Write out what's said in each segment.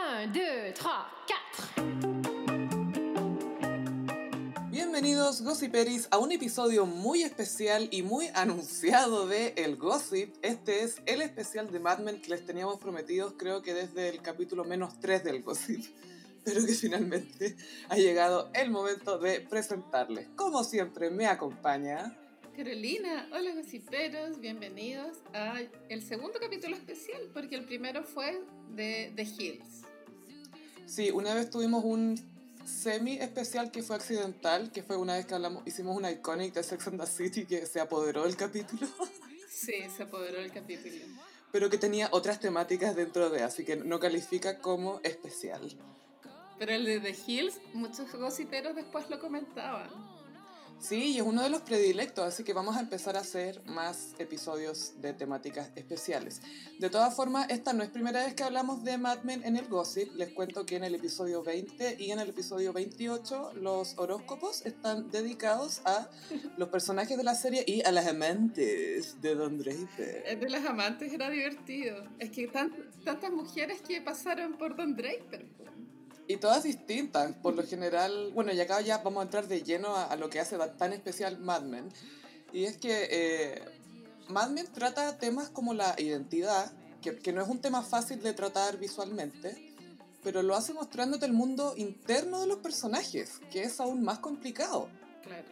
1, 2, 3, 4. Bienvenidos Gossiperis a un episodio muy especial y muy anunciado de El Gossip. Este es el especial de Mad Men que les teníamos prometidos, creo que desde el capítulo -3 del Gossip, pero que finalmente ha llegado el momento de presentarles. Como siempre me acompaña Carolina. Hola gossiperos, bienvenidos a el segundo capítulo especial, porque el primero fue de The Hills. Sí, una vez tuvimos un semi-especial que fue accidental, que fue una vez que hicimos una iconic de Sex and the City que se apoderó del capítulo. Sí, se apoderó el capítulo. Pero que tenía otras temáticas dentro de, así que no califica como especial. Pero el de The Hills, muchos gossiperos después lo comentaban. Sí, y es uno de los predilectos, así que vamos a empezar a hacer más episodios de temáticas especiales. De todas formas, esta no es primera vez que hablamos de Mad Men en el Gossip. Les cuento que en el episodio 20 y en el episodio 28 los horóscopos están dedicados a los personajes de la serie y a las amantes de Don Draper. El de las amantes era divertido. Es que tantas mujeres que pasaron por Don Draper. Y todas distintas, por lo general. Bueno, y acá ya vamos a entrar de lleno a lo que hace tan especial Mad Men. Y es que Mad Men trata temas como la identidad, que no es un tema fácil de tratar visualmente, pero lo hace mostrándote el mundo interno de los personajes, que es aún más complicado. Claro.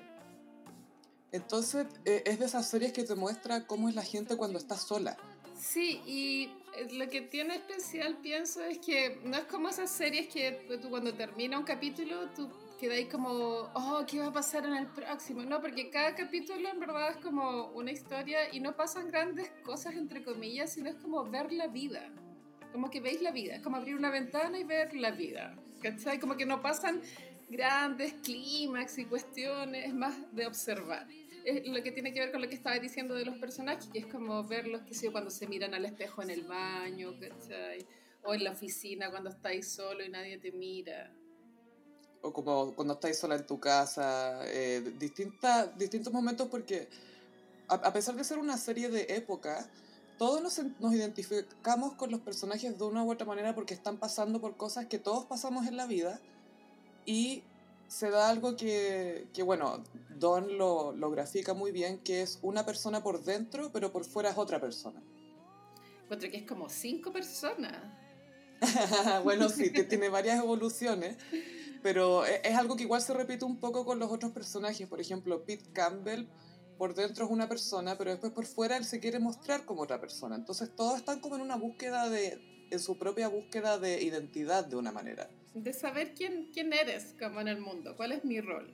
Entonces, es de esas series que te muestra cómo es la gente cuando está sola. Sí, y lo que tiene especial, pienso, es que no es como esas series que tú cuando termina un capítulo, tú quedáis como, oh, ¿qué va a pasar en el próximo? No, porque cada capítulo en verdad es como una historia y no pasan grandes cosas, entre comillas, sino es como ver la vida. Como que veis la vida, es como abrir una ventana y ver la vida. ¿Cachai? Como que no pasan grandes clímax y cuestiones, es más de observar. Es lo que tiene que ver con lo que estaba diciendo de los personajes, que es como verlos, que sé, cuando se miran al espejo en el baño, ¿cachai? O en la oficina cuando estáis solo y nadie te mira. O como cuando estás sola en tu casa. Distintos momentos, porque a pesar de ser una serie de época, todos nos identificamos con los personajes de una u otra manera porque están pasando por cosas que todos pasamos en la vida. Y se da algo que bueno, Don lo grafica muy bien, que es una persona por dentro, pero por fuera es otra persona. Encuentro que es como 5 personas. Bueno, sí, que tiene varias evoluciones, pero es algo que igual se repite un poco con los otros personajes. Por ejemplo, Pete Campbell por dentro es una persona, pero después por fuera él se quiere mostrar como otra persona. Entonces todos están como en una búsqueda en su propia búsqueda de identidad de una manera. De saber quién eres como en el mundo, cuál es mi rol.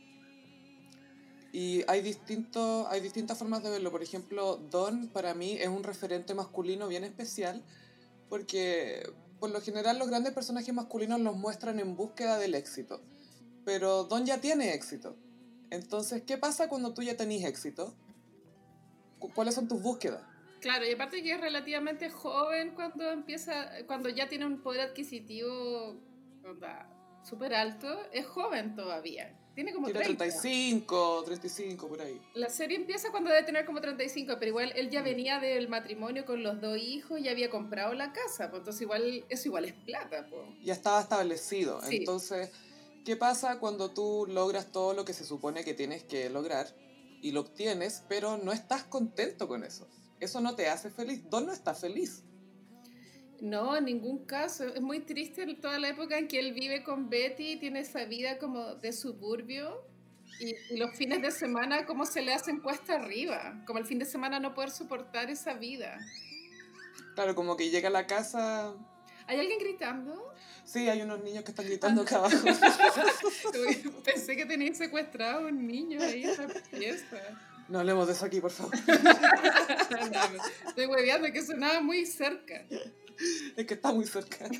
Y hay distintas formas de verlo. Por ejemplo, Don para mí es un referente masculino bien especial, porque por lo general los grandes personajes masculinos los muestran en búsqueda del éxito. Pero Don ya tiene éxito. Entonces, ¿qué pasa cuando tú ya tenés éxito? ¿Cuáles son tus búsquedas? Claro, y aparte que es relativamente joven cuando ya tiene un poder adquisitivo súper alto, es joven todavía. Tiene como Tiene 30. 35 por ahí. La serie empieza cuando debe tener como 35, pero igual él ya venía del matrimonio con los 2 hijos y había comprado la casa, pues entonces eso igual es plata, pues. Ya estaba establecido. Sí. Entonces, ¿qué pasa cuando tú logras todo lo que se supone que tienes que lograr y lo obtienes, pero no estás contento con eso? Eso no te hace feliz. Don no está feliz. No, en ningún caso. Es muy triste toda la época en que él vive con Betty, tiene esa vida como de suburbio y los fines de semana como se le hacen cuesta arriba, como el fin de semana no poder soportar esa vida. Claro, como que llega a la casa... ¿Hay alguien gritando? Sí, hay unos niños que están gritando acá abajo. Pensé que tenía secuestrado un niño ahí en la pieza. No hablemos de eso aquí, por favor. No, estoy hueveando, que sonaba muy cerca. Es que está muy cerca.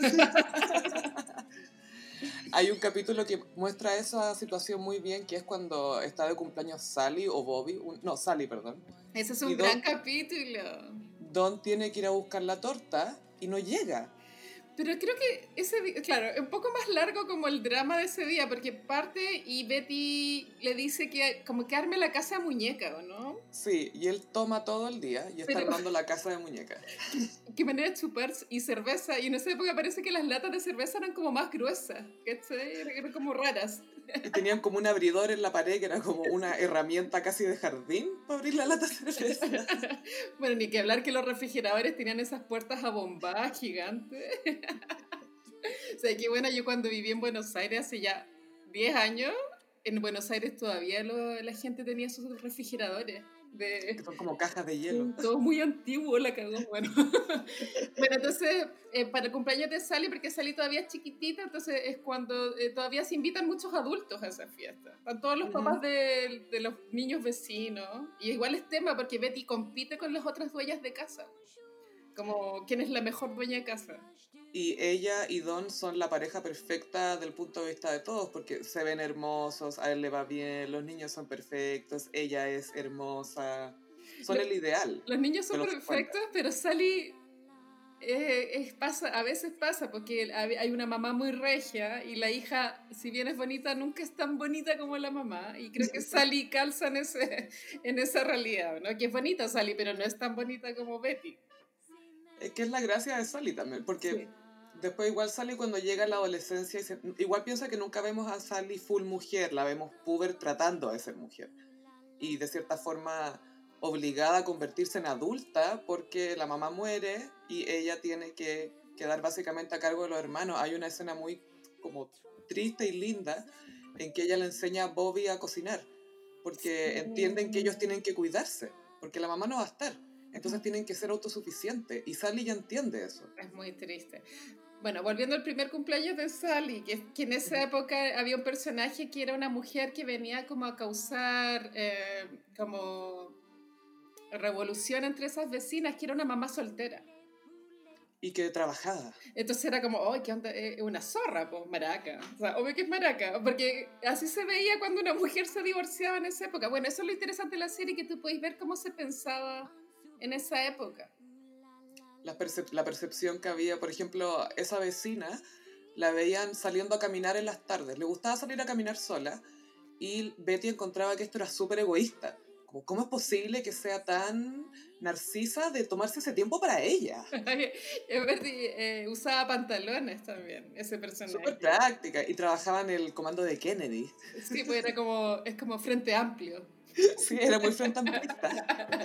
Hay un capítulo que muestra esa situación muy bien, que es cuando está de cumpleaños Sally o Bobby. Sally, perdón. Ese es un gran capítulo. Don tiene que ir a buscar la torta y no llega. Pero creo que ese día, claro, es un poco más largo como el drama de ese día, porque parte y Betty le dice que como que arme la casa de muñeca, ¿o no? Sí, y él toma todo el día y está Pero armando la casa de muñecas. qué manera de chupar y cerveza, y en esa época parece que las latas de cerveza eran como más gruesas, ¿cachai? Eran como raras. Y tenían como un abridor en la pared que era como una herramienta casi de jardín para abrir la lata de cerveza. Bueno, ni que hablar que los refrigeradores tenían esas puertas abombadas gigantes. O sea, que bueno, yo cuando viví en Buenos Aires hace ya 10 años, en Buenos Aires todavía la gente tenía sus refrigeradores. Que De, son como cajas de hielo. todo muy antiguo, la cagó. Bueno, bueno entonces, para el cumpleaños de Sally, porque Sally todavía es chiquitita, entonces es cuando todavía se invitan muchos adultos a esa fiesta. Están todos los papás Ujú. de los niños vecinos. Y igual es tema porque Betty compite con las otras dueñas de casa. Como quién es la mejor dueña de casa. Y ella y Don son la pareja perfecta del punto de vista de todos, porque se ven hermosos, a él le va bien, los niños son perfectos, ella es hermosa. Son Lo- el ideal los niños de son los 50. perfectos, pero Sally a veces pasa porque hay una mamá muy regia y la hija, si bien es bonita, nunca es tan bonita como la mamá. Y creo que Sally calza en esa realidad, ¿no? Que es bonita Sally, pero no es tan bonita como Betty. Es que es la gracia de Sally también, porque Sí. después igual Sally cuando llega a la adolescencia, igual piensa que nunca vemos a Sally full mujer, la vemos puber tratando de ser mujer. Y de cierta forma obligada a convertirse en adulta porque la mamá muere y ella tiene que quedar básicamente a cargo de los hermanos. Hay una escena muy como triste y linda en que ella le enseña a Bobby a cocinar porque entienden que ellos tienen que cuidarse porque la mamá no va a estar. Entonces tienen que ser autosuficientes y Sally ya entiende eso. Es muy triste. Bueno, volviendo al primer cumpleaños de Sally, que en esa época había un personaje que era una mujer que venía como a causar como revolución entre esas vecinas, que era una mamá soltera. Y que trabajaba. Entonces era como, ¡ay, qué onda! Una zorra, pues, maraca. O sea, obvio que es maraca, porque así se veía cuando una mujer se divorciaba en esa época. Bueno, eso es lo interesante de la serie, que tú podéis ver cómo se pensaba en esa época. La percepción que había, por ejemplo, esa vecina la veían saliendo a caminar en las tardes. Le gustaba salir a caminar sola y Betty encontraba que esto era súper egoísta. Como, ¿cómo es posible que sea tan narcisa de tomarse ese tiempo para ella? Es verdad, usaba pantalones también, ese Súper personaje. práctica. Y trabajaba en el comando de Kennedy. Sí, pues era como, es como frente amplio. Sí, era muy frente amplista.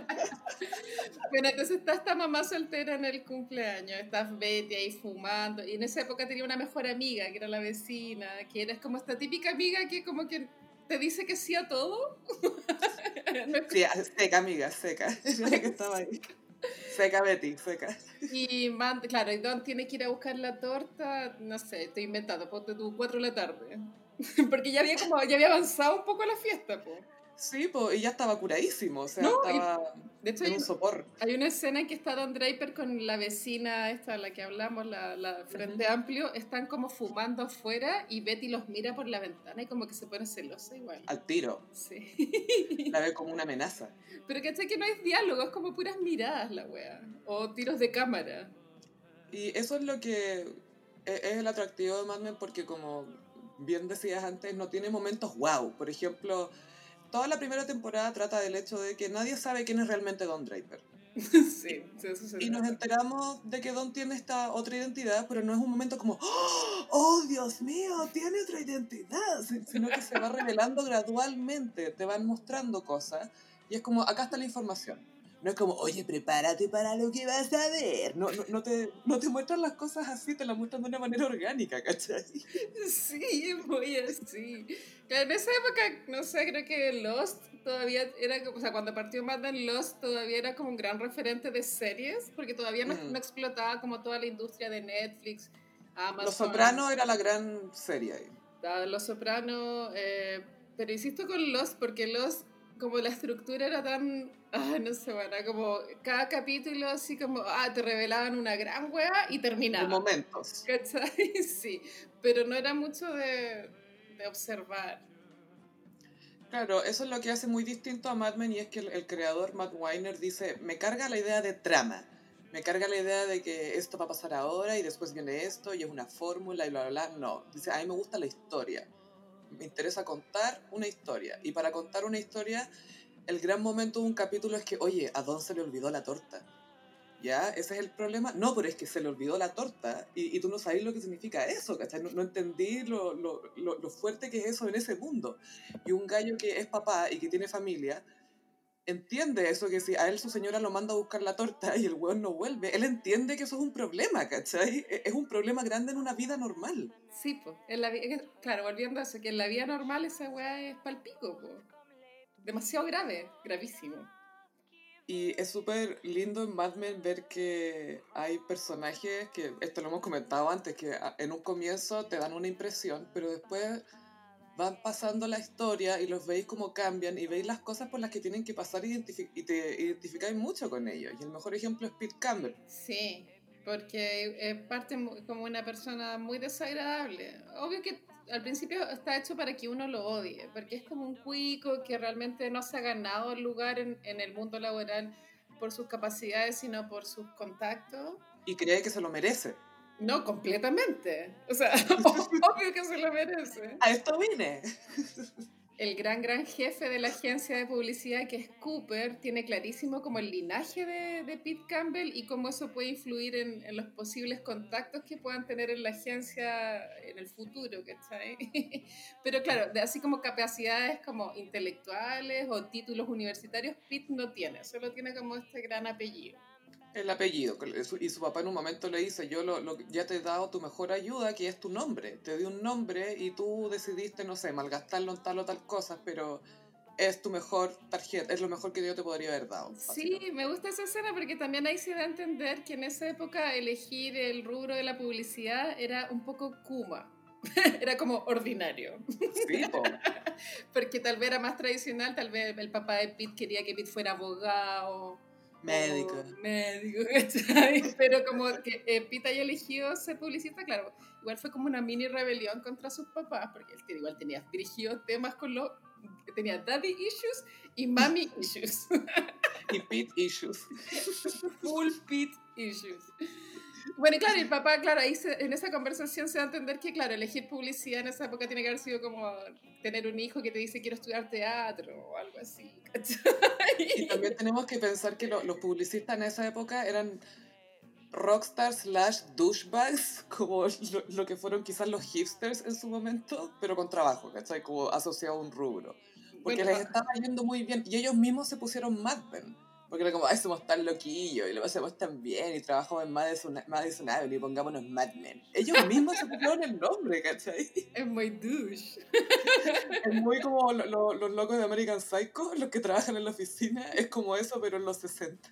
Bueno, entonces está esta mamá soltera en el cumpleaños, está Betty ahí fumando, y en esa época tenía una mejor amiga, que era la vecina, que era como esta típica amiga que como que te dice que sí a todo. No es Sí, seca, amiga, seca. Era la que estaba ahí. Seca, Betty, seca. claro, y Don tiene que ir a buscar la torta, no sé, estoy inventando, ponte tú 4 de la tarde. Porque ya había avanzado un poco la fiesta, pues. Sí, pues, y ya estaba curadísimo. O sea, No, estaba de hecho en un sopor. hay una escena en que está Don Draper con la vecina esta, la que hablamos, la Ujú. Frente Amplio, están como fumando afuera y Betty los mira por la ventana y como que se pone celosa igual. Al tiro. Sí. La ve como una amenaza. Pero caché que no es diálogo, es como puras miradas la wea. O tiros de cámara. Y eso es lo que es el atractivo de Mad Men porque como bien decías antes, no tiene momentos wow. Por ejemplo, toda la primera temporada trata del hecho de que nadie sabe quién es realmente Don Draper. Y, Sí, de eso se y nos trata. enteramos de que Don tiene esta otra identidad, pero no es un momento como, oh, Dios mío, tiene otra identidad, sino que se va revelando gradualmente, te van mostrando cosas y es como, acá está la información. No es como, oye, prepárate para lo que vas a ver. No te muestran las cosas así, te las muestran de una manera orgánica, ¿cachai? Sí, muy así. Claro, en esa época, no sé, creo que Lost todavía era, o sea, cuando partió Mad Men, Lost todavía era como un gran referente de series, porque todavía no Mm. explotaba como toda la industria de Netflix, Los Amazon, Sopranos era la gran serie ahí. Los Sopranos, pero insisto con Lost, porque Lost, como la estructura era tan, no sé, bueno, como cada capítulo así como, te revelaban una gran wea y De terminaba. momentos. ¿Cachai? Sí, pero no era mucho de observar. Claro, eso es lo que hace muy distinto a Mad Men y es que el creador Matt Weiner dice, me carga la idea de trama. Me carga la idea de que esto va a pasar ahora y después viene esto y es una fórmula y bla, bla, bla. No, dice, a mí me gusta la historia. Me interesa contar una historia. Y para contar una historia, el gran momento de un capítulo es que, oye, ¿a Don se le olvidó la torta? ¿Ya? ¿Ese es el problema? No, pero es que se le olvidó la torta y tú no sabes lo que significa eso, ¿cachai? No entendí lo fuerte que es eso en ese mundo. Y un gallo que es papá y que tiene familia entiende eso, que si a él su señora lo manda a buscar la torta y el weón no vuelve, él entiende que eso es un problema, ¿cachai? Es un problema grande en una vida normal. Sí, pues, claro, volviendo a eso, que en la vida normal esa weá es palpico, pues. Demasiado grave, gravísimo. Y es súper lindo en Mad Men ver que hay personajes que, esto lo hemos comentado antes, que en un comienzo te dan una impresión, pero después van pasando la historia y los veis cómo cambian y veis las cosas por las que tienen que pasar y te identificáis mucho con ellos. Y el mejor ejemplo es Pete Campbell. Sí, porque parte como una persona muy desagradable. Obvio que al principio está hecho para que uno lo odie, porque es como un cuico que realmente no se ha ganado el lugar en el mundo laboral por sus capacidades, sino por sus contactos. Y cree que se lo merece. No, completamente. O sea, obvio que se lo merece. A esto vine. El gran jefe de la agencia de publicidad, que es Cooper, tiene clarísimo como el linaje de Pete Campbell y cómo eso puede influir en los posibles contactos que puedan tener en la agencia en el futuro, ¿cachai? Pero claro, así como capacidades como intelectuales o títulos universitarios, Pete no tiene, solo tiene como este gran apellido. El apellido. Y su papá en un momento le dice, yo ya te he dado tu mejor ayuda, que es tu nombre. Te di un nombre y tú decidiste, no sé, malgastarlo en tal o tal cosa, pero es tu mejor tarjeta, es lo mejor que yo te podría haber dado. Sí, me gusta esa escena porque también ahí se da a entender que en esa época elegir el rubro de la publicidad era un poco kuma. Era como ordinario. Sí, po. Porque tal vez era más tradicional, tal vez el papá de Pete quería que Pete fuera abogado Médico. o médico, ¿cachai? Pero como que Pete haya elegido ser publicista, claro, igual fue como una mini rebelión contra sus papás, porque él igual tenía dirigido temas con los... Tenía daddy issues y mommy issues. Y Pete issues. Full Pete issues. Bueno, y claro, el papá, claro, ahí en esa conversación se da a entender que, claro, elegir publicidad en esa época tiene que haber sido como tener un hijo que te dice quiero estudiar teatro o algo así, ¿cachai? Y también tenemos que pensar que los publicistas en esa época eran rockstars / douchebags, como lo que fueron quizás los hipsters en su momento, pero con trabajo, ¿cachai? Como asociado a un rubro. Porque Bueno, les estaba yendo muy bien y ellos mismos se pusieron Mad Men. Porque era como, ay, somos tan loquillos y lo hacemos tan bien y trabajamos en Madison Avenue y pongámonos Mad Men. Ellos mismos se pusieron el nombre, ¿cachai? es muy douche. Es muy como los locos de American Psycho, los que trabajan en la oficina. Es como eso, pero en los 60.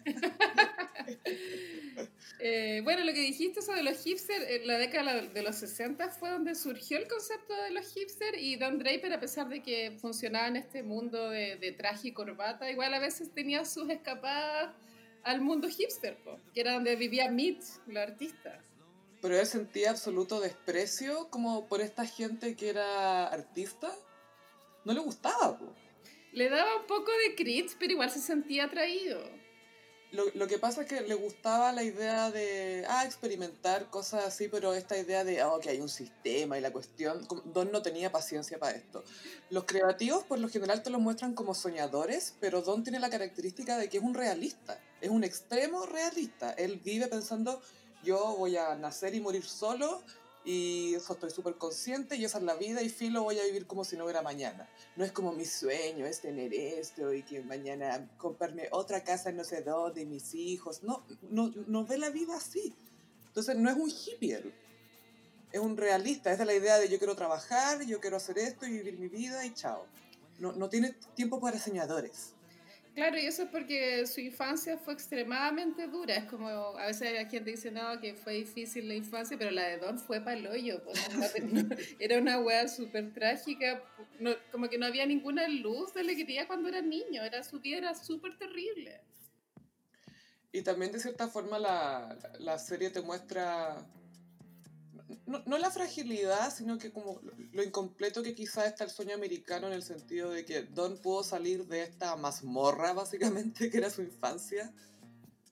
Bueno, lo que dijiste sobre los hipsters, en la década de los 60 fue donde surgió el concepto de los hipsters y Don Draper, a pesar de que funcionaba en este mundo de traje y corbata, igual a veces tenía sus escapadas al mundo hipster, po, que era donde vivía Mitch, la artista. Pero él sentía absoluto desprecio como por esta gente que era artista. No le gustaba, po. Le daba un poco de cringe, pero igual se sentía atraído. Lo que pasa es que le gustaba la idea de experimentar cosas así, pero esta idea de que hay un sistema y la cuestión. Don no tenía paciencia para esto. Los creativos por lo general te los muestran como soñadores, pero Don tiene la característica de que es un realista, es un extremo realista. Él vive pensando, yo voy a nacer y morir solo y eso estoy súper consciente y esa es la vida y filo voy a vivir como si no hubiera mañana. No es como mi sueño es tener esto y que mañana comprarme otra casa en no sé dónde y mis hijos. No ve la vida así. Entonces no es un hippie él. Es un realista. Esa es la idea de yo quiero trabajar, yo quiero hacer esto y vivir mi vida y chao. No tiene tiempo para soñadores. Claro, y eso es porque su infancia fue extremadamente dura. Es como, a veces hay gente que dice, no, que fue difícil la infancia, pero la de Don fue pa'l-hoyo. Pues, era una wea súper trágica. Como que no había ninguna luz de alegría cuando era niño. Su vida era súper terrible. Y también de cierta forma la serie te muestra... No la fragilidad, sino que como lo incompleto que quizás está el sueño americano en el sentido de que Don pudo salir de esta mazmorra, básicamente, que era su infancia,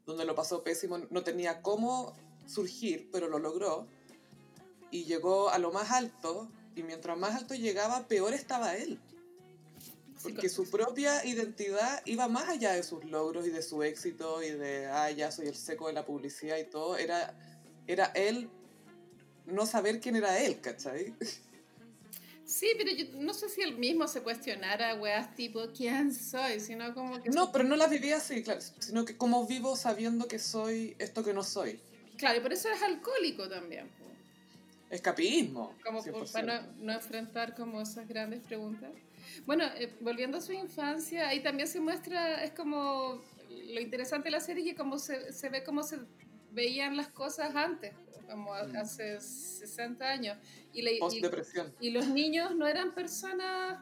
donde lo pasó pésimo, no tenía cómo surgir, pero lo logró, y llegó a lo más alto, y mientras más alto llegaba, peor estaba él. Porque su propia identidad iba más allá de sus logros y de su éxito y de, ya soy el seco de la publicidad y todo. Era él no saber quién era él, ¿cachai? Sí, pero yo no sé si él mismo se cuestionara weas tipo, ¿quién soy? Sino como que... No, pero no la vivía así, claro, sino que cómo vivo sabiendo que soy esto que no soy. Claro, y por eso es alcohólico también. Po. Escapismo, Como 100%. para no enfrentar como esas grandes preguntas. Bueno, volviendo a su infancia, ahí también se muestra, es como lo interesante de la serie, que como se ve cómo se veían las cosas antes, como hace 60 años. Post-depresión. Y los niños no eran personas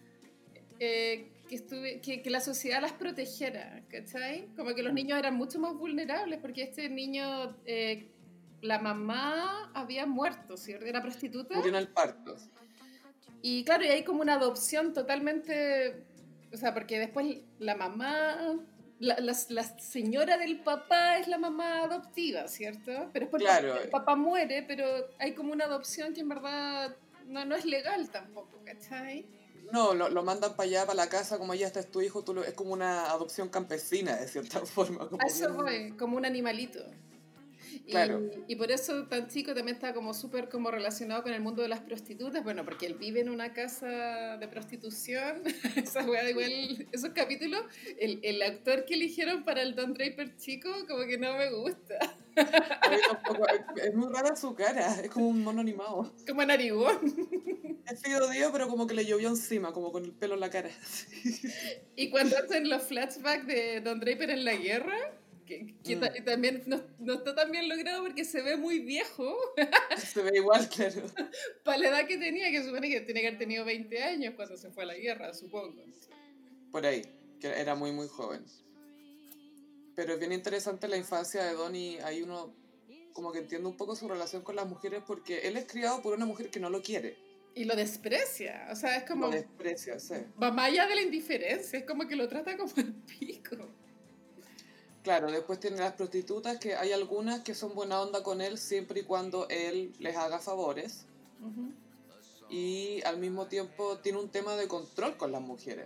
que la sociedad las protegiera, ¿cachai? Como que los niños eran mucho más vulnerables, porque este niño, la mamá había muerto, ¿cierto? Era prostituta. Murió en el parto. Y claro, y hay como una adopción totalmente, o sea, porque después la mamá, la señora del papá es la mamá adoptiva, ¿cierto? Pero después claro. el papá muere, pero hay como una adopción que en verdad no es legal tampoco, ¿cachai? No, lo mandan para allá, para la casa, como ya este es tu hijo, es como una adopción campesina, de cierta forma. Como A eso bien... voy, como un animalito. Claro. Y por eso tan chico también está como súper como relacionado con el mundo de las prostitutas, bueno, porque él vive en una casa de prostitución, esa wea igual, esos capítulos, el actor que eligieron para el Don Draper chico, como que no me gusta. A mí tampoco, es muy rara su cara, es como un mono animado. Como narigón. Es Fido Dio, pero como que le llovió encima, como con el pelo en la cara. Y cuando hacen los flashbacks de Don Draper en la guerra, que también no está tan bien logrado porque se ve muy viejo. Se ve igual, claro. Para la edad que tenía, que supone que tiene que haber tenido 20 años cuando se fue a la guerra, supongo. Por ahí, que era muy, muy joven. Pero es bien interesante la infancia de Don y ahí uno como que entiende un poco su relación con las mujeres porque él es criado por una mujer que no lo quiere. Y lo desprecia, o sea, es como... Lo desprecia, sí. Va más allá de la indiferencia, es como que lo trata como el pico. Claro, después tiene las prostitutas, que hay algunas que son buena onda con él siempre y cuando él les haga favores. Uh-huh. Y al mismo tiempo tiene un tema de control con las mujeres.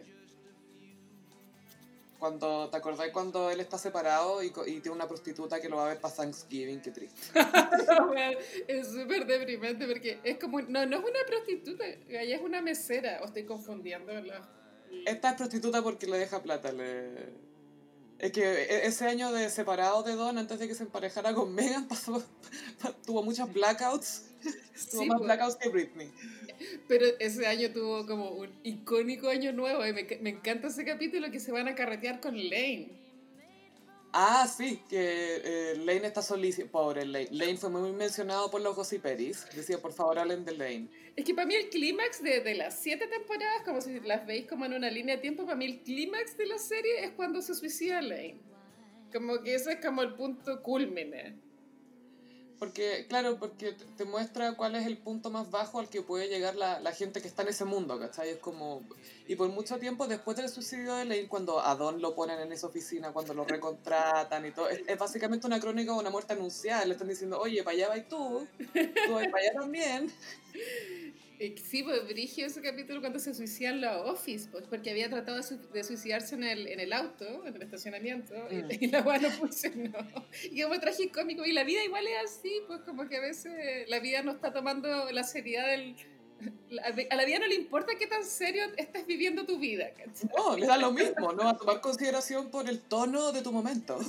¿Te acordás cuando él está separado y tiene una prostituta que lo va a ver para Thanksgiving? Qué triste. Es súper deprimente porque es como... No es una prostituta, ella es una mesera, o estoy confundiendo. Esta es prostituta porque le deja plata. Es que ese año de separado de Don, antes de que se emparejara con Megan, tuvo muchos blackouts. Tuvo más blackouts que Britney. Pero ese año tuvo como un icónico año nuevo y me encanta ese capítulo que se van a carretear con Lane. Ah, sí, que Lane está solísimo. Pobre Lane. Lane fue muy mencionado por los gossiperis. Decía, por favor, hablen de Lane. Es que para mí el clímax de las 7 temporadas, como si las veis como en una línea de tiempo, para mí el clímax de la serie es cuando se suicida Lane. Como que ese es como el punto culmine. Porque te muestra cuál es el punto más bajo al que puede llegar la gente que está en ese mundo, ¿cachai? Es como... Y por mucho tiempo, después del suicidio de Lane, cuando a Don lo ponen en esa oficina, cuando lo recontratan y todo, es básicamente una crónica de una muerte anunciada. Le están diciendo, oye, para allá vas tú vas para allá también. Sí, pues brigio ese capítulo cuando se suicida en la office, pues, porque había tratado de suicidarse en el auto, en el estacionamiento, y la weá no funcionó. Y como tragicómico, y la vida igual es así, pues como que a veces la vida no está tomando la seriedad del... A la vida no le importa qué tan serio estás viviendo tu vida, ¿cachai? No, le da lo mismo, no va a tomar consideración por el tono de tu momento.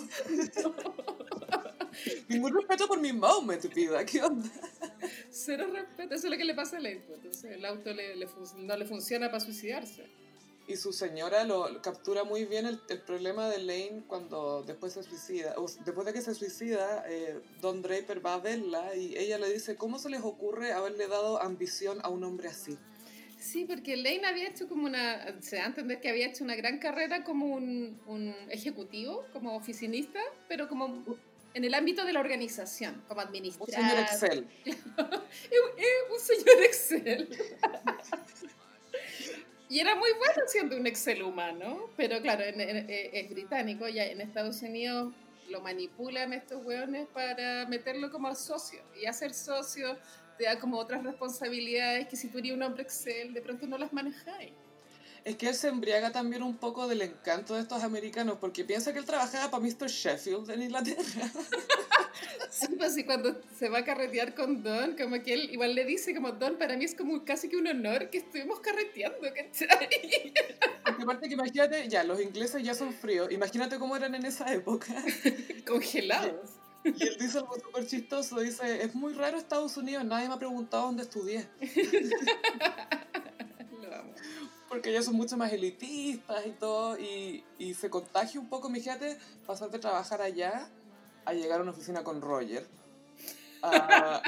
Ningún respeto por mi moment, vida, ¿qué onda? Cero respeto, eso es lo que le pasa a Lane, pues. Entonces el auto no le funciona para suicidarse. Y su señora lo captura muy bien el problema de Lane cuando después se suicida. Después de que se suicida, Don Draper va a verla y ella le dice, ¿cómo se les ocurre haberle dado ambición a un hombre así? Sí, porque Lane había hecho como se da a entender que había hecho una gran carrera como un ejecutivo, como oficinista, pero como en el ámbito de la organización, como administrar. Un señor Excel. Un señor Excel. Y era muy bueno siendo un Excel humano, pero claro, es británico, ya en Estados Unidos lo manipulan estos hueones para meterlo como socio. Y hacer socio te da como otras responsabilidades que si tú eres un hombre Excel, de pronto no las manejáis. Es que él se embriaga también un poco del encanto de estos americanos, porque piensa que él trabajaba para Mr. Sheffield en Inglaterra. Sí, pues y cuando se va a carretear con Don, como que él igual le dice como Don, para mí es como casi que un honor que estuvimos carreteando, ¿cachai? Porque aparte que imagínate, ya, los ingleses ya son fríos, imagínate cómo eran en esa época. Y, Congelados. y él dice algo súper chistoso, dice, es muy raro Estados Unidos, nadie me ha preguntado dónde estudié. Lo amo. Porque ellos son mucho más elitistas y todo, y se contagia un poco, imagínate, pasar de trabajar allá a llegar a una oficina con Roger, a-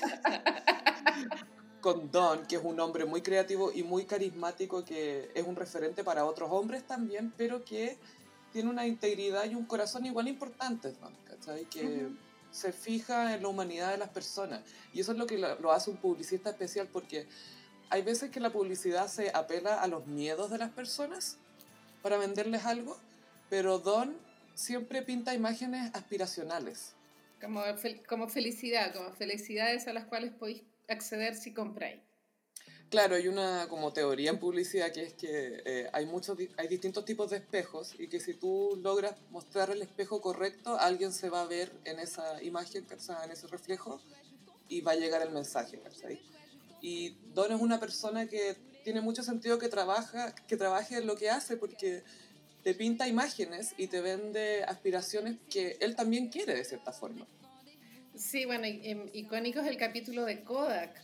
con Don, que es un hombre muy creativo y muy carismático, que es un referente para otros hombres también, pero que tiene una integridad y un corazón igual importantes, Don, ¿cachai? Que Ujú. se fija en la humanidad de las personas. Y eso es lo que lo hace un publicista especial, porque hay veces que la publicidad se apela a los miedos de las personas para venderles algo, pero Don siempre pinta imágenes aspiracionales. Como, como felicidad, como felicidades a las cuales podéis acceder si compráis. Claro, hay una como teoría en publicidad que es que hay distintos tipos de espejos y que si tú logras mostrar el espejo correcto, alguien se va a ver en esa imagen, ¿cachai? En ese reflejo y va a llegar el mensaje, ¿cachai? Y Don es una persona que tiene mucho sentido que trabaje en lo que hace porque te pinta imágenes y te vende aspiraciones que él también quiere de cierta forma. Sí, bueno, icónico es el capítulo de Kodak.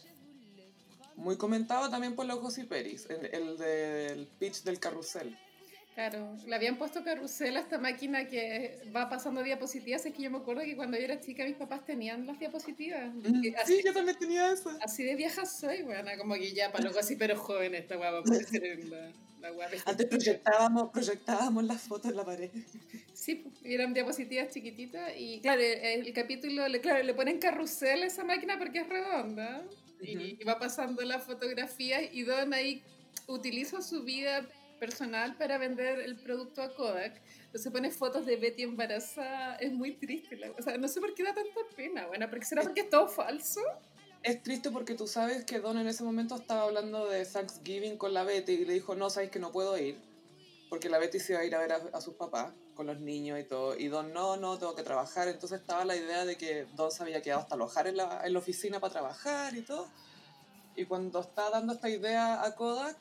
Muy comentado también por los gossiperis, el del pitch del carrusel. Claro, le habían puesto carrusel a esta máquina que va pasando diapositivas. Es que yo me acuerdo que cuando yo era chica mis papás tenían las diapositivas. Y Sí, así, yo también tenía esa. así de vieja soy, bueno, como que ya para luego así, pero joven esta guapa va a aparecer en la guapa de esta Antes historia. proyectábamos las fotos en la pared. Sí, pues, eran diapositivas chiquititas y claro, el capítulo, claro, le ponen carrusel a esa máquina porque es redonda Ujú. y va pasando las fotografías y Don ahí utiliza su vida personal para vender el producto a Kodak. Entonces pone fotos de Betty embarazada, es muy triste, o sea, no sé por qué da tanta pena, bueno, porque será Es, porque es todo falso. es triste porque tú sabes que Don en ese momento estaba hablando de Thanksgiving con la Betty y le dijo, no, sabes que no puedo ir, porque la Betty se iba a ir a ver a sus papás con los niños y todo. Y Don, no, no, tengo que trabajar. Entonces estaba la idea de que Don se había quedado hasta alojar en la oficina para trabajar y todo. Y cuando está dando esta idea a Kodak,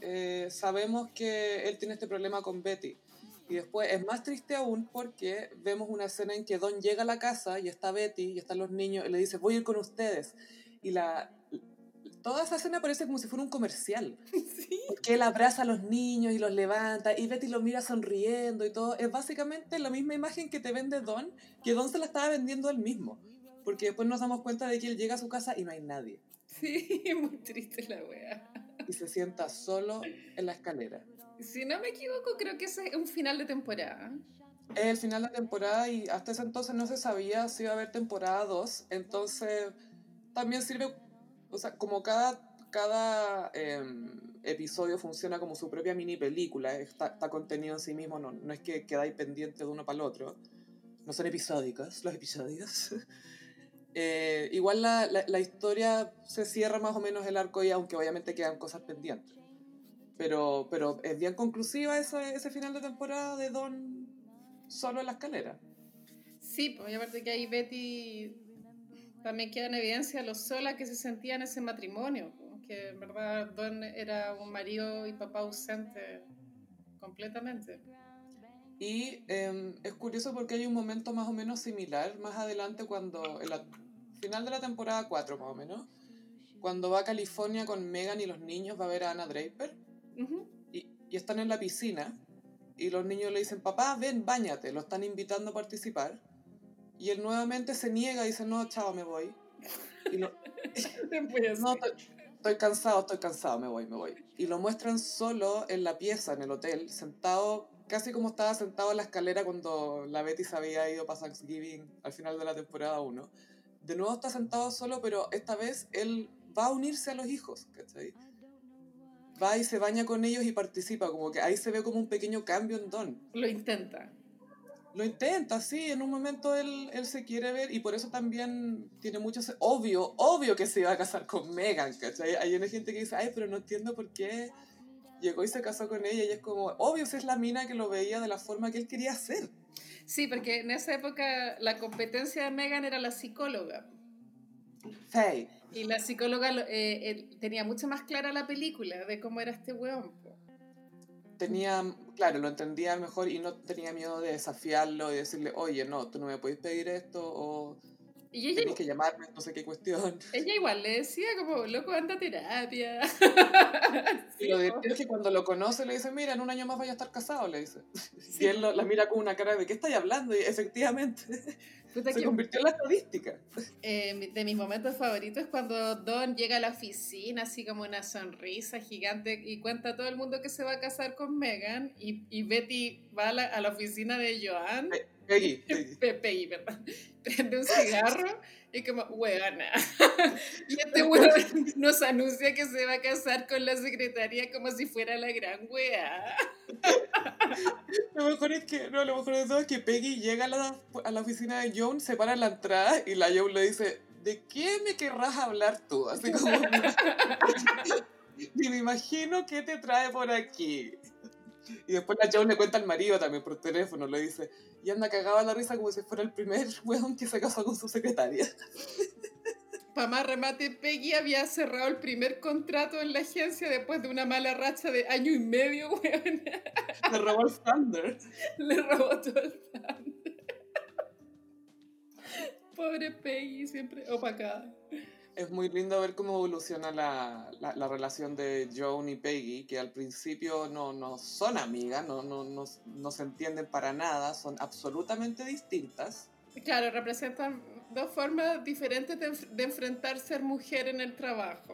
sabemos que él tiene este problema con Betty. Y después es más triste aún porque vemos una escena en que Don llega a la casa y está Betty y están los niños y le dice, voy a ir con ustedes. Y toda esa escena parece como si fuera un comercial. Sí. Porque él abraza a los niños y los levanta y Betty lo mira sonriendo y todo. Es básicamente la misma imagen que te vende Don, que Don se la estaba vendiendo él mismo. Porque después nos damos cuenta de que él llega a su casa y no hay nadie. Sí, muy triste la wea. Y se sienta solo en la escalera. Si no me equivoco, creo que ese es un final de temporada. Es el final de temporada y hasta ese entonces no se sabía si iba a haber temporada 2. Entonces también sirve, o sea, como cada episodio funciona como su propia mini película, está contenido en sí mismo, no es que quedáis pendiente de uno para el otro. No son episódicos los episodios. Igual la historia se cierra más o menos el arco y aunque obviamente quedan cosas pendientes. Pero es bien conclusiva ese final de temporada de Don solo en la escalera. Sí, pues y aparte que ahí Betty también queda en evidencia lo sola que se sentía en ese matrimonio, pues, que en verdad Don era un marido y papá ausente completamente. Y es curioso porque hay un momento más o menos similar más adelante cuando, en la final de la temporada 4 más o menos, cuando va a California con Megan y los niños, va a ver a Anna Draper Ujú. y están en la piscina y los niños le dicen, papá, ven, báñate, lo están invitando a participar y él nuevamente se niega y dice, no, chao, me voy. Y lo, Voy a no, hacer. estoy cansado, me voy, me voy. Y lo muestran solo en la pieza, en el hotel, sentado, casi como estaba sentado en la escalera cuando la Betty se había ido para Thanksgiving al final de la temporada 1. De nuevo está sentado solo, pero esta vez él va a unirse a los hijos, ¿cachai? Va y se baña con ellos y participa, como que ahí se ve como un pequeño cambio en Don. Lo intenta. Lo intenta, sí, en un momento él se quiere ver y por eso también tiene mucho... Obvio que se iba a casar con Megan, ¿cachai? Hay una gente que dice, ay, pero no entiendo por qué llegó y se casó con ella y es como, obvio si es la mina que lo veía de la forma que él quería hacer. Sí, porque en esa época la competencia de Megan era la psicóloga. Faye. Y la psicóloga tenía mucho más clara la película de cómo era este weón. Po. Tenía, claro, lo entendía mejor y no tenía miedo de desafiarlo y decirle, oye, no, tú no me podés pedir esto o Y ella, tenés que llamarme, no sé qué cuestión. ella igual le decía como, loco, anda a terapia. Y Sí, lo po. divertido es que cuando lo conoce le dice, mira, en un año más vaya a estar casado, le dice. Y Sí, él la mira con una cara de, ¿qué estáis hablando? Y efectivamente, puta se que convirtió en la estadística. de mis momentos favoritos es cuando Don llega a la oficina así como una sonrisa gigante y cuenta a todo el mundo que se va a casar con Megan y Betty va a la oficina de Joan, Peggy. Peggy, ¿verdad? Prende un cigarro y como, weona. Y este weón nos anuncia que se va a casar con la secretaria como si fuera la gran wea. Lo mejor es que, no, lo mejor de todo es que Peggy llega a la oficina de Joan, se para en la entrada y la Joan le dice, ¿de qué me querrás hablar tú? Así como, ni me imagino qué te trae por aquí. Y después la Joan le cuenta al marido también por teléfono, le dice, y anda cagaba la risa como si fuera el primer weón que se casó con su secretaria. Para más remate, Peggy había cerrado el primer contrato en la agencia después de una mala racha de año y medio, weón. Le robó el Thunder. Le robó todo el fan. Pobre Peggy, siempre opacada. Es muy lindo ver cómo evoluciona la relación de Joan y Peggy, que al principio no son amigas, no se entienden para nada, son absolutamente distintas. Claro, representan dos formas diferentes de enfrentar ser mujer en el trabajo.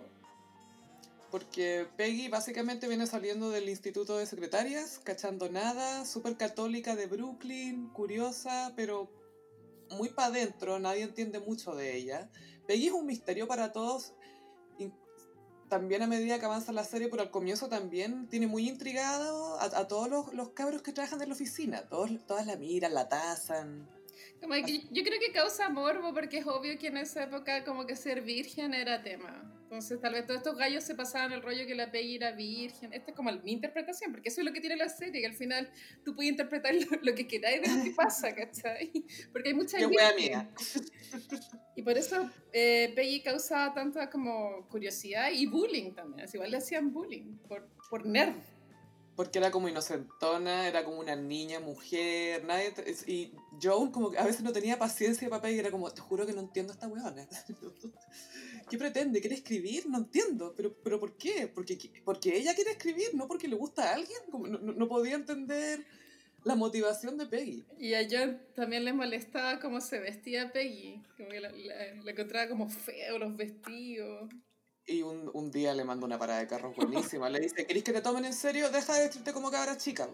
Porque Peggy básicamente viene saliendo del instituto de secretarias, cachando nada, súper católica de Brooklyn, curiosa, pero muy para adentro, nadie entiende mucho de ella. Peggy es un misterio para todos, y también a medida que avanza la serie, pero al comienzo también tiene muy intrigado a todos los cabros que trabajan en la oficina. Todas la miran, la tasan. Como que yo creo que causa morbo porque es obvio que en esa época como que ser virgen era tema. Entonces tal vez todos estos gallos se pasaban el rollo que la Peggy era virgen. Esta es como mi interpretación, porque eso es lo que tiene la serie, que al final tú puedes interpretar lo que queráis de lo que pasa, ¿cachai? Porque hay mucha Qué wea virgen. mía. Y por eso Peggy causaba tanta como curiosidad y bullying también. Es igual le hacían bullying por nerd. Porque era como inocentona, era como una niña, mujer, y Joan como que a veces no tenía paciencia de papá y era como, te juro que no entiendo a esta weona. ¿Qué pretende? ¿Quiere escribir? No entiendo. ¿Pero por qué? Porque ella quiere escribir, no porque le gusta a alguien. Como no podía entender la motivación de Peggy. Y a John también le molestaba cómo se vestía Peggy. Como que la encontraba como feo los vestidos. Y un día le manda una parada de carros buenísima. Le dice, ¿querés que te tomen en serio? Deja de vestirte como cabra chica.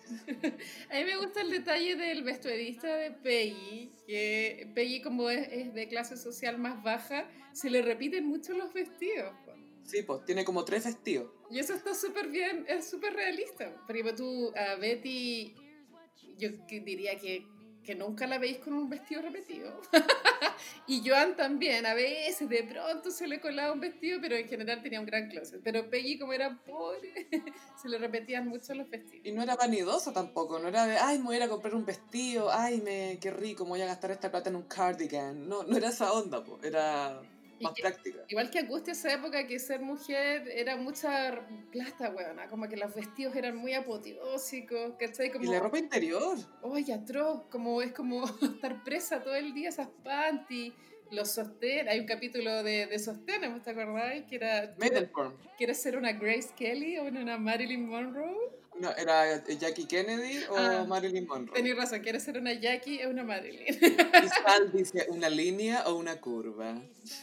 A mí me gusta el detalle del vestuarista de Peggy, que Peggy como es de clase social más baja, se le repiten mucho los vestidos. Po. Sí, pues tiene como 3 vestidos. Y eso está súper bien, es súper realista. Porque tú a Betty, yo diría que nunca la veis con un vestido repetido. Y Joan también, a veces de pronto se le colaba un vestido, pero en general tenía un gran closet. Pero Peggy, como era pobre, se le repetían mucho los vestidos. Y no era vanidoso tampoco, no era de, ay, me voy a ir a comprar un vestido, ay, qué rico, me voy a gastar esta plata en un cardigan. No era esa onda, pues, era Y más que, práctica. igual que angustia esa época que ser mujer era mucha plata, weona. Como que los vestidos eran muy apoteósicos, ¿cachai? Y Como, la ropa interior. oye, atroz, como es como estar presa todo el día, esas panties, los sostén. Hay un capítulo de sostén, ¿te acordáis? Que era, Maidenform. ¿quieres ser una Grace Kelly o una Marilyn Monroe? No, era Jackie Kennedy o Ah, Marilyn Monroe. tenéis razón, ¿quieres ser una Jackie o una Marilyn? Y Sal dice, ¿una línea o una curva?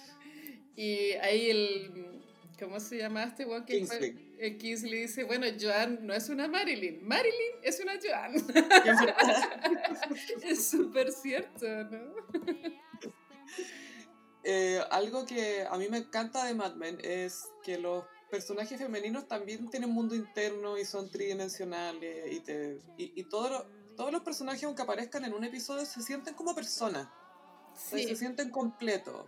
Y ahí ¿cómo se llama este weón que fue? Kingsley. Kingsley dice, bueno, Joan no es una Marilyn, Marilyn es una Joan. Y es verdad. Es súper cierto, ¿no? Algo que a mí me encanta de Mad Men es que los personajes femeninos también tienen mundo interno y son tridimensionales y todos los personajes, aunque aparezcan en un episodio, se sienten como personas. O sea, se Sí. sienten completos.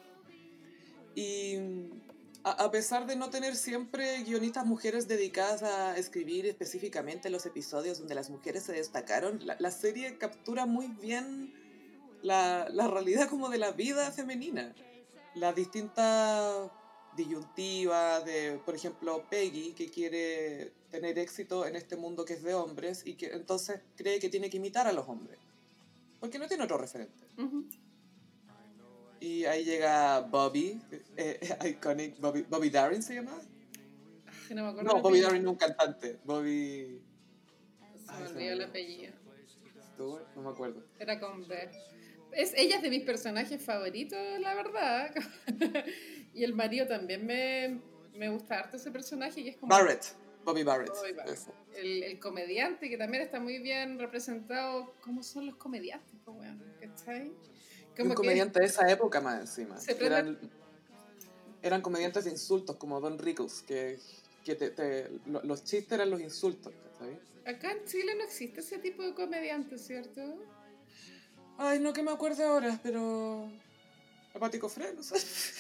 Y a pesar de no tener siempre guionistas mujeres dedicadas a escribir específicamente los episodios donde las mujeres se destacaron, la serie captura muy bien la realidad como de la vida femenina. Las distintas disyuntivas de, por ejemplo, Peggy, que quiere tener éxito en este mundo que es de hombres y que entonces cree que tiene que imitar a los hombres, porque no tiene otro referente. Ujú. Y ahí llega Bobby, iconic Bobby Darin se llama. Ay, no me acuerdo No, el Bobby apellido. Darin no es un cantante. Bobby... Se me Ay, se me olvidó el olvidó. apellido. Stewart, no me acuerdo. Era con B. Ella es de mis personajes favoritos, la verdad. Y el marido también me gusta harto ese personaje y es como... Barrett, Bobby Barrett. Ay, va. Eso. El comediante que también está muy bien representado. ¿Cómo son los comediantes? Pues, bueno, ¿cachai? Y un Como que comediante de esa época más encima. se Que prende... eran comediantes de insultos como Don Rickles, que los chistes eran los insultos, ¿sabes? Acá en Chile no existe ese tipo de comediante, ¿cierto? Ay, no que me acuerde ahora, pero... Apático Fred, no sé.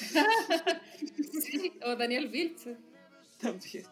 Sí, o Daniel Vilche. También.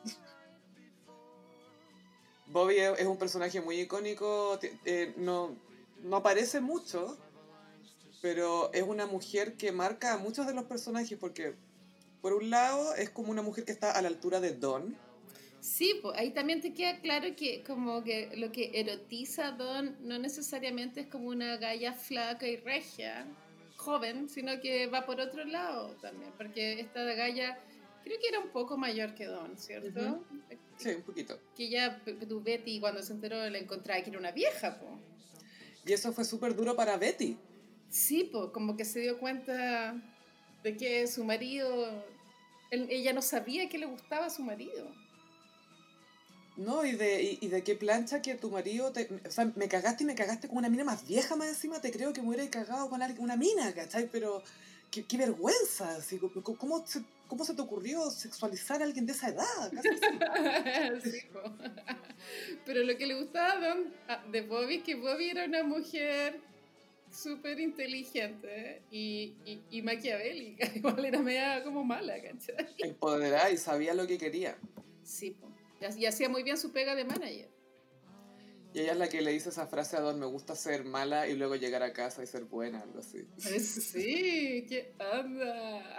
Bobby es un personaje muy icónico, no aparece mucho, pero es una mujer que marca a muchos de los personajes porque, por un lado, es como una mujer que está a la altura de Dawn. Sí, pues ahí también te queda claro que como que lo que erotiza a Dawn no necesariamente es como una galla flaca y regia, joven, sino que va por otro lado también, porque esta galla creo que era un poco mayor que Dawn, ¿cierto? Ujú. Sí, un poquito. Que ya tu Betty cuando se enteró la encontraba que era una vieja, pues. Y eso fue súper duro para Betty. Sí, pues como que se dio cuenta de que su marido, ella no sabía que le gustaba a su marido. No, y de qué plancha que tu marido o sea, me cagaste y me cagaste con una mina más vieja más encima, te creo que me hubiera cagado con una mina, ¿cachai? Pero qué vergüenza, así, ¿cómo se te ocurrió sexualizar a alguien de esa edad? Casi así. Sí, po. Pero lo que le gustaba de Bobby es que Bobby era una mujer súper inteligente y maquiavélica. Igual era media como mala, ¿cachai? Empoderada y sabía lo que quería. Sí, po. Y hacía muy bien su pega de manager. Y ella es la que le dice esa frase a Don, me gusta ser mala y luego llegar a casa y ser buena, algo así. Sí, ¿qué onda?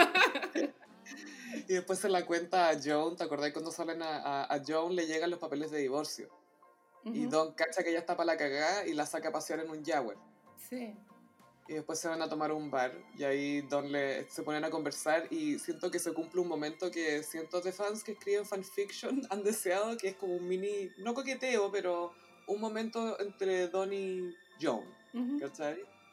Y después se la cuenta a Joan, ¿te acordás cuando salen a Joan le llegan los papeles de divorcio? Y Ujú. Don cacha que ella está para la cagada y la saca a pasear en un Jaguar. Sí. Y después se van a tomar a un bar y ahí se ponen a conversar y siento que se cumple un momento que cientos de fans que escriben fanfiction han deseado, que es como un mini, no coqueteo, pero un momento entre Don y Joan, Ujú. ¿cachai?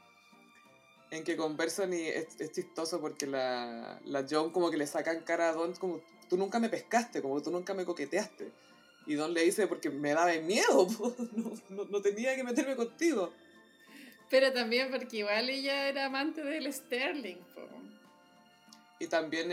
En que conversan y es chistoso porque la Joan como que le sacan cara a Don como tú nunca me pescaste, como tú nunca me coqueteaste. Y Don le dice porque me daba miedo, po, no tenía que meterme contigo. Pero también porque igual ella era amante del Sterling, po. Y también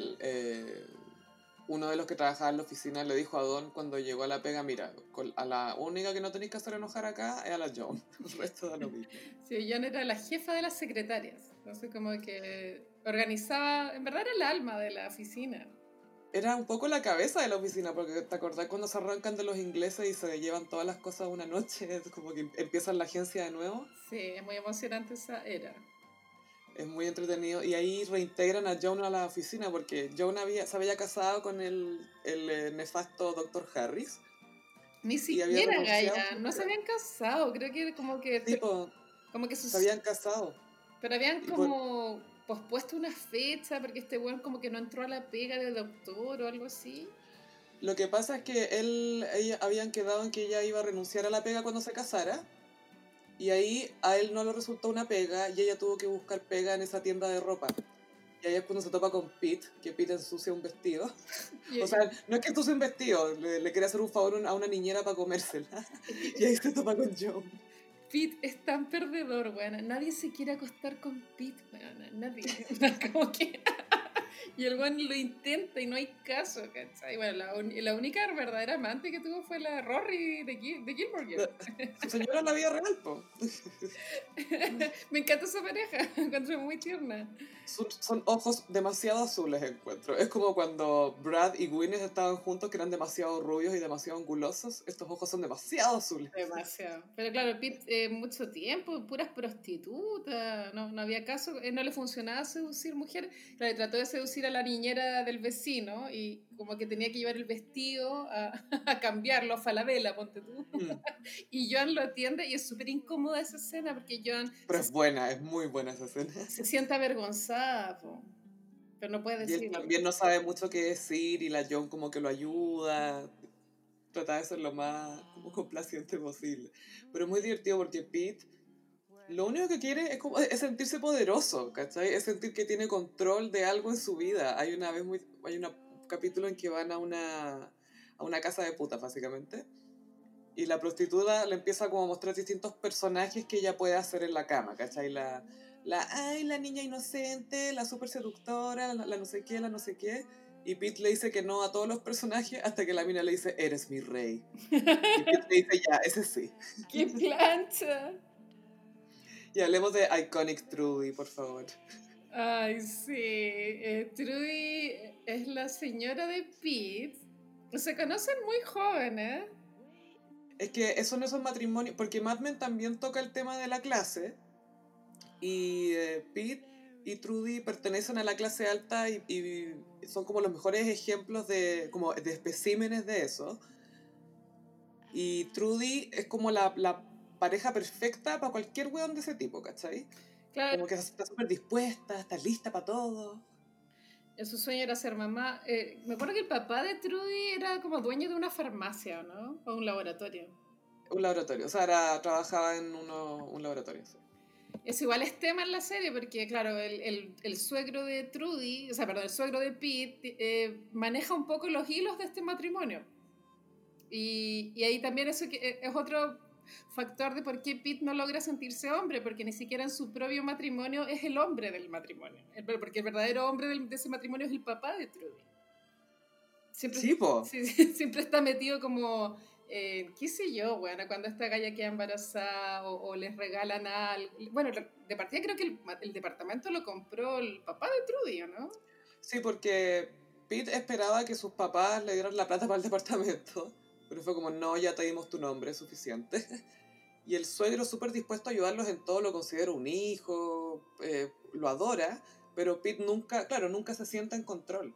uno de los que trabajaba en la oficina le dijo a Don cuando llegó a la pega, mira, a la única que no tenéis que hacer enojar acá es a la Joan. El resto da lo mismo. Sí, Jan era la jefa de las secretarias. Entonces como que organizaba, en verdad era el alma de la oficina. Era un poco la cabeza de la oficina, porque te acordás cuando se arrancan de los ingleses y se llevan todas las cosas una noche, es como que empiezan la agencia de nuevo. Sí, es muy emocionante esa era. Es muy entretenido. Y ahí reintegran a Joan a la oficina, porque Joan se había casado con el nefasto Dr. Harris Ni y había siquiera renunciado a Gaia, su no se pega. habían casado, creo que Tipo, como que se sus, habían casado. pero habían Y por, como pospuesto una fecha porque este weón como que no entró a la pega de doctor o algo así. Lo que pasa es que ella habían quedado en que ella iba a renunciar a la pega cuando se casara. Y ahí a él no le resultó una pega y ella tuvo que buscar pega en esa tienda de ropa. Y ahí es cuando se topa con Pete, que Pete ensucia un vestido. Y, O sea, no es que ensucie un vestido, le quiere hacer un favor a una niñera para comérsela. es que Y ahí se topa con Joe. Pete es tan perdedor, weón. Nadie se quiere acostar con Pete, weón. Nadie. Como que Y el weón lo intenta y no hay caso, ¿cachai? Bueno, la única verdadera amante que tuvo fue la Rory de Gilmore Girls. Su señora en la vida real, po. Me encanta esa pareja, me encuentro muy tierna. Son ojos demasiado azules, encuentro. Es como cuando Brad y Gwyneth estaban juntos, que eran demasiado rubios y demasiado angulosos. Estos ojos son demasiado azules. Demasiado. Pero claro, Pete, mucho tiempo, puras prostitutas, no había caso, no le funcionaba seducir mujeres. Claro, trató de seducir a la niñera del vecino y como que tenía que llevar el vestido a, a cambiarlo a Falabella, ponte tú. Mm. Y Joan lo atiende y es súper incómoda esa escena porque Joan Pero es buena, es muy buena esa escena. se siente avergonzada, po, pero no puede Y él decirlo. también no sabe mucho qué decir y la John como que lo ayuda. Trata de ser lo más como complaciente posible. Pero es muy divertido porque Pete lo único que quiere es, como, es sentirse poderoso, ¿cachai? Es sentir que tiene control de algo en su vida. Hay un capítulo en que van a una casa de putas, básicamente. Y la prostituta le empieza como a mostrar distintos personajes que ella puede hacer en la cama, ¿cachai? La niña inocente, la súper seductora, la no sé qué, la no sé qué. Y Pete le dice que no a todos los personajes hasta que la mina le dice, eres mi rey. Y Pete le dice, ya, ese sí. ¡Qué plancha! Y hablemos de Iconic Trudy, por favor. Ay, sí. Trudy es la señora de Pete. Se conocen muy jóvenes. Es que eso no es un matrimonio, porque Mad Men también toca el tema de la clase, y Pete y Trudy pertenecen a la clase alta y son como los mejores ejemplos como de especímenes de eso. Y Trudy es como la pareja perfecta para cualquier weón de ese tipo, ¿cachai? Claro, Como que está súper dispuesta, está lista para todo. su sueño era ser mamá. Me acuerdo que el papá de Trudy era como dueño de una farmacia, ¿no? O un laboratorio. Un laboratorio, o sea, trabajaba en un laboratorio, sí. Eso igual es tema en la serie porque, claro, el suegro de Trudy, o sea, perdón, el suegro de Pete maneja un poco los hilos de este matrimonio. Y ahí también eso es otro factor de por qué Pete no logra sentirse hombre, porque ni siquiera en su propio matrimonio es el hombre del matrimonio. Porque el verdadero hombre de ese matrimonio es el papá de Trudy. Siempre, Sí, po. siempre está metido como, qué sé yo, bueno, cuando esta galla queda embarazada o les regalan algo. Bueno, de partida creo que el departamento lo compró el papá de Trudy, ¿o no? Sí, porque Pete esperaba que sus papás le dieran la plata para el departamento, pero fue como, no, ya te dimos tu nombre, es suficiente. Y el suegro súper dispuesto a ayudarlos en todo, lo considera un hijo, lo adora, pero Pete nunca, claro, nunca se sienta en control.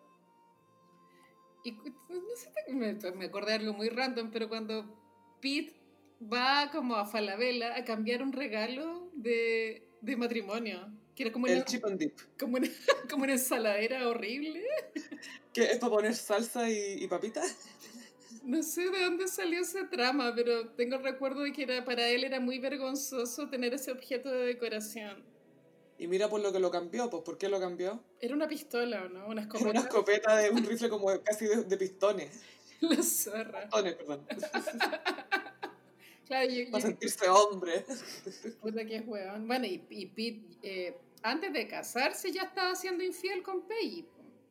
Y no sé, me acordé de algo muy random, pero cuando Pete va como a Falabella a cambiar un regalo de matrimonio, que era El chip and dip, como una, como una ensaladera horrible. que es para poner salsa y papitas. No sé de dónde salió esa trama, pero tengo el recuerdo de que para él era muy vergonzoso tener ese objeto de decoración. Y mira por lo que lo cambió, pues ¿por qué lo cambió? Era una pistola, ¿no? Una Era una escopeta. escopeta de un rifle como casi de pistones. La zorra. Pistones, perdón. Claro, Para sentirse hombre. puta que es weón. Bueno, y Pete, antes de casarse ya estaba siendo infiel con Peggy.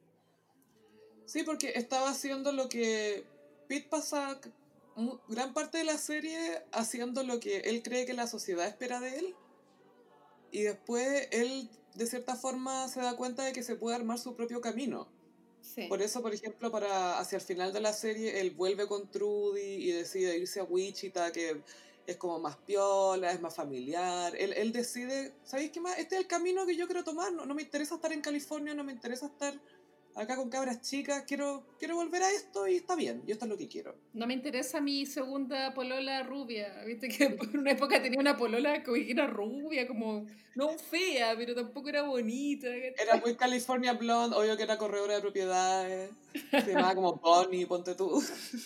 Sí, porque estaba haciendo lo que Pete pasa gran parte de la serie haciendo lo que él cree que la sociedad espera de él. Y después él, de cierta forma, se da cuenta de que se puede armar su propio camino. Sí. Por eso, por ejemplo, hacia el final de la serie, él vuelve con Trudy y decide irse a Wichita, que es como más piola, es más familiar. Él decide, ¿sabéis qué más? Este es el camino que yo quiero tomar. No me interesa estar en California, no me interesa estar acá con cabras chicas. Quiero volver a esto y está bien. Y esto es lo que quiero. No me interesa mi segunda polola rubia. Viste que por una época tenía una polola que era rubia, como no fea, pero tampoco era bonita. Era muy California Blonde, obvio que era corredora de propiedades. Se llamaba como Bonnie, ponte tú.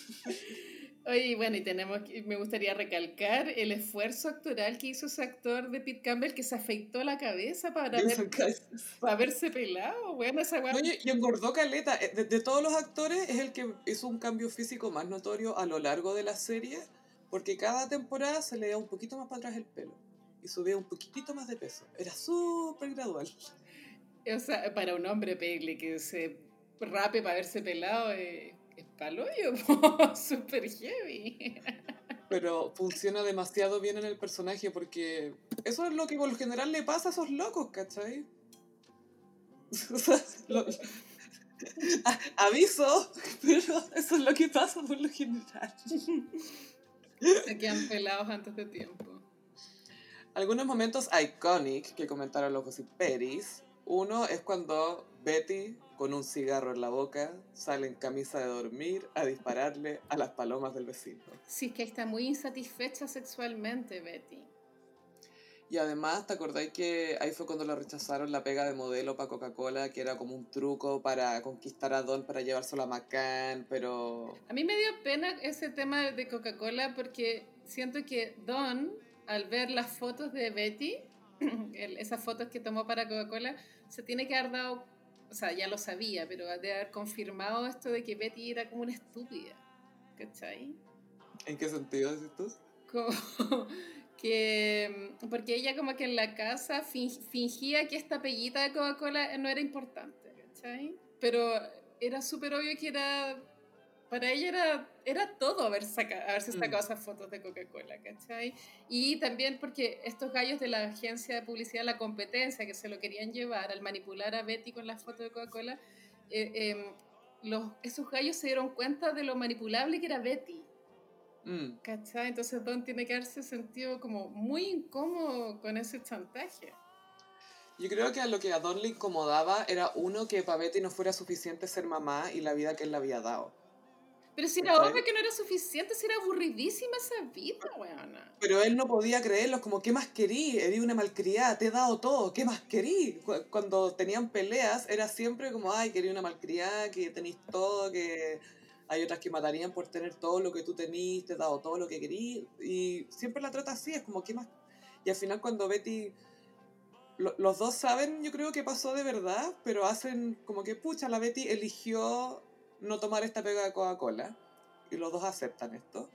Oye, bueno, y me gustaría recalcar el esfuerzo actoral que hizo ese actor de Pete Campbell que se afeitó la cabeza Vincent Price. para verse pelado. Bueno, esa weá. No, y engordó caleta. De todos los actores es el que hizo un cambio físico más notorio a lo largo de la serie, porque cada temporada se le da un poquito más para atrás el pelo y subía un poquitito más de peso. Era súper gradual. O sea, para un hombre pedirle que se rape para verse pelado es paloyo, súper heavy. Pero funciona demasiado bien en el personaje porque eso es lo que por lo general le pasa a esos locos, ¿cachai? O sea, aviso, pero eso es lo que pasa por lo general. Se quedan pelados antes de tiempo. Algunos momentos iconic que comentaron los gossiperis. Uno es cuando Betty, con un cigarro en la boca, sale en camisa de dormir a dispararle a las palomas del vecino. Sí, es que está muy insatisfecha sexualmente, Betty. Y además, ¿te acordáis que ahí fue cuando le rechazaron la pega de modelo para Coca-Cola, que era como un truco para conquistar a Don para llevárselo a McCann, pero... A mí me dio pena ese tema de Coca-Cola porque siento que Don, al ver las fotos de Betty, esas fotos que tomó para Coca-Cola, se tiene que haber dado, o sea, ya lo sabía, pero de haber confirmado esto de que Betty era como una estúpida, ¿cachai? ¿En qué sentido decís tú? Como que, porque ella como que en la casa fingía que esta pellita de Coca-Cola no era importante, ¿cachai? Pero era súper obvio que era, para ella era todo haberse sacado esas fotos de Coca-Cola, ¿cachai? Y también porque estos gallos de la agencia de publicidad, la competencia, que se lo querían llevar al manipular a Betty con las fotos de Coca-Cola, esos gallos se dieron cuenta de lo manipulable que era Betty. ¿Cachai? Entonces Don tiene que haberse sentido como muy incómodo con ese chantaje. Yo creo que a lo que a Don le incomodaba era uno que para Betty no fuera suficiente ser mamá y la vida que él le había dado. Pero si era ¿Cachai? obvio que no era suficiente, si era aburridísima esa vida, weona. Pero él no podía creerlo, como, ¿qué más querí? Eres una malcriada, te he dado todo, ¿qué más querí? Cuando tenían peleas era siempre como, ay, quería una malcriada, que tenéis todo, que hay otras que matarían por tener todo lo que tú tenís, te he dado todo lo que querí, y siempre la trata así, es como, ¿qué más? Y al final cuando Betty, los dos saben, yo creo que pasó de verdad, pero hacen como que, pucha, la Betty eligió no tomar esta pega de Coca-Cola, y los dos aceptan esto.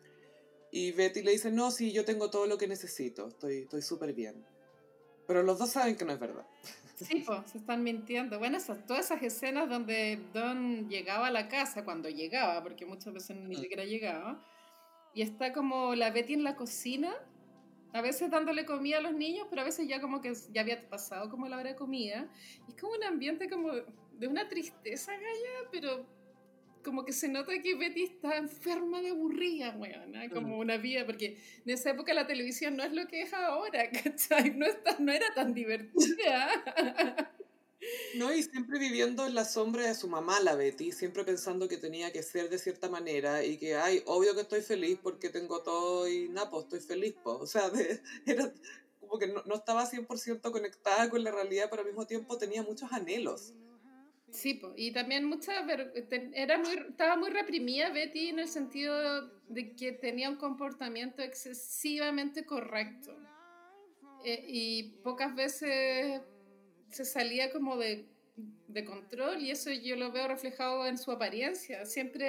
Y Betty le dice, no, sí, yo tengo todo lo que necesito, estoy súper bien. Pero los dos saben que no es verdad. Sí, pues, se están mintiendo. Bueno, todas esas escenas donde Don llegaba a la casa, cuando llegaba, porque muchas veces ni siquiera llegaba, y está como la Betty en la cocina, a veces dándole comida a los niños, pero a veces ya como que ya había pasado como la hora de comida. Y es como un ambiente como de una tristeza, Gaya, pero como que se nota que Betty está enferma de aburrida, weona, como una vida, porque en esa época la televisión no es lo que es ahora, ¿cachai? No era tan divertida. No, y siempre viviendo en la sombra de su mamá, la Betty, siempre pensando que tenía que ser de cierta manera y que, ay, obvio que estoy feliz porque tengo todo y nada, pues estoy feliz, pues. O sea, era como que no estaba 100% conectada con la realidad, pero al mismo tiempo tenía muchos anhelos. Sí, po, y también estaba muy reprimida Betty en el sentido de que tenía un comportamiento excesivamente correcto. Y pocas veces se salía como de control y eso yo lo veo reflejado en su apariencia.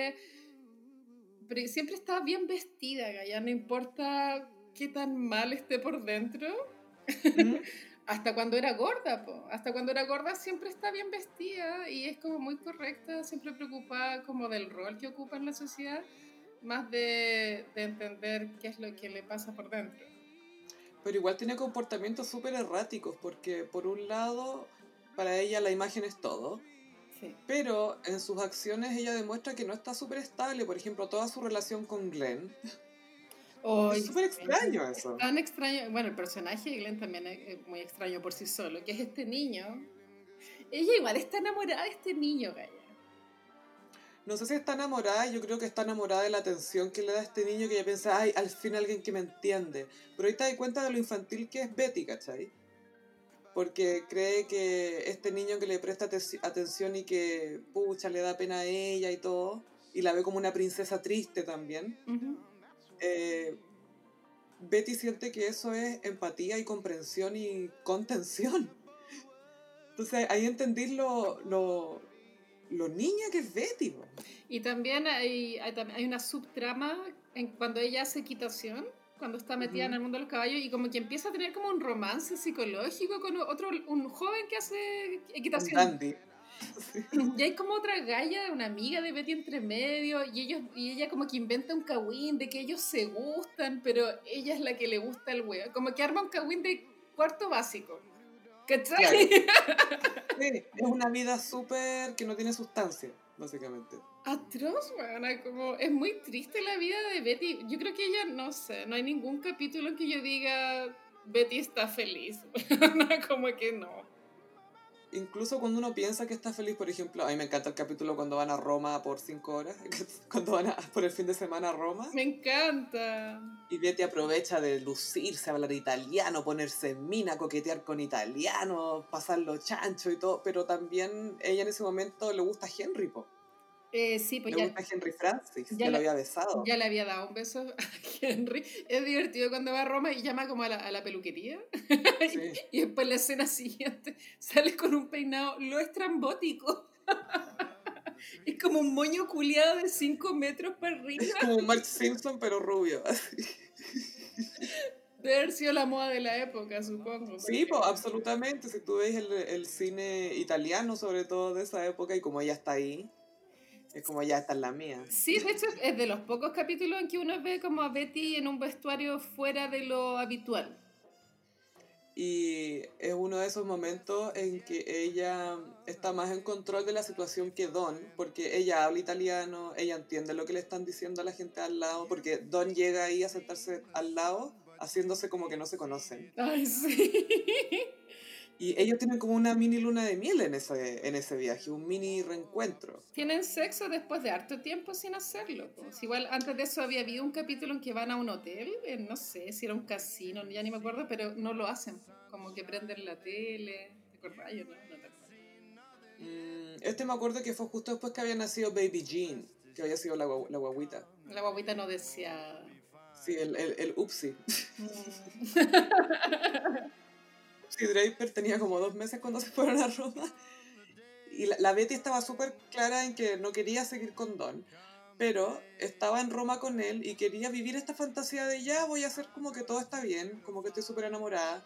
Siempre estaba bien vestida, ya no importa qué tan mal esté por dentro. ¿Mm? Hasta cuando era gorda, po. Hasta cuando era gorda siempre está bien vestida y es como muy correcta, siempre preocupada como del rol que ocupa en la sociedad, más de entender qué es lo que le pasa por dentro. Pero igual tiene comportamientos súper erráticos porque, por un lado, para ella la imagen es todo. Sí. Pero en sus acciones ella demuestra que no está súper estable. Por ejemplo, toda su relación con Glenn. Es Ay, súper sí. extraño Es eso. tan extraño. Bueno, el personaje de Glenn también es muy extraño por sí solo, que es este niño. Ella igual está enamorada de este niño, Gaya. No sé si está enamorada, yo creo que está enamorada de la atención que le da a este niño que ella piensa, ay, al fin alguien que me entiende. Pero ahí te das cuenta de lo infantil que es Betty, ¿cachai? Porque cree que este niño que le presta atención y que, pucha, le da pena a ella y todo, y la ve como una princesa triste también, Uh-huh. eh, Betty siente que eso es empatía y comprensión y contención. Entonces ahí entendís lo niña que es Betty, po. Y también hay una subtrama cuando ella hace equitación cuando está metida en el mundo de los caballos, y como que empieza a tener como un romance psicológico con un joven que hace Un equitación. dandy. Sí. Y hay como otra galla, una amiga de Betty entre medio, y ella como que inventa un cagüín de que ellos se gustan, pero ella es la que le gusta el weón. Como que arma un cagüín de cuarto básico. ¿Cachai? Claro. Sí, es una vida súper que no tiene sustancia, básicamente. Atroz, weona, como es muy triste la vida de Betty. Yo creo que ella, no sé, no hay ningún capítulo en que yo diga Betty está feliz. Weona, como que no. Incluso cuando uno piensa que está feliz, por ejemplo, a mí me encanta el capítulo cuando van a Roma por 5 horas, cuando van por el fin de semana a Roma, Me encanta. y Betty aprovecha de lucirse, hablar italiano, ponerse en mina, coquetear con italianos, pasarlo chancho y todo, pero también ella en ese momento le gusta a Henry, po. Sí, pues Le ya, gusta a Henry Francis, ya, ya lo le, había besado. ya le había dado un beso a Henry. Es divertido cuando va a Roma y llama como a la peluquería. Sí. Y después la escena siguiente sale con un peinado lo estrambótico. Es como un moño culiado de 5 metros para arriba. Es como un Marge Simpson, pero rubio. Debe haber sido la moda de la época, supongo. Sí, Porque... pues absolutamente. Si tú ves el cine italiano, sobre todo de esa época, y como ella está ahí, es como ya está en la mía. Sí, de hecho es de los pocos capítulos en que uno ve como a Betty en un vestuario fuera de lo habitual. Y es uno de esos momentos en que ella está más en control de la situación que Don, porque ella habla italiano, ella entiende lo que le están diciendo a la gente al lado, porque Don llega ahí a sentarse al lado, haciéndose como que no se conocen. Ay, sí. Y ellos tienen como una mini luna de miel en ese viaje, un mini reencuentro. Tienen sexo después de harto tiempo sin hacerlo. Pues. Igual antes de eso había habido un capítulo en que van a un hotel, no sé si era un casino, ya ni me acuerdo, pero no lo hacen. Como que prenden la tele. ¿Te acordás? Yo no te acuerdo. Este me acuerdo que fue justo después que había nacido Baby Jean, que había sido la guaguita. La guaguita no decía... Sí, el Upsi. Mm. Upsi Draper tenía como 2 meses cuando se fueron a Roma. Y la Betty estaba súper clara en que no quería seguir con Don, pero estaba en Roma con él y quería vivir esta fantasía de ya voy a hacer como que todo está bien, como que estoy súper enamorada.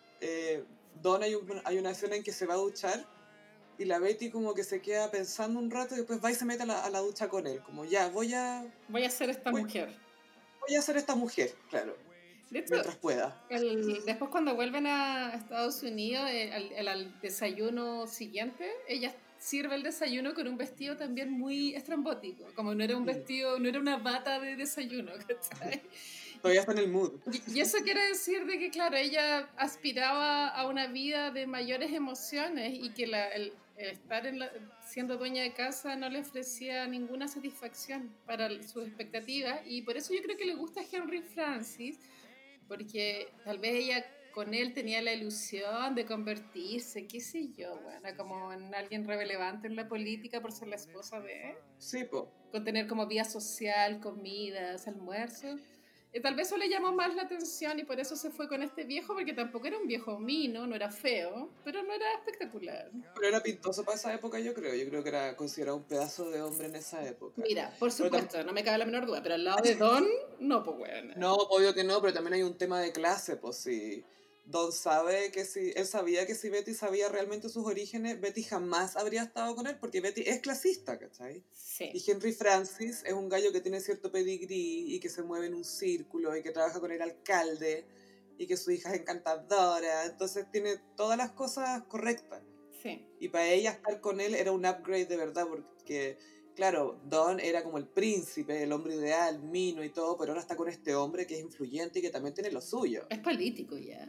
Don hay una escena en que se va a duchar y la Betty como que se queda pensando un rato y después va y se mete a la ducha con él, como ya Voy a ser esta voy, mujer. voy a ser esta mujer, claro, De hecho, mientras pueda. después cuando vuelven a Estados Unidos, al desayuno siguiente, ella sirve el desayuno con un vestido también muy estrambótico, como no era un Mm. vestido, no era una bata de desayuno, ¿cachai? Todavía está en el mood. Y eso quiere decir de que, claro, ella aspiraba a una vida de mayores emociones y que el estar siendo dueña de casa no le ofrecía ninguna satisfacción para sus expectativas, y por eso yo creo que le gusta a Henry Francis, porque tal vez ella con él tenía la ilusión de convertirse, qué sé yo, bueno, como en alguien relevante en la política por ser la esposa de él, Sí, po. con tener como vida social, comidas, almuerzos. Tal vez eso le llamó más la atención y por eso se fue con este viejo, porque tampoco era un viejo mino, no era feo, pero no era espectacular. Pero era pintoso para esa época, yo creo. Yo creo que era considerado un pedazo de hombre en esa época. Mira, por Pero supuesto, no me cabe la menor duda, pero al lado de Don, no, pues bueno. no, obvio que no, pero también hay un tema de clase, pues si Don sabe que si, él sabía que si Betty sabía realmente sus orígenes, Betty jamás habría estado con él, porque Betty es clasista, ¿cachai? Sí, Y Henry Francis es un gallo que tiene cierto pedigrí y que se mueve en un círculo y que trabaja con el alcalde y que su hija es encantadora, entonces tiene todas las cosas correctas. sí. Y para ella estar con él era un upgrade de verdad, porque, claro, Don era como el príncipe, el hombre ideal, mino y todo, pero ahora está con este hombre que es influyente y que también tiene lo suyo. Es político ya.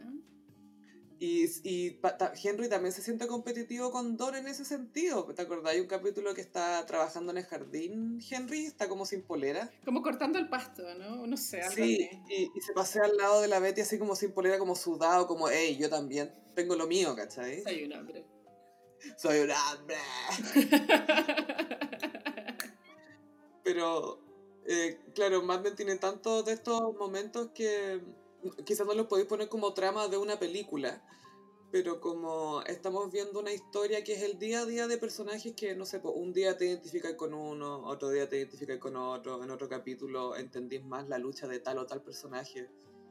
Henry también se siente competitivo con Don en ese sentido. ¿Te acordás? Hay un capítulo que está trabajando en el jardín, Henry, está como sin polera. Como cortando el pasto, ¿no? No sé, algo Sí, así. y se pasea al lado de la Betty así como sin polera, como sudado, como, hey, yo también tengo lo mío, ¿cachai? Soy un hombre. Soy un hombre. Pero, claro, Mad Men tiene tantos de estos momentos que quizás no los podéis poner como trama de una película, pero como estamos viendo una historia que es el día a día de personajes que, no sé, pues, un día te identificas con uno, otro día te identificas con otro, en otro capítulo entendís más la lucha de tal o tal personaje.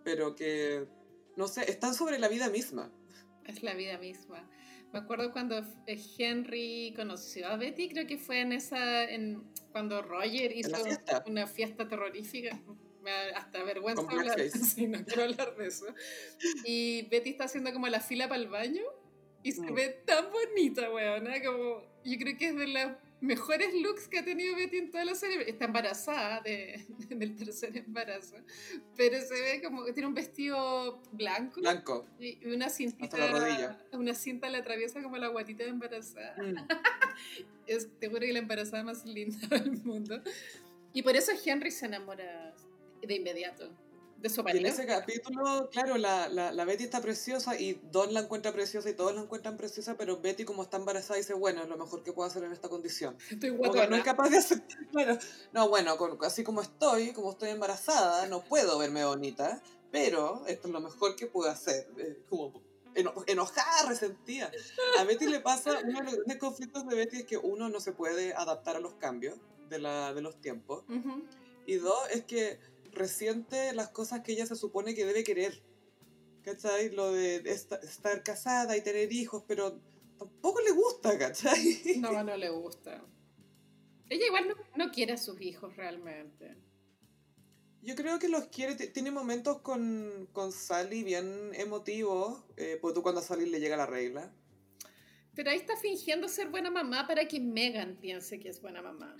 pero que, no sé, están sobre la vida misma. Es la vida misma. Me acuerdo cuando Henry conoció a Betty, creo que fue cuando Roger En la hizo fiesta, una fiesta terrorífica. Me da hasta vergüenza con hablar, blackface. sí, no quiero hablar de eso. Y Betty está haciendo como la fila para el baño y se Mm. ve tan bonita, weona, como yo creo que es de los mejores looks que ha tenido Betty en toda la serie. Está embarazada del tercer embarazo, pero se ve como que tiene un vestido blanco Blanco, y una hasta la rodilla. una cinta le atraviesa como la guatita de embarazada. Mm. Te juro que la embarazada más linda del mundo. Y por eso Henry se enamora de inmediato de su Y en marido. ese capítulo, claro, la Betty está preciosa y Don la encuentra preciosa y todos la encuentran preciosa, pero Betty, como está embarazada, dice, bueno, es lo mejor que puedo hacer en esta condición. Estoy Como que no es guatona. capaz de hacer, claro, no, bueno, así como estoy embarazada, no puedo verme bonita, pero esto es lo mejor que puedo hacer. Como enojada, resentida. A Betty le pasa, uno de los grandes conflictos de Betty es que uno no se puede adaptar a los cambios de los tiempos. Ujú. Y dos, es que resiente las cosas que ella se supone que debe querer. ¿Cachai? Lo de estar casada y tener hijos, pero tampoco le gusta, ¿cachai? No, no le gusta. Ella igual no quiere a sus hijos realmente. Yo creo que los quiere, tiene momentos con Sally bien emotivos, porque tú cuando a Sally le llega la regla. Pero ahí está fingiendo ser buena mamá para que Megan piense que es buena mamá.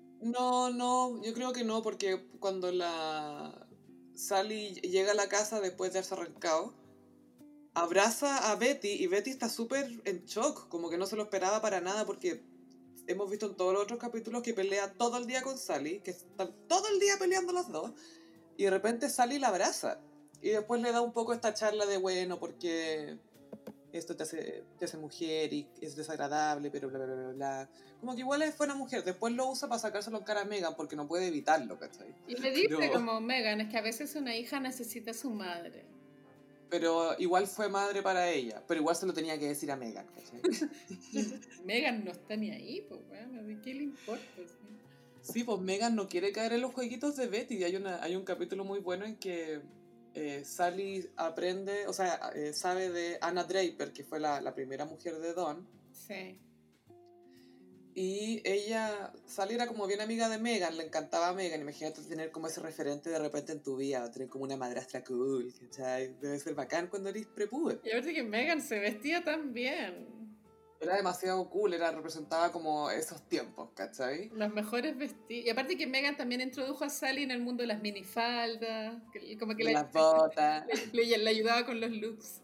No, yo creo que no, porque cuando la Sally llega a la casa después de haberse arrancado, abraza a Betty y Betty está súper en shock, como que no se lo esperaba para nada porque hemos visto en todos los otros capítulos que pelea todo el día con Sally, que están todo el día peleando las dos, y de repente Sally la abraza. Y después le da un poco esta charla de, bueno, porque esto te hace mujer y es desagradable, pero bla, bla, bla, bla, bla. Como que igual es buena mujer. Después lo usa para sacárselo en cara a Megan porque no puede evitarlo, ¿cachai? Y le dice Pero, como Megan, es que a veces una hija necesita a su madre. pero igual fue madre para ella. Pero igual se lo tenía que decir a Megan, ¿cachai? Y Megan no está ni ahí, pues bueno, ¿de qué le importa? Sí. Sí, pues Megan no quiere caer en los jueguitos de Betty. Y hay un capítulo muy bueno en que Sally aprende, o sea, sabe de Anna Draper, que fue la primera mujer de Don. Sí. Y Sally era como bien amiga de Megan, le encantaba a Megan. Imagínate tener como ese referente de repente en tu vida, tener como una madrastra cool, ¿cachai? Debe ser bacán cuando eres prepuber. Y aparte que Megan se vestía tan bien. Era demasiado cool, representaba como esos tiempos, ¿cachai? Los mejores vestidos. Y aparte que Megan también introdujo a Sally en el mundo de las minifaldas, como que De las botas. le ayudaba con los looks.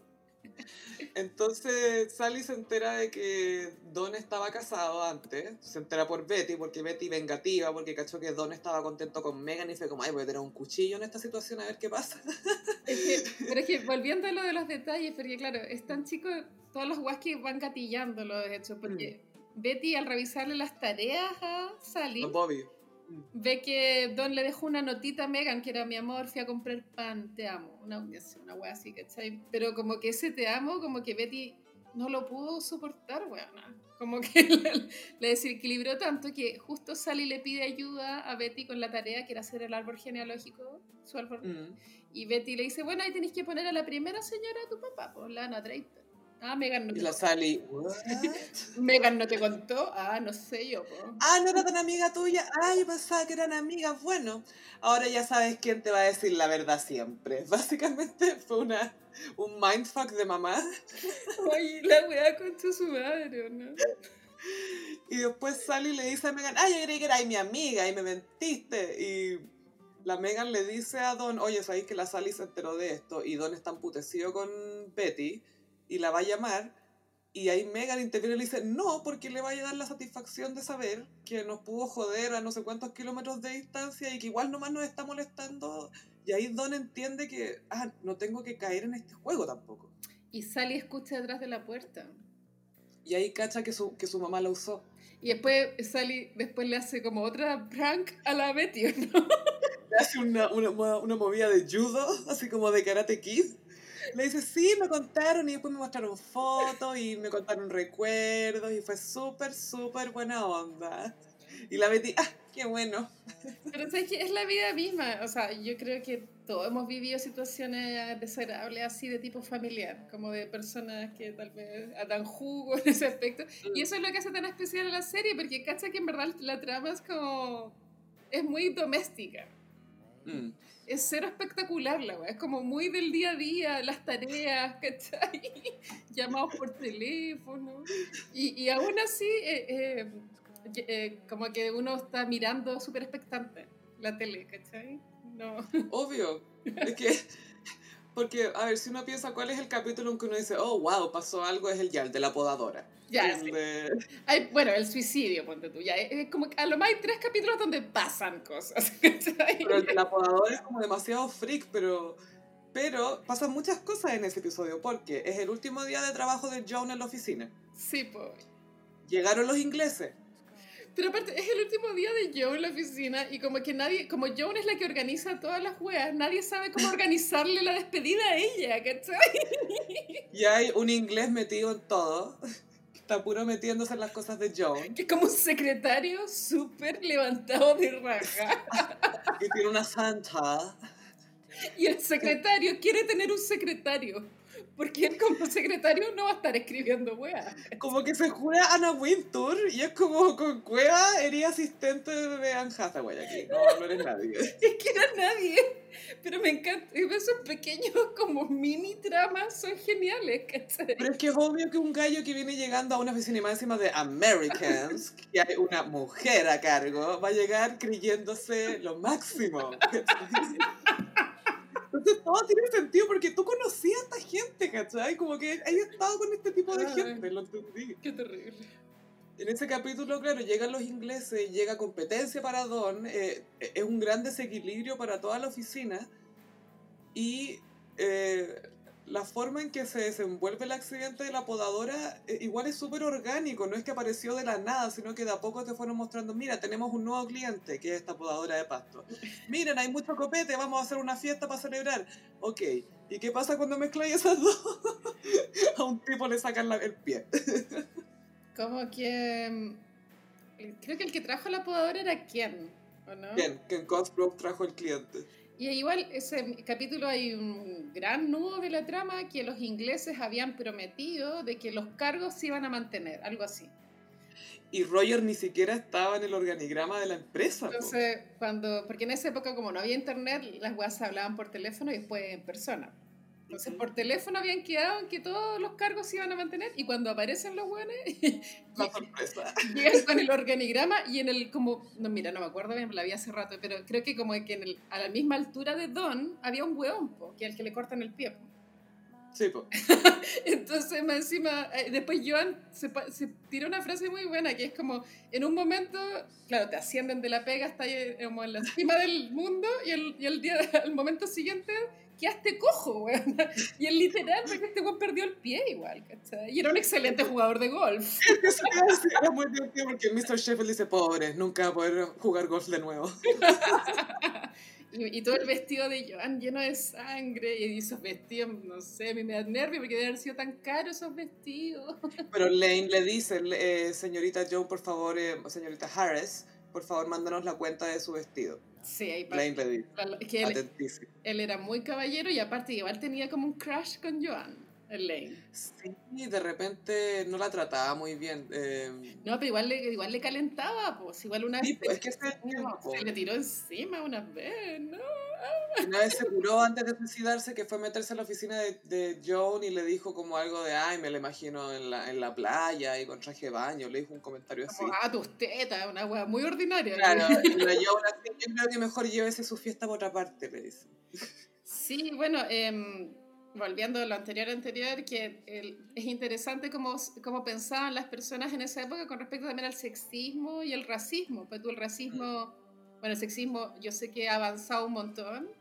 Entonces Sally se entera de que Don estaba casado antes, se entera por Betty, porque Betty vengativa, porque cachó que Don estaba contento con Megan y fue como, ay, voy a tener un cuchillo en esta situación a ver qué pasa. Pero es que volviendo a lo de los detalles, porque claro, es tan chico, todos los guas que van gatillándolo, de hecho, porque Betty al revisarle las tareas a Sally, No, Bobby. ve que Don le dejó una notita a Megan que era: mi amor, fui a comprar pan, te amo. Una wea así, ¿cachai? Pero como que ese te amo, como que Betty no lo pudo soportar, weona. Como que le desequilibró tanto que justo Sally le pide ayuda a Betty con la tarea que era hacer el árbol genealógico, su árbol. Y Betty le dice: bueno, ahí tenés que poner a la primera señora de tu papá, pues la Anna Draper. Ah, Megan no Y te la contó. Sally, ¿what? Megan no te contó. Ah, no sé yo, pues. Ah, no era tan amiga tuya. Ay, yo pensaba que eran amigas. Bueno, ahora ya sabes quién te va a decir la verdad siempre. Básicamente fue un mindfuck de mamá. Oye, la weá contra su madre, ¿o no? Y después Sally le dice a Megan, ay, yo creí que eras mi amiga y me mentiste. Y la Megan le dice a Don, oye, sabéis que la Sally se enteró de esto y Don está emputecido con Betty y la va a llamar. Y ahí Megan interviene y le dice, no, porque le vaya a dar la satisfacción de saber que nos pudo joder a no sé cuántos kilómetros de distancia y que igual nomás nos está molestando. Y ahí Don entiende que, no tengo que caer en este juego tampoco. Y Sally escucha detrás de la puerta. Y ahí cacha que su mamá la usó. Y después Sally le hace como otra prank a la Betty, ¿o no? Le hace una movida de judo, así como de Karate Kid. Le dice, sí, me contaron y después me mostraron fotos y me contaron recuerdos y fue súper, súper buena onda. Y la Betty, Qué bueno. Pero sabes que es la vida misma, o sea, yo creo que todos hemos vivido situaciones desagradables así de tipo familiar, como de personas que tal vez dan jugo en ese aspecto. Y eso es lo que hace tan especial a la serie, porque cacha que en verdad la trama es como... es muy doméstica. Mm. Es cero espectacular la wea, es como muy del día a día, las tareas, ¿cachai? Llamados por teléfono. Y aún así, como que uno está mirando súper expectante la tele, ¿cachai? No. Obvio. Es que, porque, a ver, si uno piensa cuál es el capítulo en que uno dice, oh, wow, pasó algo, es el de la podadora. Ya, El sí. de... Bueno, el suicidio, ponte tú, ya. Es como que a lo más hay 3 capítulos donde pasan cosas, ¿cachai? Pero el de la podadora es como demasiado freak, pero pasan muchas cosas en ese episodio, porque es el último día de trabajo de Joan en la oficina. Sí, pues. Llegaron los ingleses. Pero aparte, es el último día de Joe en la oficina y como que nadie, como Joan es la que organiza todas las weas, nadie sabe cómo organizarle la despedida a ella, ¿cachai? Y hay un inglés metido en todo. Está puro metiéndose en las cosas de Joan. Que es como un secretario súper levantado de raja. Y tiene una Santa. Y el secretario quiere tener un secretario. Porque él como secretario no va a estar escribiendo weas. Como que se jura Anna Wintour y es como con cueva eres asistente de Anne Hathaway aquí. No eres nadie. Es que era nadie. Pero me encanta. Esos pequeños como mini tramas son geniales, ¿cachai? Pero es que es obvio que un gallo que viene llegando a una oficina y más encima de Americans, que hay una mujer a cargo, va a llegar creyéndose lo máximo. Entonces todo tiene sentido porque tú conocías a esta gente, ¿cachai? Como que hay estado con este tipo de gente, lo entendí. Qué terrible. En ese capítulo, claro, llegan los ingleses, llega competencia para Don, es un gran desequilibrio para toda la oficina y la forma en que se desenvuelve el accidente de la podadora igual es súper orgánico, no es que apareció de la nada, sino que de a poco te fueron mostrando, mira, tenemos un nuevo cliente, que es esta podadora de pasto. Miren, hay mucho copete, vamos a hacer una fiesta para celebrar. Ok, ¿y qué pasa cuando mezcláis esas dos? A un tipo le sacan el pie. Como que... creo que el que trajo la podadora era Ken, ¿o no? Ken Cosgrove trajo el cliente. Y igual, ese capítulo hay un gran nudo de la trama que los ingleses habían prometido de que los cargos se iban a mantener, algo así. Y Roger ni siquiera estaba en el organigrama de la empresa. Entonces, porque en esa época como no había internet, las weas se hablaban por teléfono y después en persona. Entonces, por teléfono habían quedado en que todos los cargos se iban a mantener y cuando aparecen los buenos, La sorpresa. llegan con el organigrama y en el como... No, mira, no me acuerdo bien, la vi hace rato, pero creo que como que a la misma altura de Don había un hueón, que es el que le cortan el pie. Sí, pues. Entonces, más encima, después Joan se tira una frase muy buena que es como, en un momento, claro, te ascienden de la pega, estás como en la cima del mundo y el momento siguiente quedaste cojo, weón. Y el literal fue que este weón perdió el pie igual, ¿cachai? Y era un excelente jugador de golf. Eso te iba a decir, era muy divertido porque Mr. Sheffield dice, pobre, nunca va a poder jugar golf de nuevo. Y todo el vestido de Joan lleno de sangre y esos vestidos, no sé, a mí me da nervio porque deben haber sido tan caros esos vestidos. Pero Lane le dice, señorita Joan, por favor, señorita Harris, por favor, mándanos la cuenta de su vestido. Sí, ahí Lane le dice, es que atentísimo. él era muy caballero y aparte igual tenía como un crush con Joan, el Lane. Sí, de repente no la trataba muy bien. No, pero igual le calentaba, pues igual una Sí, vez pues es que ese es el tiempo. se le tiró encima una vez, ¿no? Una vez se curó antes de suicidarse que fue meterse a la oficina de Joan y le dijo como algo de, ay, me lo imagino en la playa y con traje de baño, le dijo un comentario así. Como, tus tetas, una wea muy ordinaria. Claro, y la Joan así, yo creo que mejor llévese su fiesta por otra parte, le dice. Sí, bueno, volviendo a lo anterior, que es interesante cómo pensaban las personas en esa época con respecto también al sexismo y el racismo. Pues tú el racismo, bueno, el sexismo yo sé que ha avanzado un montón.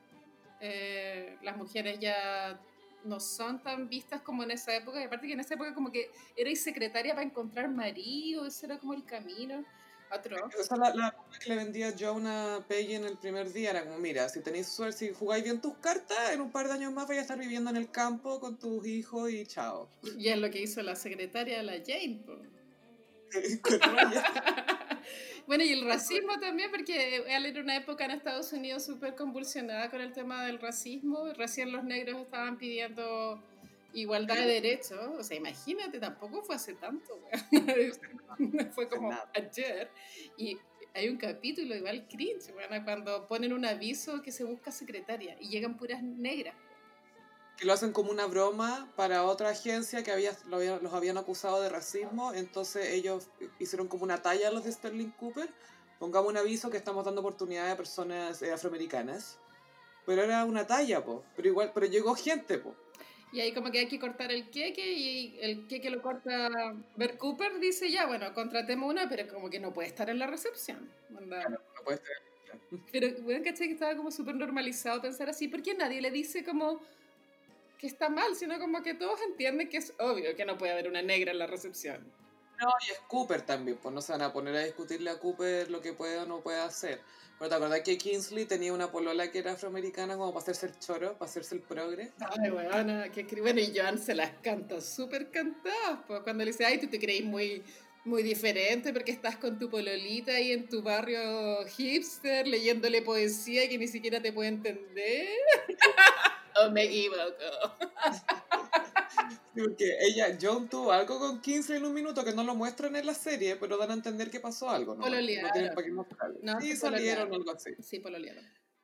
Las mujeres ya no son tan vistas como en esa época, y aparte que en esa época como que erais secretaria para encontrar marido, ese era como el camino. Atroz. Esa es la que le vendía Joan a Peggy en el primer día, era como, mira, si tenéis suerte, si jugáis bien tus cartas, en un par de años más vais a estar viviendo en el campo con tus hijos y chao. Y es lo que hizo la secretaria, la Jane. Con Roger. Bueno, y el racismo también, porque él era una época en Estados Unidos súper convulsionada con el tema del racismo. Recién los negros estaban pidiendo igualdad de derechos. O sea, imagínate, tampoco fue hace tanto, weón. Fue como Nada. ayer. Y hay un capítulo igual cringe, bueno, cuando ponen un aviso que se busca secretaria y llegan puras negras. Que lo hacen como una broma para otra agencia que los habían acusado de racismo, entonces ellos hicieron como una talla a los de Sterling Cooper, pongamos un aviso que estamos dando oportunidad a personas afroamericanas, pero era una talla, po, pero igual, pero llegó gente, po. Y ahí como que hay que cortar el queque y el queque lo corta Bert Cooper, dice ya, bueno, contratemos una, pero como que no puede estar en la recepción. Onda. Claro, no puedes tener. Pero bueno, ¿cachai? Que estaba como súper normalizado pensar así, porque nadie le dice como que está mal, sino como que todos entienden que es obvio que no puede haber una negra en la recepción. No, y es Cooper también, pues no se van a poner a discutirle a Cooper lo que puede o no puede hacer. Pero te acordás que Kingsley tenía una polola que era afroamericana como para hacerse el choro, para hacerse el progre. Ay, weona, bueno, y Joan se las canta súper cantadas, pues cuando le dice, ay, tú te crees muy, muy diferente porque estás con tu pololita ahí en tu barrio hipster leyéndole poesía que ni siquiera te puede entender. O me equivoco. Sí, porque Joan tuvo algo con Kingsley en un minuto que no lo muestran en la serie, pero dan a entender que pasó algo, ¿no? No tienen para qué mostrarlo. No, Sí, sí salieron, algo así. Sí, pololearon.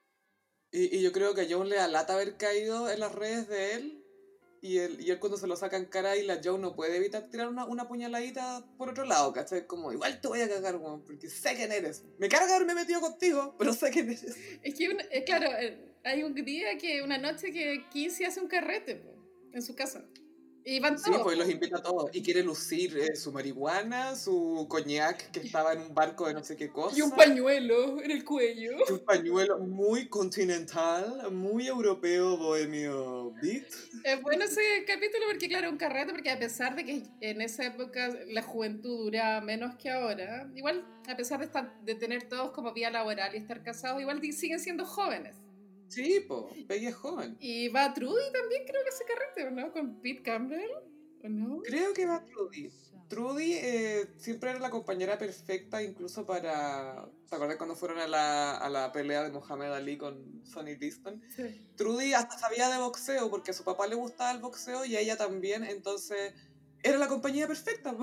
Y yo creo que a Joan le da lata haber caído en las redes de él. Y él cuando se lo saca en cara y la Joan no puede evitar tirar una puñaladita por otro lado, ¿cachai? Como, igual te voy a cagar, weón, porque sé quién eres. Me carga haberme metido contigo, pero sé quién eres. Es que, claro, hay un día una noche que Kissy hace un carrete po, en su casa. Y van Sí, todos. pues los invita a todos. Y quiere lucir su marihuana, su coñac que estaba en un barco de no sé qué cosa. Y un pañuelo en el cuello. Y un pañuelo muy continental, muy europeo, bohemio beat. Es bueno ese capítulo porque, claro, un carrete, porque a pesar de que en esa época la juventud duraba menos que ahora, igual, a pesar de tener todos como vida laboral y estar casados, igual siguen siendo jóvenes. Sí, po, Peggy es joven. Y va Trudy también, creo que ese carrete, ¿o no? Con Pete Campbell, ¿o no? Creo que va Trudy. Trudy siempre era la compañera perfecta, incluso para... ¿Te acuerdas cuando fueron a la pelea de Muhammad Ali con Sonny Liston? Sí. Trudy hasta sabía de boxeo porque a su papá le gustaba el boxeo y a ella también, entonces era la compañía perfecta.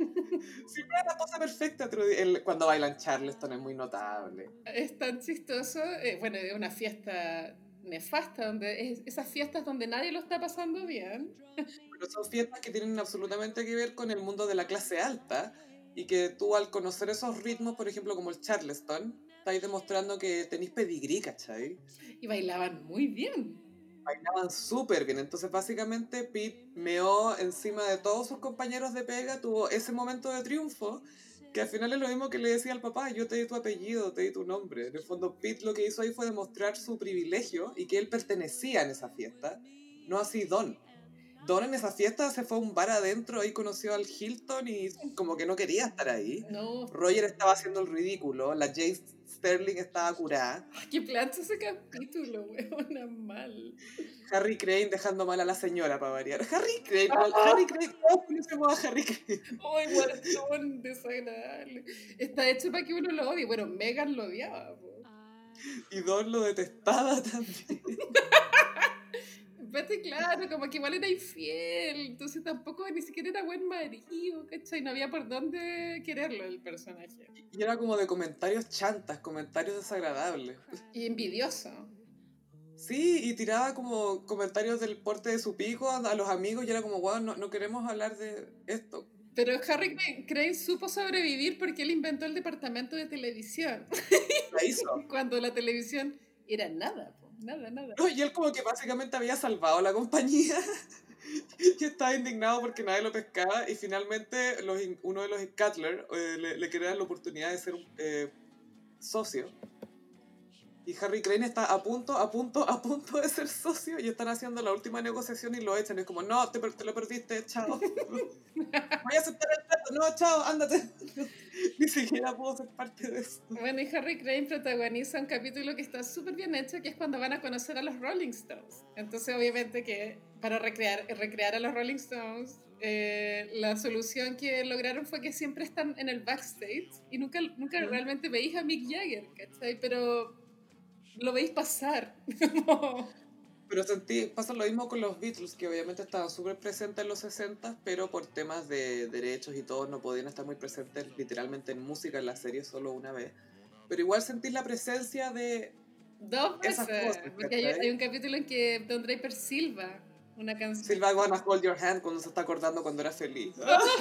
Siempre era la esposa perfecta, Trudy. Cuando bailan Charleston es muy notable. Es tan chistoso, bueno, es una fiesta nefasta, esas fiestas donde nadie lo está pasando bien. Pero son fiestas que tienen absolutamente que ver con el mundo de la clase alta y que tú al conocer esos ritmos, por ejemplo, como el Charleston, estáis demostrando que tenéis pedigrí, ¿cachai? Y bailaban muy bien. Bailaban súper bien, entonces básicamente Pete meó encima de todos sus compañeros de pega, tuvo ese momento de triunfo, que al final es lo mismo que le decía al papá, yo te di tu apellido, te di tu nombre. En el fondo Pete lo que hizo ahí fue demostrar su privilegio y que él pertenecía en esa fiesta, no así Don. Don en esa fiesta se fue a un bar adentro, ahí conoció al Hilton y como que no quería estar ahí. No. Roger estaba haciendo el ridículo, la Jane Sterling estaba curada. Ay, qué plancha ese capítulo, weona, mal. Harry Crane dejando mal a la señora para variar. Harry Crane, todos conocemos a Harry Crane. Ay, guardón, desagradable. Está hecho para que uno lo odie. Bueno, Megan lo odiaba. Po. Y Don lo detestaba también. Vete, claro, como que igual era infiel, entonces tampoco ni siquiera era buen marido, ¿cachai? No había por dónde quererlo el personaje. Y era como de comentarios chantas, comentarios desagradables. Y envidioso. Sí, y tiraba como comentarios del porte de su pico a los amigos y era como, wow, no queremos hablar de esto. Pero Harry Crane supo sobrevivir porque él inventó el departamento de televisión. La hizo. Cuando la televisión era nada, po. Nada. No, y él como que básicamente había salvado la compañía y estaba indignado porque nadie lo pescaba y finalmente uno de los Cutler le quería dar la oportunidad de ser socio. Y Harry Crane está a punto de ser socio y están haciendo la última negociación y lo echan. Es como, no, te lo perdiste, chao. Voy a aceptar el trato, no, chao, ándate. Ni siquiera puedo ser parte de esto. Bueno, y Harry Crane protagoniza un capítulo que está súper bien hecho, que es cuando van a conocer a los Rolling Stones. Entonces, obviamente que para recrear a los Rolling Stones, la solución que lograron fue que siempre están en el backstage y nunca realmente veis a Mick Jagger, ¿cachai? Pero lo veis pasar. Pero pasa lo mismo con los Beatles, que obviamente estaban súper presentes en los 60, pero por temas de derechos y todo no podían estar muy presentes literalmente en música en la serie solo una vez. Pero igual sentís la presencia de Dos esas veces, cosas, porque hay ¿cachai? un capítulo en que Don Draper silba una canción. Silva Wanna Hold Your Hand cuando se está acordando cuando era feliz.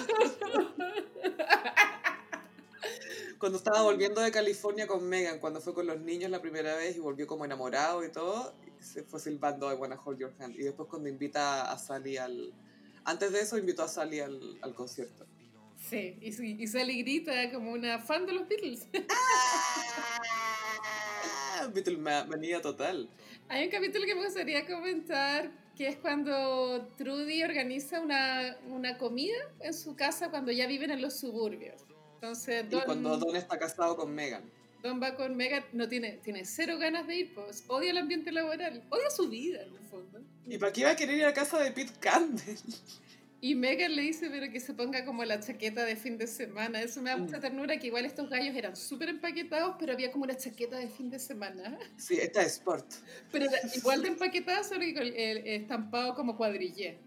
Cuando estaba volviendo de California con Megan, cuando fue con los niños la primera vez y volvió como enamorado y todo, y se fue silbando I Wanna Hold Your Hand. Y después cuando invita a Sally al... Antes de eso invitó a Sally al concierto. Sí, y Sally grita como una fan de los Beatles. Beatlemanía total. Hay un capítulo que me gustaría comentar, que es cuando Trudy organiza una comida en su casa cuando ya viven en los suburbios. Entonces Y cuando Don está casado con Megan. Don va con Megan, no tiene cero ganas de ir, pues odia el ambiente laboral, odia su vida en el fondo. ¿Y para qué iba a querer ir a casa de Pete Campbell? Y Megan le dice, pero que se ponga como la chaqueta de fin de semana. Eso me da mucha ternura, que igual estos gallos eran súper empaquetados, pero había como una chaqueta de fin de semana. Sí, esta es Sport. Pero era igual de empaquetada, solo que con el estampado como cuadrillé.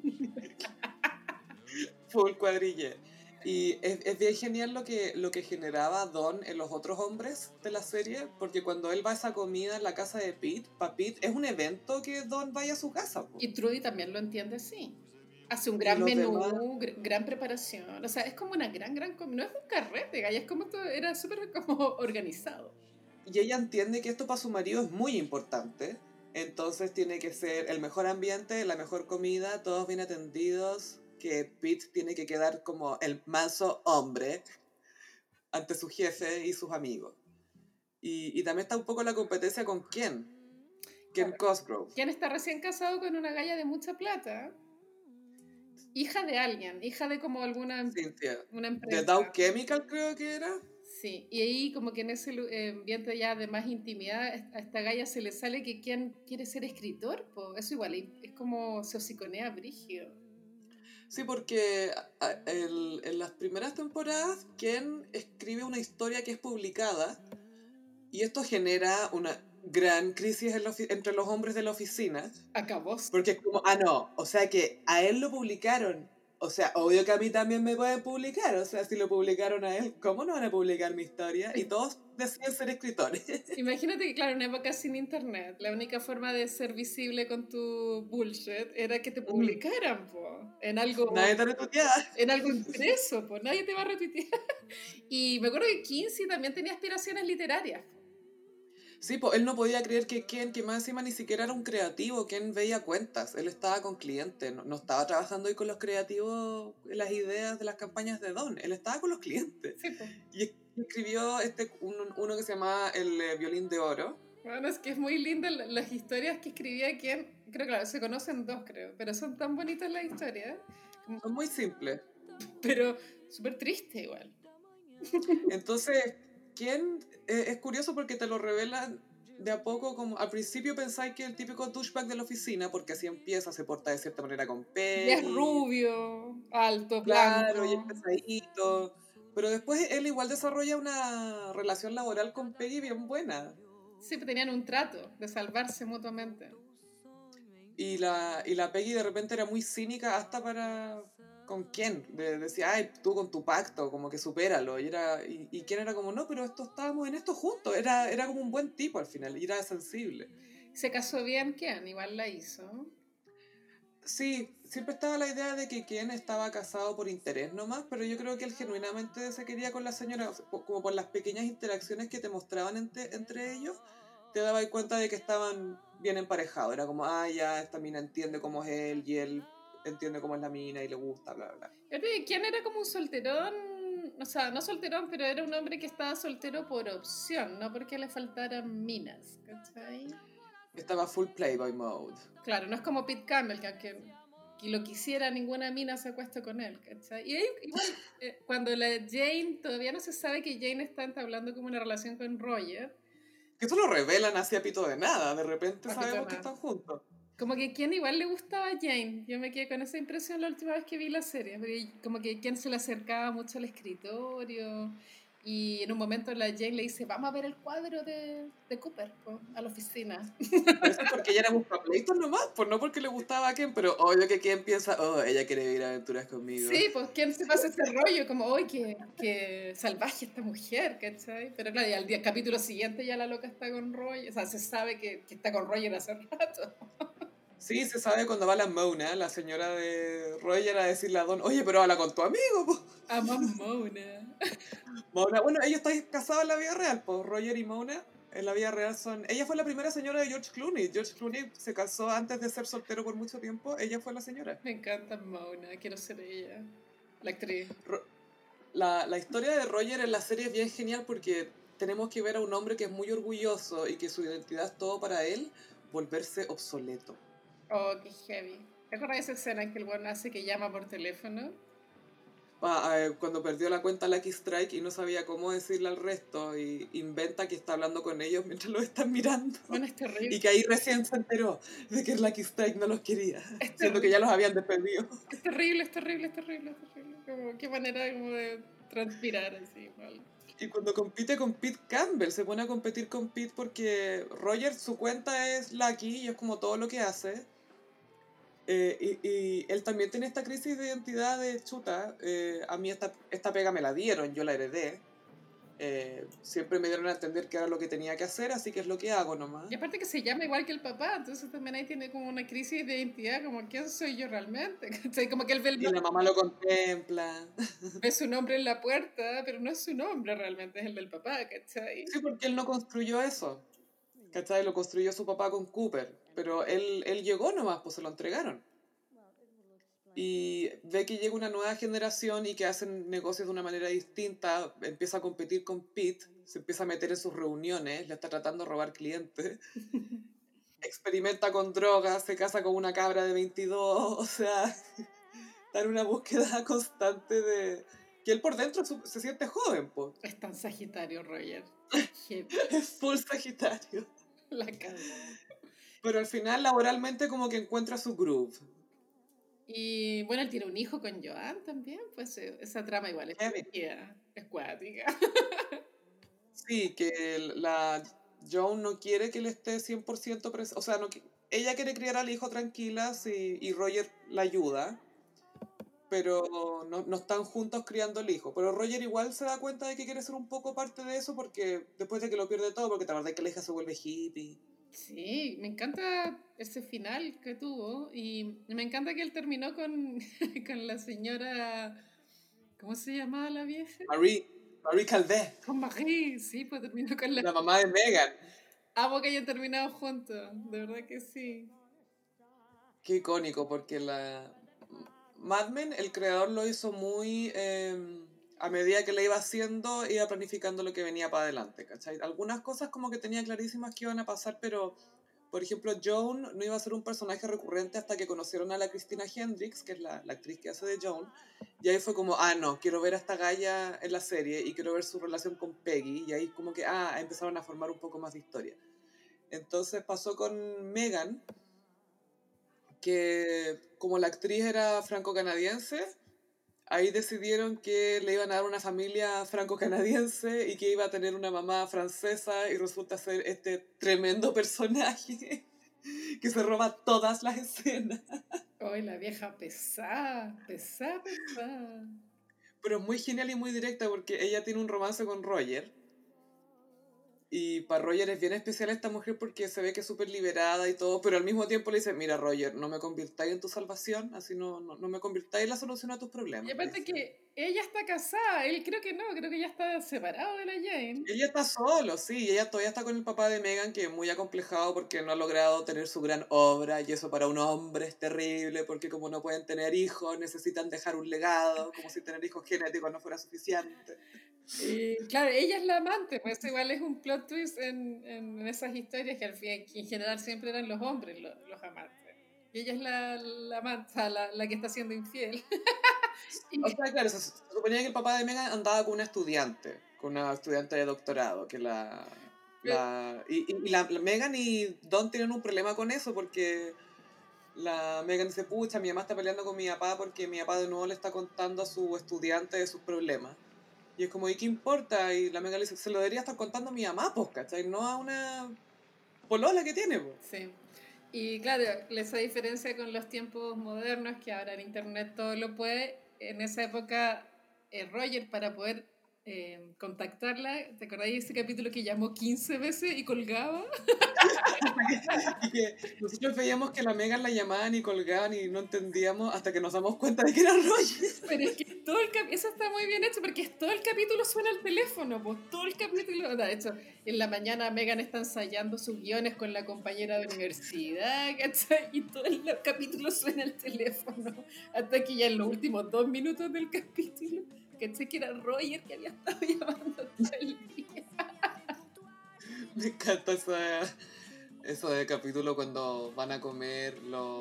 Full cuadrille. Y es bien genial lo que generaba Don en los otros hombres de la serie, porque cuando él va a esa comida en la casa de Pete, para Pete es un evento que Don vaya a su casa. Po. Y Trudy también lo entiende así. Hace un Y gran los menú, demás, gran preparación. O sea, es como una gran no es un carrete, gaya, es como todo, era súper como organizado. y ella entiende que esto para su marido es muy importante, entonces tiene que ser el mejor ambiente, la mejor comida, todos bien atendidos, que Pete tiene que quedar como el manso hombre ante su jefe y sus amigos. Y también está un poco la competencia con Ken Claro. Cosgrove. Quien está recién casado con una galla de mucha plata, hija de alguien, hija de como alguna Cynthia. una The empresa. Dow Chemical creo que era. Sí, y ahí como que en ese ambiente ya de más intimidad, a esta galla se le sale que quien quiere ser escritor, pues eso igual, es como se hociconea brígido. Sí, porque en las primeras temporadas Ken escribe una historia que es publicada y esto genera una gran crisis entre los hombres de la oficina. Acabó. Porque es como, ah, no, o sea que a él lo publicaron. O sea, obvio que a mí también me pueden publicar. O sea, si lo publicaron a él, ¿cómo no van a publicar mi historia? Y todos deciden ser escritores. Imagínate que, claro, en una época sin internet, la única forma de ser visible con tu bullshit era que te publicaran, po, Nadie te retuiteaba. en algo impreso, pues nadie te va a retuitear. Y me acuerdo que Kinsey también tenía aspiraciones literarias. Sí, pues él no podía creer que Ken, que más encima ni siquiera era un creativo, Ken veía cuentas, él estaba con clientes, no estaba trabajando ahí con los creativos, en las ideas de las campañas de Don, él estaba con los clientes. Sí, pues. Y escribió uno que se llamaba El Violín de Oro. Bueno, es que es muy linda las historias que escribía quien, creo, claro, se conocen dos, creo, pero son tan bonitas las historias, Son muy simples. pero súper triste igual. Entonces, Ken es curioso porque te lo revelan de a poco, como al principio pensáis que el típico douchebag de la oficina, porque así empieza, se porta de cierta manera con Y es Peggy, rubio, alto, claro, y es blanco. pesadito, pero después él igual desarrolla una relación laboral con Peggy bien buena. Siempre tenían un trato de salvarse mutuamente. Y la Peggy de repente era muy cínica hasta para... ¿Con quién? Decía, ay, tú con tu pacto, como que supéralo. Y quién era como, no, pero estábamos en esto juntos. Era como un buen tipo al final, y era sensible. Se casó bien, Ken, igual la hizo. Sí, siempre estaba la idea de que Ken estaba casado por interés nomás, pero yo creo que él genuinamente se quería con la señora, o sea, como por las pequeñas interacciones que te mostraban entre ellos, te dabas cuenta de que estaban bien emparejados. Era como, ah, ya, esta mina entiende cómo es él y él entiende cómo es la mina y le gusta, bla, bla, bla. Yo creo que Ken era como un solterón, o sea, no solterón, pero era un hombre que estaba soltero por opción, no porque le faltaran minas, ¿cachai? Estaba full playboy mode. Claro, no es como Pete Campbell, lo quisiera, ninguna mina se acuesta con él, ¿cachai? Y ahí, igual, cuando la Jane, todavía no se sabe que Jane está entablando como una relación con Roger, Que eso lo revelan así a pito de nada, de repente papito sabemos que nada. están juntos. Como que Ken igual le gustaba a Jane. Yo me quedé con esa impresión la última vez que vi la serie. Porque como que Ken se le acercaba mucho al escritorio. Y en un momento la Jane le dice, vamos a ver el cuadro de Cooper po, a la oficina. Pero eso es porque ella era buscapleitos nomás, pues no porque le gustaba a Ken, pero obvio que Ken piensa, oh, ella quiere vivir aventuras conmigo. Sí, pues Ken se pasa ese rollo, como, ¡ay, qué salvaje esta mujer! ¿Cachai? Pero claro, y al día, capítulo siguiente ya la loca está con Roger. O sea, se sabe que está con Roger hace rato. Sí, se sabe cuando va la Mona, la señora de Roger, a decirle a Don, oye, pero habla con tu amigo, po. Ama Mona. Mona, bueno, ellos están casados en la vida real, pues Roger y Mona en la vida real son... Ella fue la primera señora de George Clooney. George Clooney se casó antes de ser soltero por mucho tiempo, ella fue la señora. Me encanta Mona, quiero ser ella. La actriz. Ro- la historia de Roger en la serie es bien genial porque tenemos que ver a un hombre que es muy orgulloso y que su identidad es todo para él, volverse obsoleto. Oh, qué heavy. ¿Te acuerdas de esa escena en que el weón hace que llama por teléfono? Cuando perdió la cuenta Lucky Strike y no sabía cómo decirle al resto y inventa que está hablando con ellos mientras los están mirando. Bueno, es terrible. Y que ahí recién se enteró de que Lucky Strike no los quería, Es siendo que ya terrible. los habían despedido. Es terrible, es terrible, es terrible, es terrible. Como, qué manera como de transpirar así, mal. Y cuando compite con Pete Campbell, se pone a competir con Pete porque Roger, su cuenta es Lucky y es como todo lo que hace. Y él también tiene esta crisis de identidad de chuta. A mí esta pega me la dieron, yo la heredé. Siempre me dieron a entender que era lo que tenía que hacer, así que es lo que hago nomás. Y aparte que se llama igual que el papá, entonces también ahí tiene como una crisis de identidad, como ¿quién soy yo realmente? ¿Cachai? Como que él Y la mamá lo contempla. ve su nombre en la puerta, pero no es su nombre realmente, es el del papá, ¿cachai? Sí, porque él no construyó eso. ¿Cachai? Lo construyó su papá con Cooper. Pero él llegó nomás, pues se lo entregaron. Y ve que llega una nueva generación y que hacen negocios de una manera distinta, empieza a competir con Pete, se empieza a meter en sus reuniones, le está tratando de robar clientes, experimenta con drogas, se casa con una cabra de 22, o sea, está en una búsqueda constante de... que él por dentro se siente joven, pues. Es tan sagitario, Roger. Heavy. Es full Sagitario. La cagó. Pero al final laboralmente como que encuentra su groove. Y bueno, él tiene un hijo con Joan también, pues esa trama igual es Heavy. cuática, es cuática. Sí, que la Joan no quiere que él esté 100% presente. O sea, no, ella quiere criar al hijo tranquila sí, y Roger la ayuda, pero no están juntos criando el hijo. Pero Roger igual se da cuenta de que quiere ser un poco parte de eso porque después de que lo pierde todo, porque te acordás que la hija se vuelve hippie. Sí, me encanta ese final que tuvo y me encanta que él terminó con, con la señora, ¿cómo se llamaba la vieja? Marie Calvé, Con Marie, sí, pues terminó con la... la mamá de Megan. Amo que hayan terminado juntos, de verdad que sí. Qué icónico, porque la Mad Men, el creador lo hizo muy... a medida que le iba haciendo, iba planificando lo que venía para adelante, ¿cachai? Algunas cosas como que tenía clarísimas que iban a pasar, pero, por ejemplo, Joan no iba a ser un personaje recurrente hasta que conocieron a la Christina Hendricks, que es la actriz que hace de Joan, y ahí fue como, no, quiero ver a esta galla en la serie y quiero ver su relación con Peggy, y ahí como que, empezaron a formar un poco más de historia. Entonces pasó con Megan, que como la actriz era franco-canadiense, ahí decidieron que le iban a dar una familia franco-canadiense y que iba a tener una mamá francesa y resulta ser este tremendo personaje que se roba todas las escenas. Ay, la vieja pesada, pesada, pesada. Pero es muy genial y muy directa porque ella tiene un romance con Roger. Y para Roger es bien especial esta mujer porque se ve que es súper liberada y todo, pero al mismo tiempo le dice, mira Roger, no me convirtáis en tu salvación, así no me convirtáis en la solución a tus Y problemas. Le aparte dice. que ella está casada, él creo que no, creo que ya está separado de la Jane. Ella está solo, sí, y ella todavía está con el papá de Megan, que es muy acomplejado porque no ha logrado tener su gran obra, y eso para un hombre es terrible, porque como no pueden tener hijos, necesitan dejar un legado, como si tener hijos genéticos no fuera suficiente. Claro, ella es la amante, pues eso igual es un plot twist en esas historias que al fin, que en general siempre eran los hombres los amantes. Y ella es la que está siendo infiel. O sea, claro, se suponía que el papá de Megan andaba con una estudiante de doctorado, que la Megan y Don tienen un problema con eso porque la Megan dice, pucha, mi mamá está peleando con mi papá porque mi papá de nuevo le está contando a su estudiante de sus problemas. Y es como, ¿y qué importa? Y la Megan le dice, se lo debería estar contando a mi mamá, pues, ¿cachai? No a una polola que tiene, pues. Sí. Y claro, esa diferencia con los tiempos modernos, que ahora en internet todo lo puede, en esa época Roger para poder contactarla, ¿te acordás de ese capítulo que llamó 15 veces y colgaba? Y que nosotros veíamos que la Megan la llamaban y colgaban y no entendíamos hasta que nos damos cuenta de que era Roger. Pero es que todo eso está muy bien hecho porque todo el capítulo suena al teléfono, pues todo el capítulo, de hecho, en la mañana Megan está ensayando sus guiones con la compañera de universidad, ¿cachai? Y todo el capítulo suena al teléfono, hasta que ya en los últimos 2 minutos del capítulo, ¿cachai? Que era Roger que había estado llamando todo el día. Me encanta eso de capítulo cuando van a comer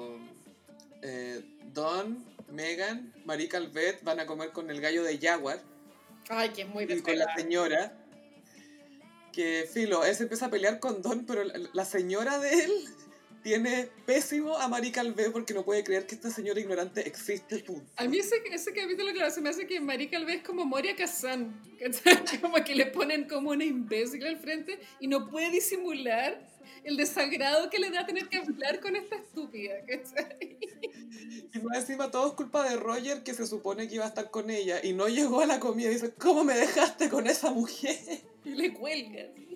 Don, Megan, Marie Calvet van a comer con el gallo de Jaguar Ay, que es muy y con la desagradable. señora. Que filo, él se empieza a pelear con Don, pero la señora de él tiene pésimo a Marie Calvet porque no puede creer que esta señora ignorante existe, punto. A mí ese capítulo, claro, se me hace que Marie Calvé es como Moria Kazan, ¿cachai? Como que le ponen como una imbécil al frente y no puede disimular el desagrado que le da tener que hablar con esta estúpida, ¿cachai? Y más encima todo es culpa de Roger que se supone que iba a estar con ella y no llegó a la comida y dice, ¿cómo me dejaste con esa mujer? Y le cuelga. ¿Sí?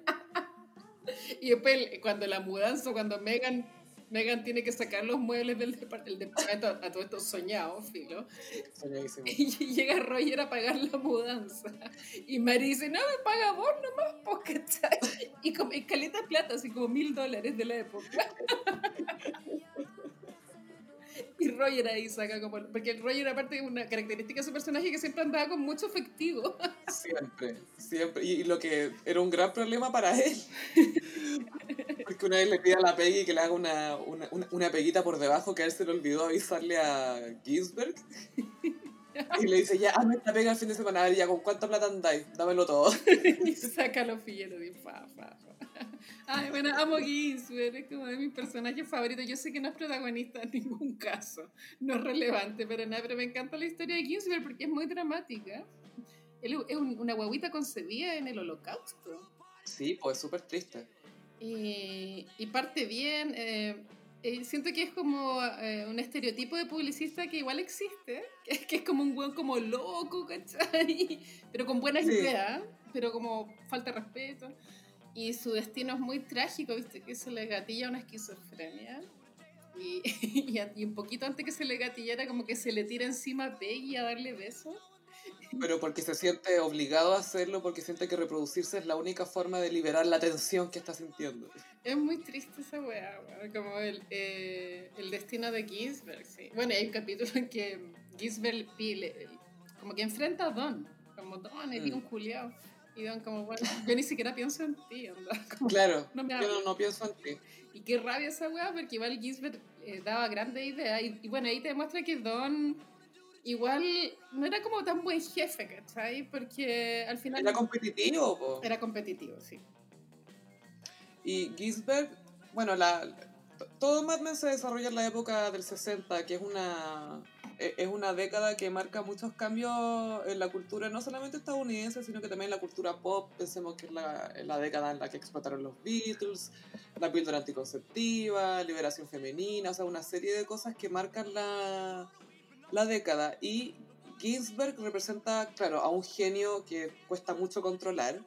Y después cuando la mudanza, cuando Megan tiene que sacar los muebles del departamento a todo esto soñado, filo. Soñadísimo. Y llega Roger a pagar la mudanza. Y Mary dice, no, me paga vos nomás, pues, ¿cachai? Y como escaleta de plata, así como $1000 de la época. Y Roger ahí saca como... Porque Roger aparte es una característica de su personaje que siempre andaba con mucho efectivo. Siempre, siempre. Y lo que era un gran problema para él. Porque una vez le pide a la Peggy que le haga una peguita por debajo que a él se le olvidó avisarle a Ginsberg. Y le dice, ya, hazme esta pega el fin de semana. A ver, ya, ¿con cuánta plata andáis? Dámelo todo. Y saca los billetes y fa. Ay, bueno, amo Ginsberg, es como de mis personajes favoritos. Yo sé que no es protagonista en ningún caso, no es relevante para nada, pero me encanta la historia de Ginsberg porque es muy dramática. Él es una guaguita concebida en el Holocausto. Sí, pues súper triste. Y parte bien. Siento que es como un estereotipo de publicista que igual existe, que es como un weón como loco, ¿cachai? Pero con buenas Sí. ideas, pero como falta de respeto. Y su destino es muy trágico, ¿viste? Que se le gatilla una esquizofrenia. Y, y un poquito antes que se le gatillara, como que se le tira encima a Peggy a darle besos. Pero porque se siente obligado a hacerlo, porque siente que reproducirse es la única forma de liberar la tensión que está sintiendo. Es muy triste esa weá, weá, como el destino de Ginsberg, sí. Bueno, hay un capítulo en que Ginsberg como que enfrenta a Don, como Don, eres un culiao. Y Don como, bueno, yo ni siquiera pienso en ti, anda. Como, Claro, no me yo hables. no pienso en ti. Y qué rabia esa weá, porque igual Ginsberg daba grandes ideas. Y bueno, ahí te demuestra que Don igual no era como tan buen jefe, ¿cachai? Porque al final Era competitivo, po. era competitivo, sí. Y Ginsberg, bueno, todo Mad Men se desarrolla en la época del 60, que es una década que marca muchos cambios en la cultura, no solamente estadounidense, sino que también en la cultura pop. Pensemos que es la década en la que explotaron los Beatles, la píldora anticonceptiva, liberación femenina, o sea, una serie de cosas que marcan la década. Y Ginsberg representa, claro, a un genio que cuesta mucho controlar,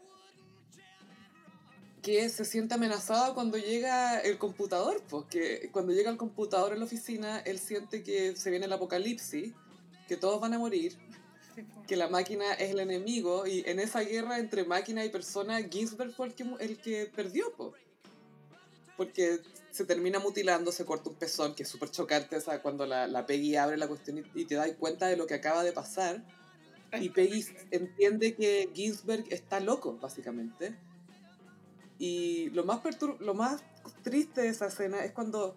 que se siente amenazado cuando llega el computador, porque cuando llega el computador en la oficina, él siente que se viene el apocalipsis, que todos van a morir, Sí, po. que la máquina es el enemigo, y en esa guerra entre máquina y persona, Ginsberg fue el que perdió, porque se termina mutilando, se corta un pezón, que es súper chocante, o sea, cuando la Peggy abre la cuestión y te das cuenta de lo que acaba de pasar, y Peggy entiende que Ginsberg está loco, básicamente. Y lo más triste de esa escena es cuando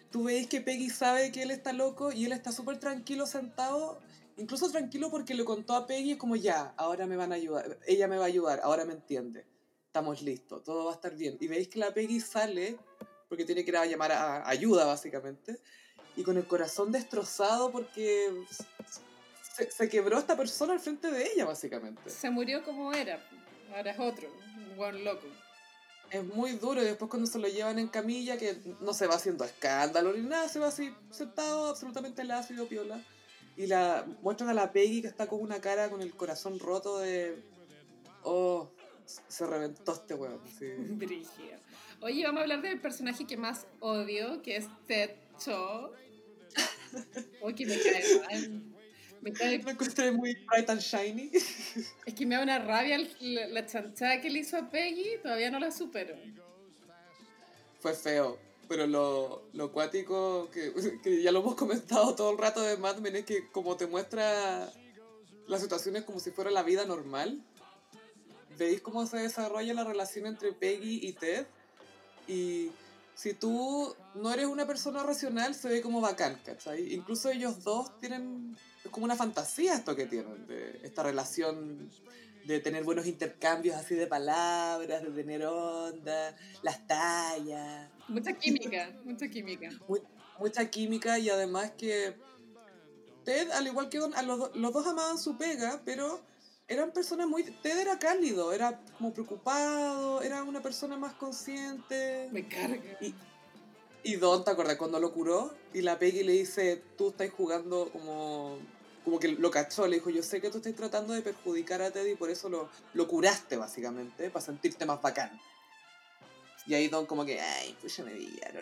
tú veis que Peggy sabe que él está loco y él está súper tranquilo sentado, incluso tranquilo porque le contó a Peggy, es como ya, ahora me van a ayudar, ella me va a ayudar, ahora me entiende, estamos listos, todo va a estar bien. Y veis que la Peggy sale, porque tiene que ir a llamar a ayuda básicamente, y con el corazón destrozado porque se quebró esta persona al frente de ella básicamente. Se murió como era, ahora es otro, un buen loco. Es muy duro y después cuando se lo llevan en camilla, que no se va haciendo escándalo ni nada, se va así sentado absolutamente lácido, piola. Y la muestran a la Peggy que está con una cara con el corazón roto de... Oh, se reventó este weón. Sí. Brígido. Oye, vamos a hablar del personaje que más odio, que es Ted Cho. Oye, que me cae mal. Me cae... Lo encontré muy bright and shiny. Es que me da una rabia la chanchada que le hizo a Peggy, todavía no la supero. Fue feo, pero lo cuático, que ya lo hemos comentado todo el rato de Mad Men, es que como te muestra las situaciones como si fuera la vida normal, veis cómo se desarrolla la relación entre Peggy y Ted, y si tú no eres una persona racional, se ve como bacán, ¿cachai? Incluso ellos dos tienen, es como una fantasía esto que tienen, de esta relación de tener buenos intercambios así de palabras, de tener onda, las tallas, Mucha química, mucha química. muy- mucha química y además que Ted, al igual que Don, los dos amaban su pega, pero eran personas muy... Ted era cálido, era como preocupado, era una persona más consciente. Me carga. Y Don, ¿te acuerdas cuando lo curó? Y la Peggy le dice, tú estás jugando como... Como que lo cachó, le dijo, yo sé que tú estás tratando de perjudicar a Ted y por eso lo curaste, básicamente, para sentirte más bacán. Y ahí Don como que, ay, pues ya me pillaron.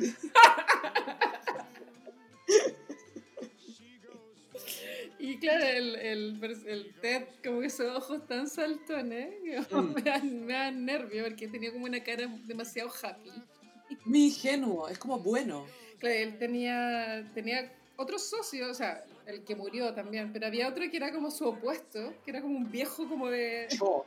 Y claro, el Ted, como que sus ojos tan saltones, me dan nervio porque tenía como una cara demasiado happy. Muy ingenuo, es como bueno. Claro, él tenía otro socio, o sea, el que murió también, pero había otro que era como su opuesto, que era como un viejo como de... Yo.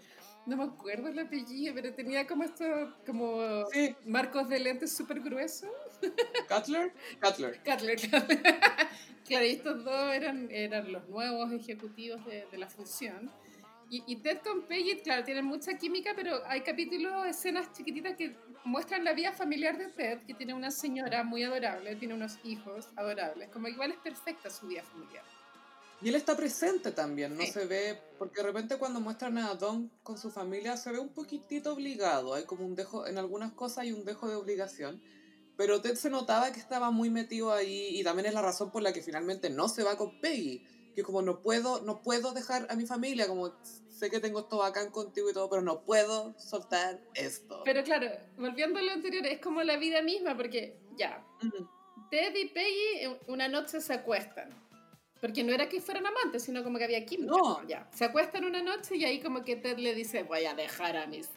No me acuerdo el apellido, pero tenía como estos, como Sí, marcos de lentes súper gruesos. Cutler. Cutler. Cutler, claro. Claro, y estos dos eran los nuevos ejecutivos de la función. Y Ted con Peggy, claro, tienen mucha química, pero hay capítulos, escenas chiquititas que muestran la vida familiar de Ted, que tiene una señora muy adorable, tiene unos hijos adorables, como igual es perfecta su vida familiar. Y él está presente también, no Sí. se ve, porque de repente cuando muestran a Don con su familia se ve un poquitito obligado, hay como un dejo, en algunas cosas hay un dejo de obligación, pero Ted se notaba que estaba muy metido ahí y también es la razón por la que finalmente no se va con Peggy, que como no puedo dejar a mi familia, como sé que tengo esto bacán contigo y todo, pero no puedo soltar esto. Pero claro, volviendo a lo anterior, es como la vida misma, porque ya, Mm. Ted y Peggy una noche se acuestan. Porque no era que fueran amantes, sino como que había química. No, Ya. Se acuestan una noche y ahí como que Ted le dice, voy a dejar a mi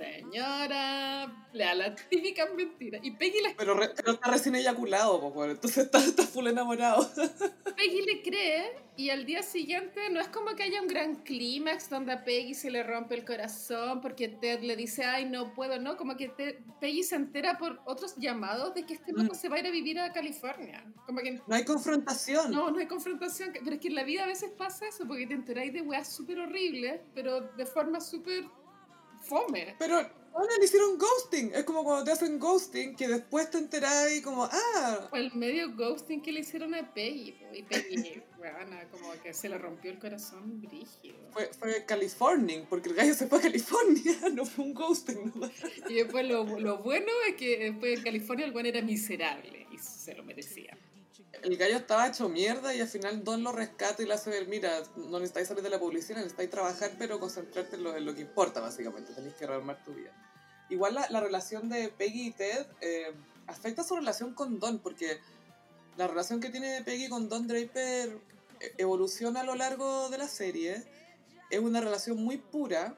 señora. Le da la típica mentira. Y pero está recién eyaculado, pues, bueno, entonces está full enamorado. Peggy le cree y al día siguiente no es como que haya un gran clímax donde a Peggy se le rompe el corazón porque Ted le dice, ay, no puedo, ¿no? Como que Peggy se entera por otros llamados de que este loco se va a ir a vivir a California. Como que No hay confrontación. no hay confrontación. Pero es que en la vida a veces pasa eso porque te enteráis de weas súper horribles, pero de forma súper fome. Pero ahora le hicieron ghosting. Es como cuando te hacen ghosting, que después te enterás y como, O el medio ghosting que le hicieron a Peggy. Po, y Peggy, weana, como que se le rompió el corazón brígido. fue Californing, porque el gallo se fue a California, no fue un ghosting. ¿No? Y después lo bueno es que después en California el buen era miserable y se lo merecía. El gallo estaba hecho mierda y al final Don lo rescata y le hace ver, mira, no necesitáis salir de la publicidad, necesitáis trabajar, pero concentrarte en lo que importa, básicamente. Tenéis que rearmar tu vida. Igual la relación de Peggy y Ted afecta su relación con Don, porque la relación que tiene Peggy con Don Draper evoluciona a lo largo de la serie. Es una relación muy pura,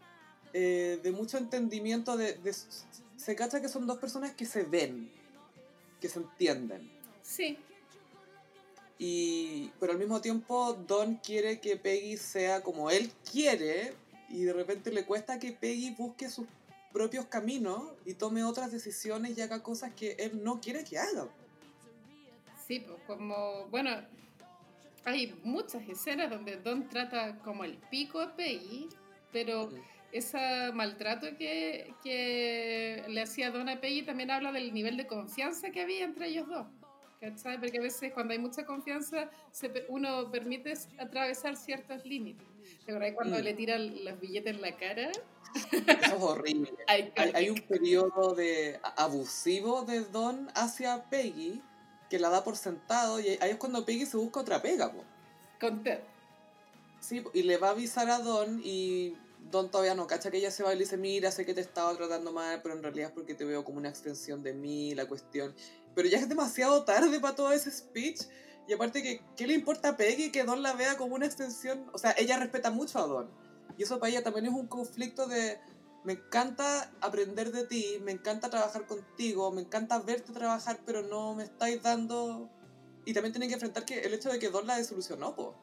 de mucho entendimiento, se cacha que son dos personas que se ven, que se entienden. Sí. Pero al mismo tiempo Don quiere que Peggy sea como él quiere y de repente le cuesta que Peggy busque sus propios caminos y tome otras decisiones y haga cosas que él no quiere que haga. Sí, pues como, bueno, hay muchas escenas donde Don trata como el pico a Peggy, pero Mm. ese maltrato que le hacía Don a Peggy también habla del nivel de confianza que había entre ellos dos. ¿Cachai? Porque a veces cuando hay mucha confianza uno permite atravesar ciertos límites. ¿Te acuerdas cuando Mm. le tiran los billetes en la cara? Eso es horrible. Hay un Iconic. periodo abusivo de Don hacia Peggy que la da por sentado y ahí es cuando Peggy se busca otra pega, po. Con Ted. Sí, y le va a avisar a Don y Don todavía no cacha que ella se va y le dice, mira, sé que te estaba tratando mal, pero en realidad es porque te veo como una extensión de mí, la cuestión. Pero ya es demasiado tarde para todo ese speech. Y aparte, ¿qué le importa a Peggy que Don la vea como una extensión? O sea, ella respeta mucho a Don. Y eso para ella también es un conflicto de, me encanta aprender de ti, me encanta trabajar contigo, me encanta verte trabajar, pero no me estáis dando... Y también tienen que enfrentar que el hecho de que Don la desilusionó, po.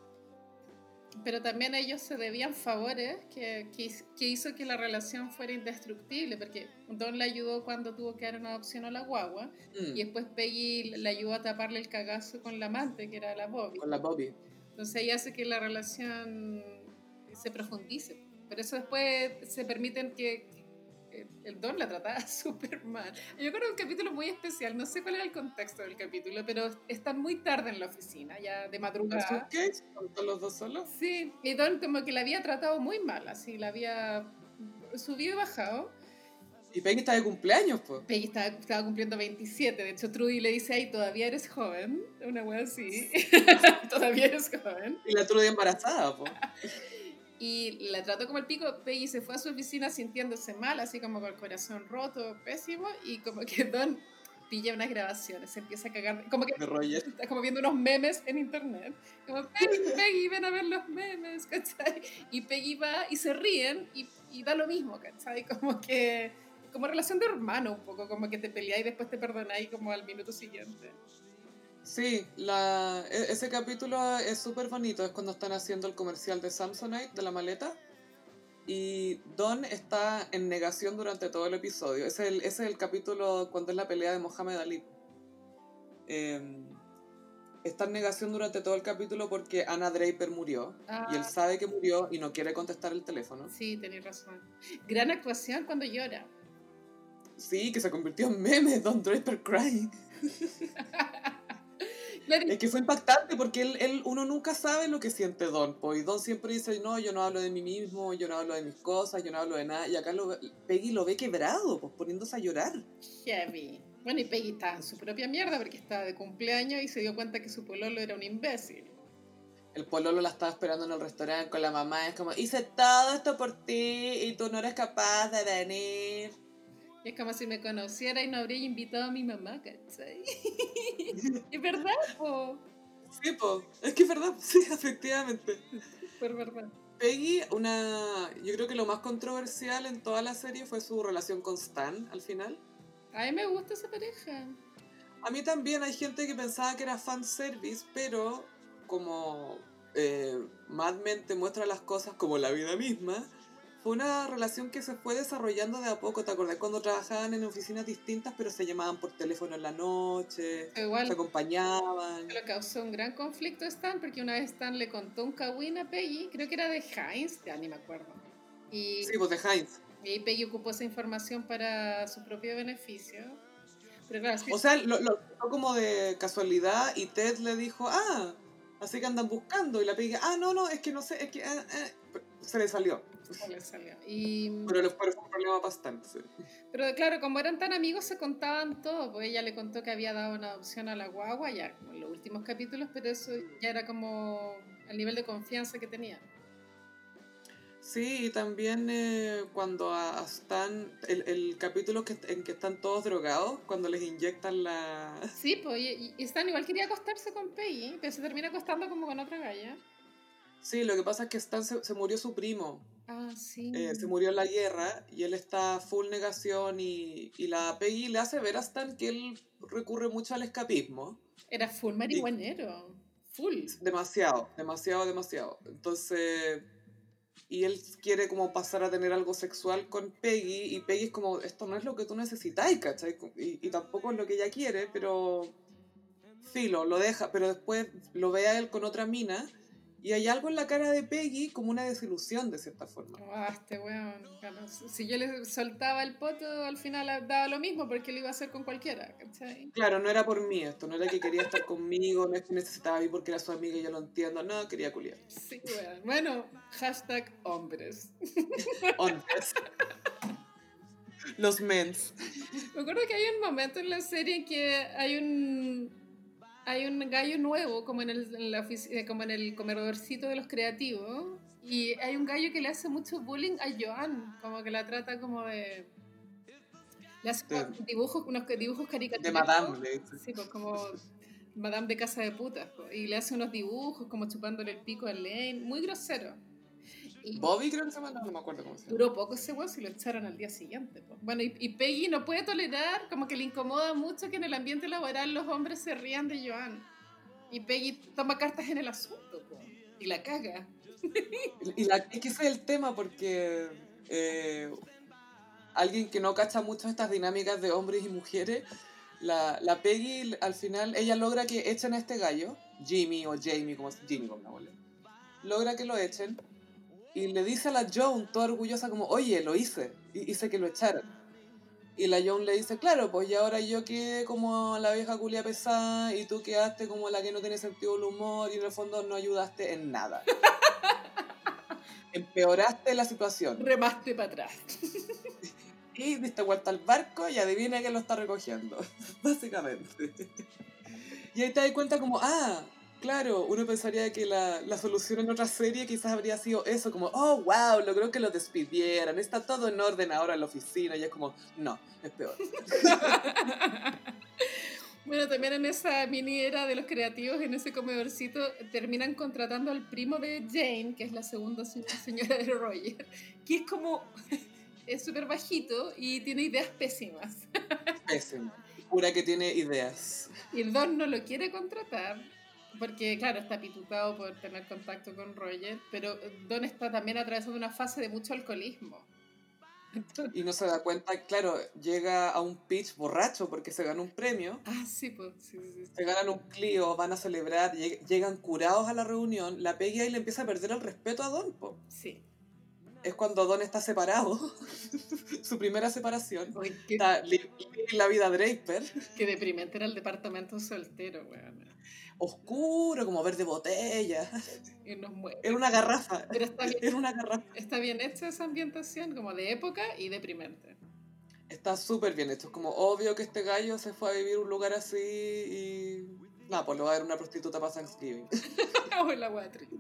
Pero también ellos se debían favores que hizo que la relación fuera indestructible, porque Don le ayudó cuando tuvo que dar una adopción a la guagua, y después Peggy le ayudó a taparle el cagazo con la amante, que era la Bobby. Con la Bobby. Entonces ahí hace que la relación se profundice. Por eso después se permiten que el Don la trataba súper mal. Yo creo que un capítulo muy especial, no sé cuál era el contexto del capítulo, pero están muy tarde en la oficina, ya de ¿El madrugada. suitcase? ¿Con los dos solos? Sí, y Don como que la había tratado muy mal, así, la había subido y bajado. Y Peggy está de cumpleaños, pues. Peggy estaba cumpliendo 27, de hecho Trudy le dice, ay, todavía eres joven, una wea así, todavía eres joven. Y la Trudy embarazada, pues. Y la trató como el pico. Peggy se fue a su oficina sintiéndose mal, así como con el corazón roto, pésimo, y como que Don pilla unas grabaciones, se empieza a cagar, como que De Roger. está como viendo unos memes en internet, como Peggy, ven a ver los memes, ¿cachai? Y Peggy va y se ríen y da lo mismo, ¿cachai? Como que, como relación de hermano un poco, como que te peleáis y después te perdonáis como al minuto siguiente. Sí, ese capítulo es súper bonito. Es cuando están haciendo el comercial de Samsonite, de la maleta. Y Don está en negación durante todo el episodio. Ese es el capítulo cuando es la pelea de Mohamed Ali. Está en negación durante todo el capítulo porque Anna Draper murió. Y él Ah, sabe que murió y no quiere contestar el teléfono. sí, tenéis razón. Gran actuación cuando llora. Sí, que se convirtió en meme, Don Draper crying. Claro, Es que fue impactante porque uno nunca sabe lo que siente Don. Y Don siempre dice, no, yo no hablo de mí mismo, yo no hablo de mis cosas, yo no hablo de nada. Y acá Peggy lo ve quebrado, pues poniéndose a llorar. heavy. Bueno, y Peggy estaba en su propia mierda porque estaba de cumpleaños y se dio cuenta que su pololo era un imbécil. El pololo la estaba esperando en el restaurante con la mamá. Es como, hice todo esto por ti y tú no eres capaz de venir. Y es como si me conociera y no habría invitado a mi mamá, ¿cachai? Es verdad, po. Sí, pues, es que es verdad, sí, efectivamente. Súper verdad. Peggy, yo creo que lo más controversial en toda la serie fue su relación con Stan al final. A mí me gusta esa pareja. A mí también hay gente que pensaba que era fanservice, pero como Mad Men te muestra las cosas como la vida misma, fue una relación que se fue desarrollando de a poco. ¿Te acordás cuando trabajaban en oficinas distintas, pero se llamaban por teléfono en la noche, Pero se igual acompañaban? lo causó un gran conflicto a Stan porque una vez Stan le contó un cagüín a Peggy, creo que era de Heinz, ya ni me acuerdo. Y, Sí, pues de Heinz. y Peggy ocupó esa información para su propio beneficio. Pero claro, sí, O sea, lo tocó como de casualidad y Ted le dijo, así que andan buscando. Y la Peggy, no, es que no sé, es que... Se le salió. salió. Y Pero fue un problema bastante, sí. pero claro, como eran tan amigos, se contaban todo. Pues ella le contó que había dado una adopción a la guagua, ya como en los últimos capítulos, pero eso ya era como el nivel de confianza que tenía. Sí, y también cuando a Stan, el capítulo en que están todos drogados, cuando les inyectan la... Sí, pues, y Stan igual quería acostarse con Peggy, pero se termina acostando como con otra galla. Sí, lo que pasa es que Stan se murió su primo, Ah, sí. se murió en la guerra y él está full negación y la Peggy le hace ver a Stan que él recurre mucho al escapismo. Era full Y marihuanero. Full. demasiado, demasiado, demasiado. Entonces... Y él quiere como pasar a tener algo sexual con Peggy y Peggy es como, esto no es lo que tú necesitas, ¿cachai? Y tampoco es lo que ella quiere, pero filo, lo deja, pero después lo ve a él con otra mina y hay algo en la cara de Peggy como una desilusión de cierta forma. Ah, este weón. Claro, si yo le soltaba el poto, al final daba lo mismo porque lo iba a hacer con cualquiera, ¿cachai? Claro, no era por mí esto, no era que quería estar conmigo, no es que necesitaba a mí porque era su amiga y yo lo entiendo, no, quería culiar. Sí, weón. Bueno, hashtag hombres. Hombres. Los mens. Me acuerdo que hay un momento en la serie en que hay un gallo nuevo como como en el comedorcito de los creativos y hay un gallo que le hace mucho bullying a Joan, como que la trata como de... Le hace unos dibujos De caricaturescos. Madame, le dice. Sí, pues como Madame de casa de putas. Pues, y le hace unos dibujos como chupándole el pico a Lane, muy grosero. Y Bobby creo que se llama, no me acuerdo cómo se llama. duró poco ese weón si lo echaron al día siguiente. Pues. Bueno, y Peggy no puede tolerar, como que le incomoda mucho que en el ambiente laboral los hombres se rían de Joan. Y Peggy toma cartas en el asunto, pues, y la caga. Es que ese es el tema porque alguien que no cacha mucho estas dinámicas de hombres y mujeres, la Peggy al final, ella logra que echen a este gallo, Jimmy o Jamie, como Jimmy con mi abuela, logra que lo echen y le dice a la Joan toda orgullosa como, oye, lo hice, hice que lo echaran. Y la Joan le dice, claro, pues y ahora yo quedé como la vieja culia pesada y tú quedaste como la que no tiene sentido del humor y en el fondo no ayudaste en nada. Empeoraste la situación. Remaste para atrás. Y diste vuelta al barco y adivina quién lo está recogiendo. Básicamente. Y ahí te das cuenta como, claro, uno pensaría que la solución en otra serie quizás habría sido eso, como, oh, wow, logró que lo despidieran, está todo en orden ahora en la oficina, y es como, no, es peor. Bueno, también en esa mini era de los creativos, en ese comedorcito, terminan contratando al primo de Jane, que es la segunda señora de Roger, que es como, es súper bajito y tiene ideas pésimas. Pésimo. Pura que tiene ideas. Y el Don no lo quiere contratar, porque claro, está pitutado por tener contacto con Roger, pero Don está también atravesando una fase de mucho alcoholismo. Y no se da cuenta, claro, llega a un pitch borracho porque se ganó un premio. Ah, sí, pues, sí, sí, sí. Se ganan un Clio, van a celebrar, llegan curados a la reunión. La Peggy ahí le empieza a perder el respeto a Don, po. Sí. Es cuando Don está separado, su primera separación. Uy, Está living la vida Draper. qué deprimente era el departamento soltero, weón. Oscuro, como verde botella. Y nos muere. Era una garrafa. Pero está bien, Era una garrafa. está bien hecha esa ambientación, como de época y deprimente. Está súper bien hecho. Es como obvio que este gallo se fue a vivir a un lugar así y... Nada, pues lo va a ver una prostituta para Thanksgiving. Oh, la wea triste.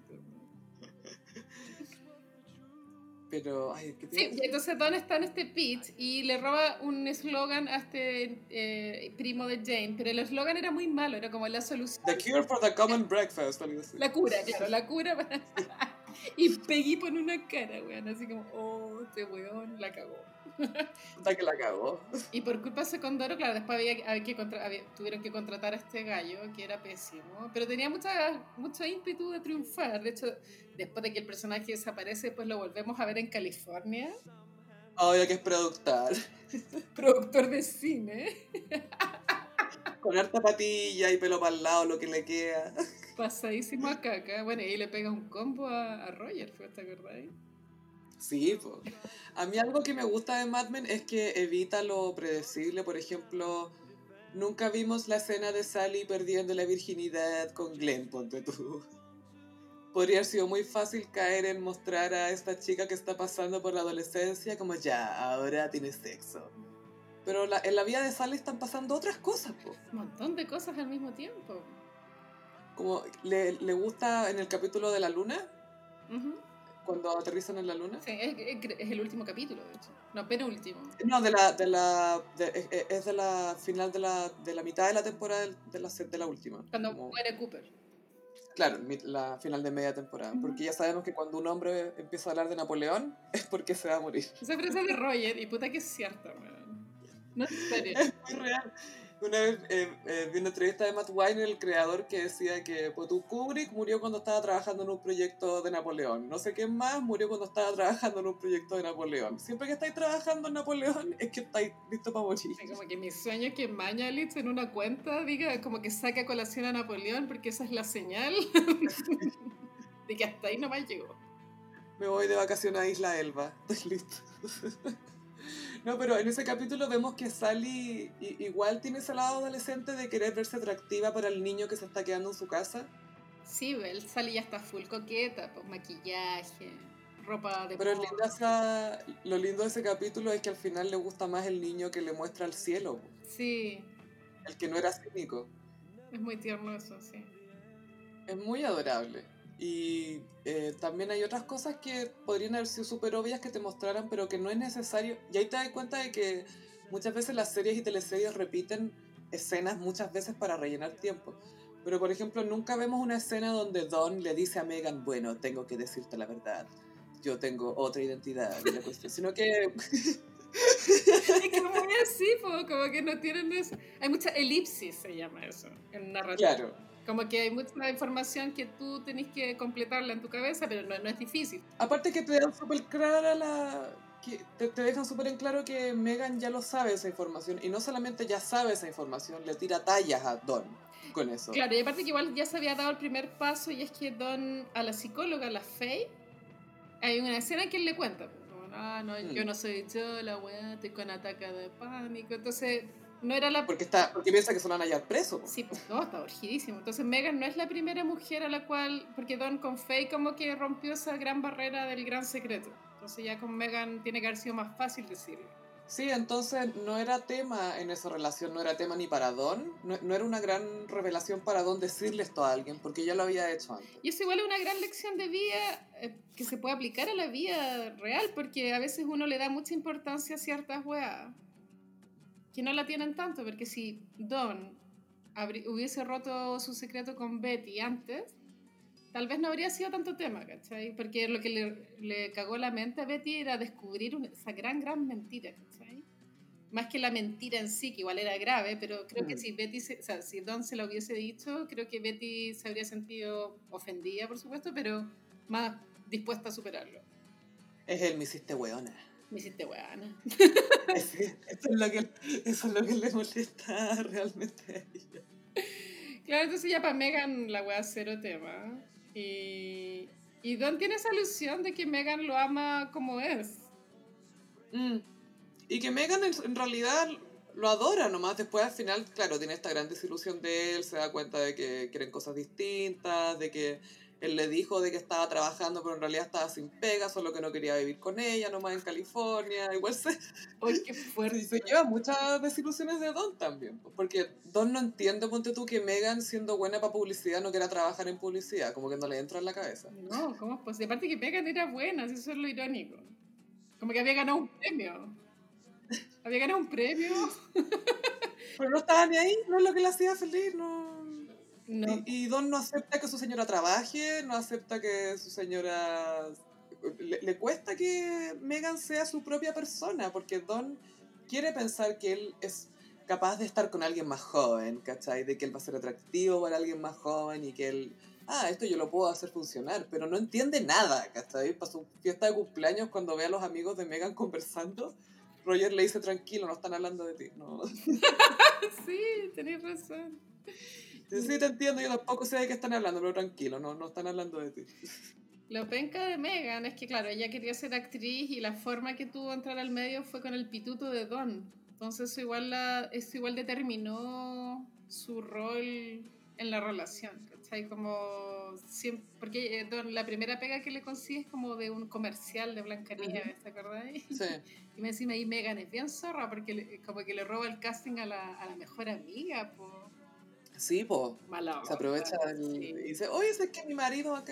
Pero, ay, ¿qué te Sí, iba a y decir? entonces Don está en este pitch y le roba un eslogan a este primo de Jane, pero el eslogan era muy malo, era como la solución, The cure for the common breakfast, algo así. la cura, claro, la cura para... Y Peggy pone una cara, weón, así como, oh, este weón la cagó. Puta que la cagó. Y por culpa de ese Condoro, claro, después tuvieron que contratar a este gallo, que era pésimo, pero tenía mucho ímpetu de triunfar. De hecho, después de que el personaje desaparece, pues lo volvemos a ver en California, Obvio que es productor. productor de cine, Con harta patilla y pelo para el lado, lo que le queda. pasadísimo a caca. Bueno, y ahí le pega un combo a Roger, ¿te acordáis? Sí, pues. A mí algo que me gusta de Mad Men es que evita lo predecible. Por ejemplo, nunca vimos la escena de Sally perdiendo la virginidad con Glenn, ponte tú. Podría haber sido muy fácil caer en mostrar a esta chica que está pasando por la adolescencia como ya, ahora tiene sexo. Pero en la vida de Sally están pasando otras cosas, po. Un montón de cosas al mismo tiempo. Como le gusta en el capítulo de la luna, Ujú. cuando aterrizan en la luna. Sí, es el último capítulo, de hecho. No, penúltimo. No, es de la final de la mitad de la temporada de la última. Cuando Como, muere Cooper. claro, la final de media temporada. Ujú. Porque ya sabemos que cuando un hombre empieza a hablar de Napoleón es porque se va a morir. Esa frase de Roger, y puta que es cierta, weón. No es serio. Es muy real. Una vez vi una entrevista de Matt Weiner, el creador, que decía que pues, Kubrick murió cuando estaba trabajando en un proyecto de Napoleón. No sé quién más murió cuando estaba trabajando en un proyecto de Napoleón. Siempre que estáis trabajando en Napoleón es que estáis listos para morir. Como que mi sueño es que Mañalich en una cuenta diga como que saque a colación a Napoleón, porque esa es la señal de que hasta ahí nomás llegó. Me voy de vacaciones a Isla Elba. Estoy listo. No, pero en ese capítulo vemos que Sally igual tiene ese lado adolescente de querer verse atractiva para el niño que se está quedando en su casa. Sí, él sale ya está full coqueta, pues maquillaje, ropa de Pero moda. lo lindo de ese capítulo es que al final le gusta más el niño que le muestra el cielo, Sí, el que no era cínico. es muy tierno eso, sí. Es muy adorable. Y también hay otras cosas que podrían haber sido súper obvias que te mostraran, pero que no es necesario. Y ahí te das cuenta de que muchas veces las series y teleseries repiten escenas muchas veces para rellenar tiempo. Pero, por ejemplo, nunca vemos una escena donde Don le dice a Megan, bueno, tengo que decirte la verdad. Yo tengo otra identidad y la cuestión. Sino que... Es que muy así, como que no tienen eso. Hay mucha elipsis, se llama eso, en narrativa. Claro. Como que hay mucha información que tú tenés que completarla en tu cabeza, pero no es difícil. Aparte que te dan súper clara la... que te dejan súper en claro que Megan ya lo sabe esa información. Y no solamente ya sabe esa información, le tira tallas a Don con eso. Claro, y aparte que igual ya se había dado el primer paso, y es que Don, a la psicóloga, la Faye, hay una escena que él le cuenta, como, no, yo no soy yo, la weá, estoy con ataque de pánico. Entonces, no era la... Porque piensa que se lo van a hallar preso. Sí, pues no, está urgidísimo. Entonces Megan no es la primera mujer a la cual, porque Don con Faye como que rompió esa gran barrera del gran secreto. Entonces ya con Megan tiene que haber sido más fácil decirlo. Sí, entonces no era tema en esa relación, no era tema ni para Don, no era una gran revelación para Don decirle esto a alguien, porque ya lo había hecho antes. Y eso igual es una gran lección de vida que se puede aplicar a la vida real, porque a veces uno le da mucha importancia a ciertas weas que no la tienen tanto, porque si Don hubiese roto su secreto con Betty antes, tal vez no habría sido tanto tema, ¿cachai? Porque lo que le cagó la mente a Betty era descubrir esa gran mentira, ¿cachai? Más que la mentira en sí, que igual era grave, pero creo que si Betty, si Don se lo hubiese dicho, creo que Betty se habría sentido ofendida, por supuesto, pero más dispuesta a superarlo. Es el me hiciste weona. Me hiciste weana. Eso es lo que le molesta realmente a ella. Claro, entonces ya para Megan la wea cero tema. Y Don tiene esa ilusión de que Megan lo ama como es. Y que Megan en realidad lo adora nomás. Después al final, claro, tiene esta gran desilusión de él, se da cuenta de que quieren cosas distintas, de que él le dijo de que estaba trabajando, pero en realidad estaba sin pega, solo que no quería vivir con ella, nomás en California. Igual ¡Ay, qué fuerte! se lleva muchas desilusiones de Don también. Porque Don no entiende, ponte tú, que Megan, siendo buena para publicidad, no quiera trabajar en publicidad. Como que no le entra en la cabeza. No, ¿cómo es posible? Aparte que Megan era buena, eso es lo irónico. Como que había ganado un premio. Había ganado un premio. Pero no estaba ni ahí, no es lo que le hacía feliz, no. No. Y Don no acepta que su señora trabaje, no acepta que su señora... Le cuesta que Megan sea su propia persona, porque Don quiere pensar que él es capaz de estar con alguien más joven, ¿cachai? De que él va a ser atractivo para alguien más joven y que él... esto yo lo puedo hacer funcionar, pero no entiende nada, ¿cachai? Para su fiesta de cumpleaños, cuando ve a los amigos de Megan conversando, Roger le dice, tranquilo, no están hablando de ti, no. Sí, tenés razón. Sí, te entiendo, yo tampoco sé de qué están hablando, pero tranquilo, no están hablando de ti. Lo penca de Megan es que, claro, ella quería ser actriz y la forma que tuvo de entrar al medio fue con el pituto de Don. Entonces eso igual determinó su rol en la relación, ¿cachai? Como siempre, porque Don, la primera pega que le consigue es como de un comercial de Blancanieves, ¿te acordás? Sí. Y me encima ahí Megan es bien zorra porque como que le roba el casting a la mejor amiga, pues. Sí, pues. Mala Se onda, aprovecha sí. y dice, oye, es que mi marido acá.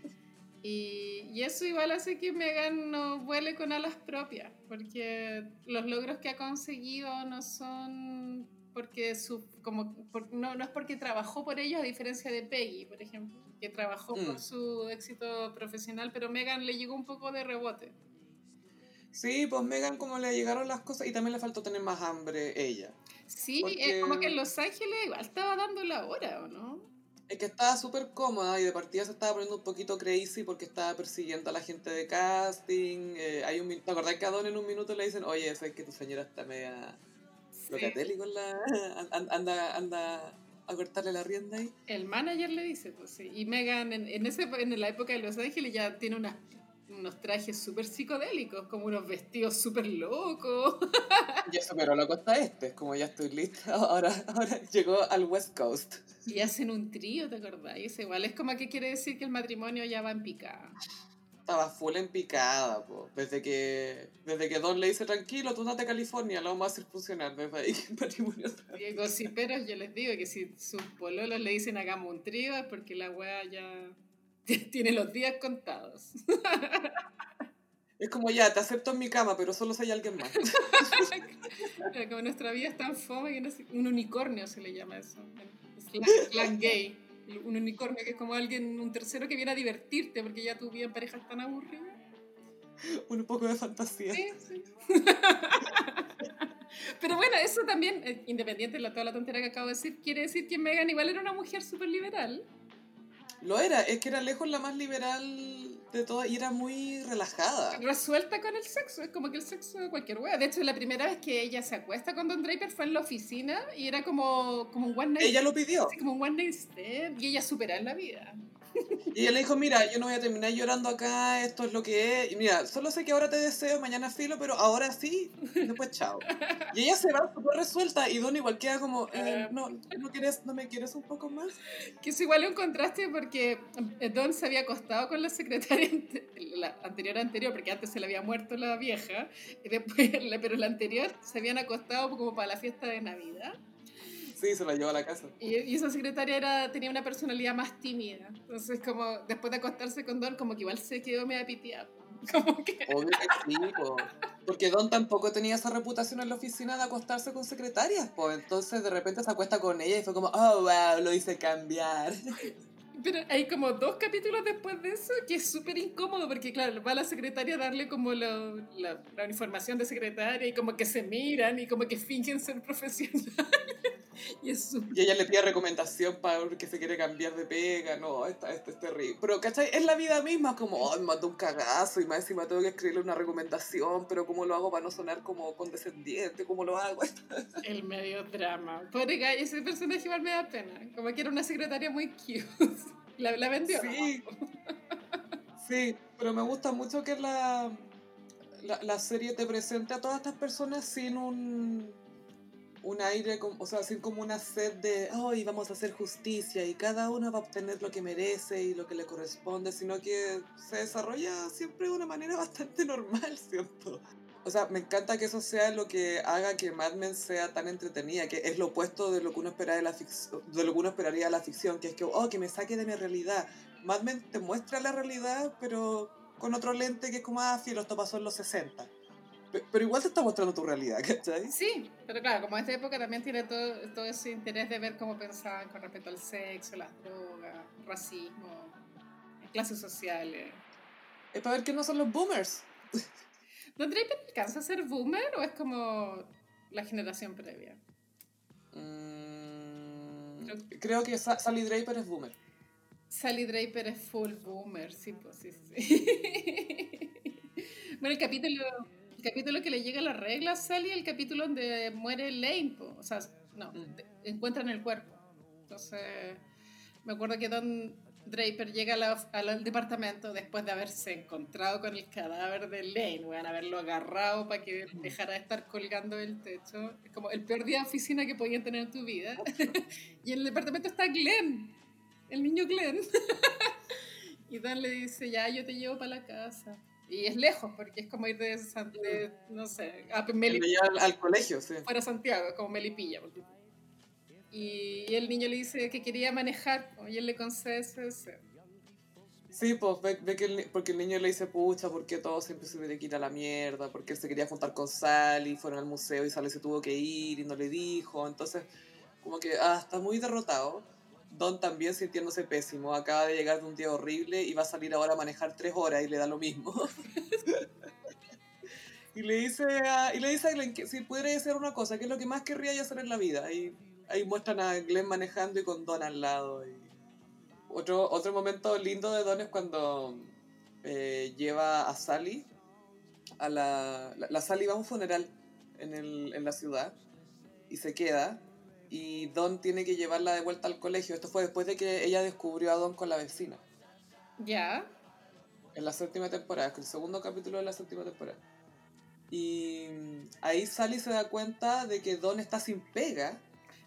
Y eso igual hace que Megan no vuele con alas propias, porque los logros que ha conseguido no son porque no es porque trabajó por ellos, a diferencia de Peggy, por ejemplo, que trabajó por su éxito profesional, pero Megan le llegó un poco de rebote. Sí, pues Megan como le llegaron las cosas y también le faltó tener más hambre ella. Sí, como que Porque en Los Ángeles igual estaba dando la hora, ¿o no? es que estaba súper cómoda y de partida se estaba poniendo un poquito crazy porque estaba persiguiendo a la gente de casting. ¿Te acordás que a Don en un minuto le dicen, oye, sabes que tu señora está media Sí. locatelli con la... anda a cortarle la rienda ahí? El manager le dice, pues sí. Y Megan en la época de Los Ángeles ya tiene unos trajes súper psicodélicos, como unos vestidos súper locos. Ya superó la costa este, es como ya estoy lista, ahora llegó al West Coast. Y hacen un trío, ¿te acordás? Y eso igual es como que quiere decir que el matrimonio ya va en picada. Estaba full en picada, po. Desde que Don le dice, tranquilo, tú andate a California, lo vamos a hacer funcionar. Desde ahí que el matrimonio estaba Y en picada. gossiperos, yo les digo que si sus pololos le dicen hagamos un trío es porque la wea ya tiene los días contados. Es como ya, te acepto en mi cama, pero solo si hay alguien más. Como nuestra vida es tan fome que un unicornio se le llama eso. Slang gay. Un unicornio que es como un tercero que viene a divertirte porque ya tu vida en pareja es tan aburrida. Un poco de fantasía. Sí, sí. Pero bueno, eso también, independiente de toda la tontera que acabo de decir, quiere decir que Megan igual era una mujer súper liberal. Lo era, es que era lejos la más liberal de todas y era muy relajada. Resuelta con el sexo, es como que el sexo de cualquier wea. De hecho, la primera vez que ella se acuesta con Don Draper fue en la oficina y era como un one night, Ella lo pidió. así como un one night stand, y ella supera en la vida. Y ella le dijo, mira, yo no voy a terminar llorando acá, esto es lo que es. Y mira, solo sé que ahora te deseo, mañana filo, pero ahora sí, después chao. Y ella se va súper resuelta y Don igual queda como, no, ¿no me quieres un poco más? Que es igual un contraste porque Don se había acostado con la secretaria la anterior, porque antes se le había muerto la vieja, y después, pero la anterior se habían acostado como para la fiesta de Navidad. Sí, se la llevó a la casa. Y esa secretaria tenía una personalidad más tímida. Entonces, como después de acostarse con Don, como que igual se quedó media piteada. Como que... Obvio que sí, po. Porque Don tampoco tenía esa reputación en la oficina de acostarse con secretarias, pues entonces de repente se acuesta con ella y fue como, oh, wow, lo hice cambiar. Pero hay como 2 capítulos después de eso que es súper incómodo porque, claro, va la secretaria a darle como la información de secretaria y como que se miran y como que fingen ser profesionales. Y es súper... Y ella le pide recomendación para que se quiere cambiar de pega. No, esta es terrible. Pero, ¿cachai? Es la vida misma, como, oh, me mandó un cagazo y más encima tengo que escribirle una recomendación, pero ¿cómo lo hago para no sonar como condescendiente? ¿Cómo lo hago? El medio drama. Pobre Guy, ese personaje igual me da pena. Como que era una secretaria muy cute. La vendió. Sí, sí, pero me gusta mucho que la serie te presente a todas estas personas sin un aire, o sea, sin como una sed de, hoy vamos a hacer justicia y cada uno va a obtener lo que merece y lo que le corresponde, sino que se desarrolla siempre de una manera bastante normal, ¿cierto? O sea, me encanta que eso sea lo que haga que Mad Men sea tan entretenida, que es lo opuesto de lo que uno espera de de lo que uno esperaría de la ficción, que es que, oh, que me saque de mi realidad. Mad Men te muestra la realidad, pero con otro lente que es como, ah, filo, esto pasó en los 60. Pero igual te está mostrando tu realidad, ¿cachai? Sí, pero claro, como esta época también tiene todo ese interés de ver cómo pensaban con respecto al sexo, las drogas, racismo, clases sociales. Es para ver que no son los boomers. ¿Don Draper alcanza a ser boomer o es como la generación previa? Creo que Sally Draper es boomer. Sally Draper es full boomer, sí, pues sí, sí. Bueno, el capítulo que le llega la regla a Sally, el capítulo donde muere Lane, po. O sea, no, encuentran el cuerpo. Entonces, me acuerdo que Don Draper llega al departamento después de haberse encontrado con el cadáver de Lane, van a haberlo agarrado para que dejara de estar colgando del techo. Es como el peor día de oficina que podían tener en tu vida. Y en el departamento está Glenn, el niño Glenn. Y Don le dice, ya, yo te llevo para la casa. Y es lejos, porque es como ir no sé, a Al colegio, sí. fuera Santiago, como Melipilla. Y el niño le dice que quería manejar, y él le concede ese deseo. Sí, pues ve que porque el niño le dice, pucha, ¿por qué todo siempre se tiene que ir a la mierda? Porque él se quería juntar con Sally, fueron al museo y Sally se tuvo que ir y no le dijo. Entonces, como que, está muy derrotado. Don también sintiéndose pésimo, acaba de llegar de un día horrible y va a salir ahora a manejar 3 horas y le da lo mismo. y le dice a Glenn que si pudiera hacer una cosa, que es lo que más querría hacer en la vida. Y ahí muestran a Glenn manejando y con Don al lado. Y otro momento lindo de Don es cuando lleva a Sally a la Sally va a un funeral en la ciudad y se queda. Y Don tiene que llevarla de vuelta al colegio. Esto fue después de que ella descubrió a Don con la vecina. Ya. En la séptima temporada, que el segundo capítulo de la séptima temporada. Y ahí Sally se da cuenta de que Don está sin pega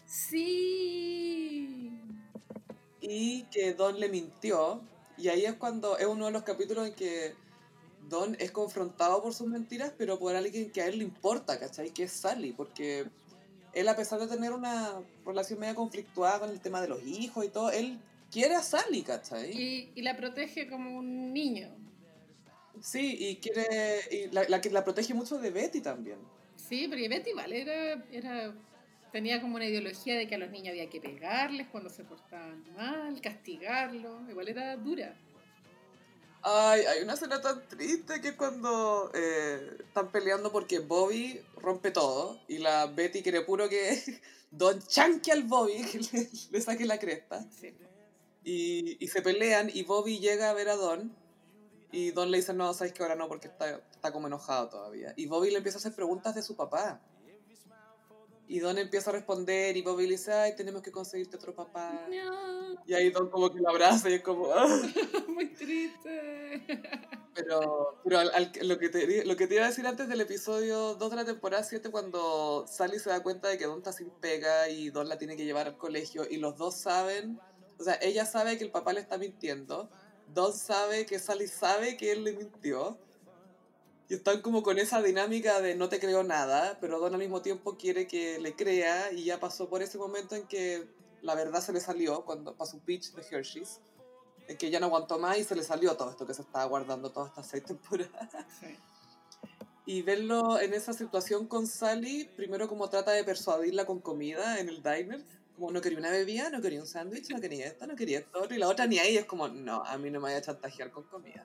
Sí. y que Don le mintió. Y ahí es cuando es uno de los capítulos en que Don es confrontado por sus mentiras, pero por alguien que a él le importa, ¿cachai? Que es Sally, porque él, a pesar de tener una relación media conflictuada con el tema de los hijos y todo, él quiere a Sally, ¿cachai? Y la protege como un niño. Sí, y quiere. Y que la protege mucho de Betty también. Sí, porque Betty igual tenía como una ideología de que a los niños había que pegarles cuando se portaban mal, castigarlos. Igual era dura. Ay, hay una escena tan triste que es cuando están peleando porque Bobby rompe todo y la Betty quiere puro que Don chanque al Bobby, que le saque la cresta. Sí. Y se pelean y Bobby llega a ver a Don y Don le dice, no, sabes que ahora no porque está como enojado todavía. Y Bobby le empieza a hacer preguntas de su papá. Y Don empieza a responder y Bobby le dice, ay, tenemos que conseguirte otro papá. No, Y ahí Don como que lo abraza y es como... "Ah". muy triste. Pero lo que te iba a decir antes del episodio 2 de la temporada 7, cuando Sally se da cuenta de que Don está sin pega y Don la tiene que llevar al colegio y los dos saben, o sea, ella sabe que el papá le está mintiendo, Don sabe que Sally sabe que él le mintió y están como con esa dinámica de no te creo nada, pero Don al mismo tiempo quiere que le crea y ya pasó por ese momento en que la verdad se le salió cuando pasó un pitch de Hershey's. Es que ya no aguantó más y se le salió todo esto que se estaba guardando todas estas 6 temporadas. Sí. Y verlo en esa situación con Sally, primero como trata de persuadirla con comida en el diner, como no quería una bebida, no quería un sándwich, no quería esto, no quería esto, y la otra ni ahí, es como, no, a mí no me vaya a chantajear con comida.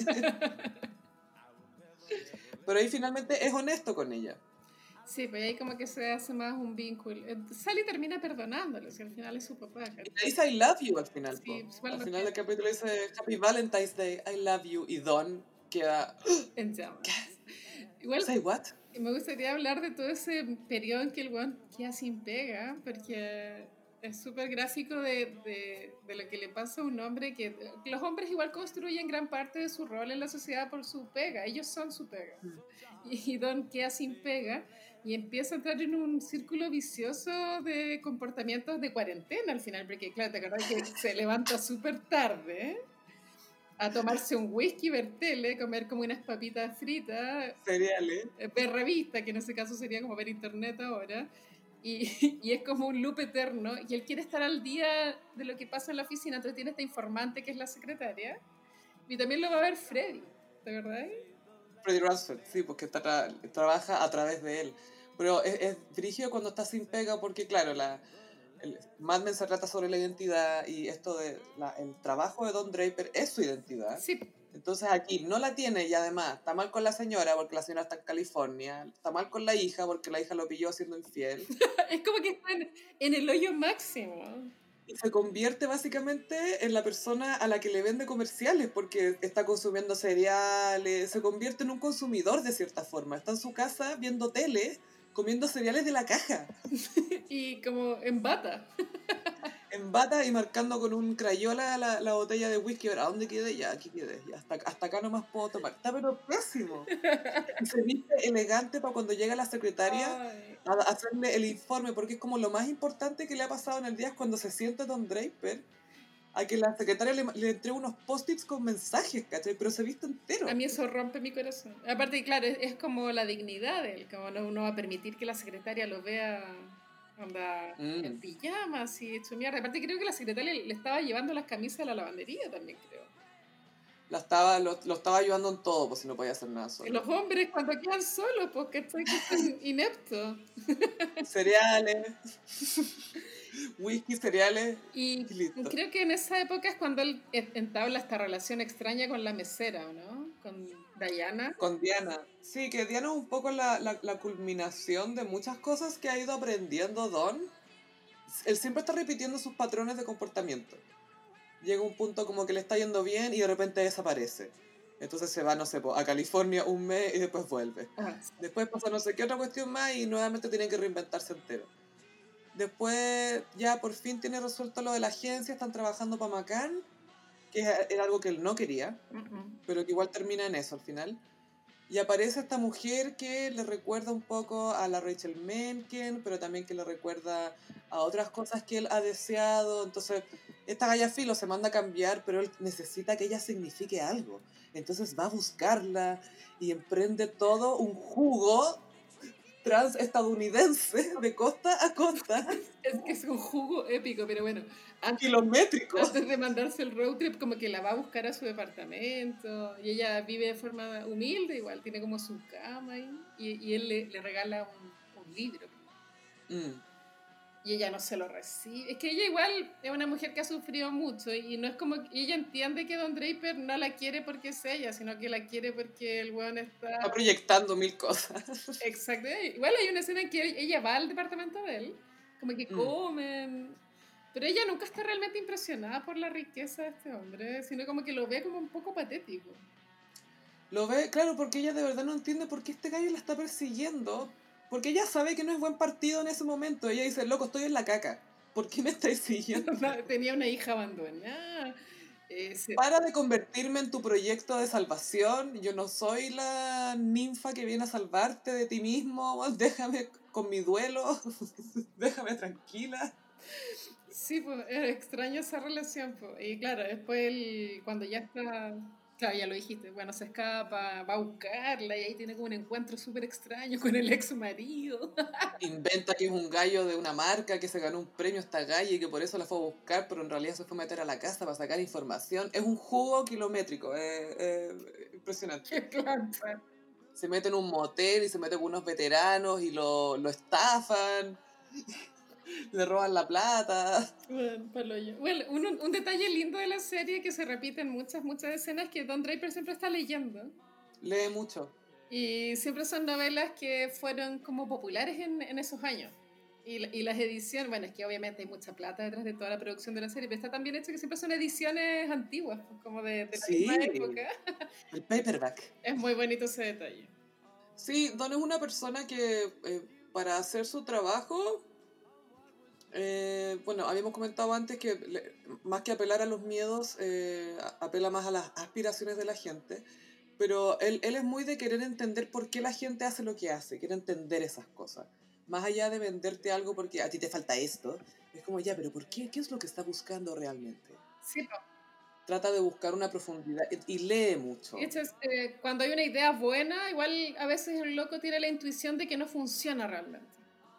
Pero ahí finalmente es honesto con ella. Sí, pues ahí como que se hace más un vínculo. Sally termina perdonándolo, si al final es su papá. Y le dice I love you al final, Sí, po. pues igual Al lo final del quiere. capítulo dice Happy Valentine's Day, I love you, y Don queda, En llamas. Igual say what? me gustaría hablar de todo ese periodo en que el weón queda sin pega, porque es súper gráfico de lo que le pasa a un hombre que los hombres igual construyen gran parte de su rol en la sociedad por su pega, ellos son su pega. Y Don queda sin pega y empieza a entrar en un círculo vicioso de comportamientos de cuarentena al final, porque claro, te acordás que se levanta súper tarde a tomarse un whisky, ver tele, comer como unas papitas fritas, Cereales. ver revista, que en ese caso sería como ver internet ahora, y, y es como un loop eterno, y él quiere estar al día de lo que pasa en la oficina, entonces tiene esta informante que es la secretaria, y también lo va a ver Freddy, ¿de verdad? Freddie Ransford, sí, porque trabaja a través de él. Pero es brígido cuando está sin pega porque, claro, Mad Men se trata sobre la identidad y esto el trabajo de Don Draper es su identidad. Sí, Entonces aquí no la tiene y además está mal con la señora porque la señora está en California, está mal con la hija porque la hija lo pilló siendo infiel. es como que está en el hoyo máximo. Y se convierte básicamente en la persona a la que le vende comerciales porque está consumiendo cereales, se convierte en un consumidor de cierta forma. Está en su casa viendo tele, comiendo cereales de la caja, Y como en bata. en bata y marcando con un crayola la botella de whisky. A ver, ¿a dónde quedé? Ya, aquí quedé. Ya, hasta acá nomás puedo tomar. Está pero pésimo. Y se viste elegante para cuando llega la secretaria Ay. a hacerle el informe, porque es como lo más importante que le ha pasado en el día es cuando se siente Don Draper a que la secretaria le entregue unos post-its con mensajes, ¿cachai? Pero se viste A entero. mí eso rompe mi corazón. Aparte, claro, es como la dignidad de él, como no va a permitir que la secretaria lo vea anda en Mm. pijama, así hecho mierda. Aparte, creo que la secretaria le estaba llevando las camisas a la lavandería también, creo. Lo estaba ayudando en todo, pues si no podía hacer nada Y solo. los hombres cuando quedan solos, porque estoy que son ineptos. Cereales, whisky, cereales Y y listo. creo que en esa época es cuando él entabla esta relación extraña con la mesera, ¿o no? Con Diana. Con Diana. Sí, que Diana es un poco la culminación de muchas cosas que ha ido aprendiendo Don. Él siempre está repitiendo sus patrones de comportamiento. Llega un punto como que le está yendo bien y de repente desaparece. Entonces se va, no sé, a California un mes y después vuelve. Después pasa no sé qué otra cuestión más y nuevamente tiene que reinventarse entero. Después ya por fin tiene resuelto lo de la agencia, están trabajando para McCann, que era algo que él no quería, pero que igual termina en eso al final. Y aparece esta mujer que le recuerda un poco a la Rachel Menken, pero también que le recuerda a otras cosas que él ha deseado. Entonces, esta Gaya Filo se manda a cambiar, pero él necesita que ella signifique algo. Entonces va a buscarla y emprende todo un jugo trans-estadounidense de costa a costa. Es que es un jugo épico, pero bueno, Kilométrico. antes de mandarse el road trip, como que la va a buscar a su departamento y ella vive de forma humilde, igual tiene como su cama ahí, y él le regala un libro. Y ella no se lo recibe. Es que ella igual es una mujer que ha sufrido mucho y no es como y ella entiende que Don Draper no la quiere porque es ella, sino que la quiere porque el weón Está proyectando mil cosas. Exacto. Igual hay una escena en que ella va al departamento de él, como que comen, pero ella nunca está realmente impresionada por la riqueza de este hombre, sino como que lo ve como un poco patético. Lo ve, claro, porque ella de verdad no entiende por qué este gallo la está persiguiendo. Porque ella sabe que no es buen partido en ese momento. Ella dice, loco, estoy en la caca. ¿Por qué me estáis siguiendo? Tenía una hija abandonada. Para de convertirme en tu proyecto de salvación. Yo no soy la ninfa que viene a salvarte de ti mismo. Déjame con mi duelo. Déjame tranquila. Sí, pues era extraño esa relación. Pues. Y claro, después él, cuando ya está, claro, ya lo dijiste, bueno, se escapa, va a buscarla y ahí tiene como un encuentro súper extraño con el ex marido. Inventa que es un gallo de una marca que se ganó un premio esta galla y que por eso la fue a buscar, pero en realidad se fue a meter a la casa para sacar información. Es un jugo kilométrico, impresionante. ¡Qué planta! Se mete en un motel y se mete con unos veteranos y lo estafan, le roban la plata. Bueno, un detalle lindo de la serie que se repite en muchas escenas que Don Draper siempre está leyendo. Lee mucho. Y siempre son novelas que fueron como populares en esos años. Y las ediciones, bueno, es que obviamente hay mucha plata detrás de toda la producción de la serie, pero está tan bien hecho que siempre son ediciones antiguas, pues, como de la misma época. El paperback. Es muy bonito ese detalle. Sí, Don es una persona que para hacer su trabajo, bueno, habíamos comentado antes que más que apelar a los miedos, apela más a las aspiraciones de la gente. Pero él es muy de querer entender por qué la gente hace lo que hace, quiere entender esas cosas. Más allá de venderte algo porque a ti te falta esto, es como, ya, pero ¿por qué? ¿Qué es lo que está buscando realmente? Sí, no. Trata de buscar una profundidad y lee mucho. Y hecho, cuando hay una idea buena, igual a veces el loco tiene la intuición de que no funciona realmente.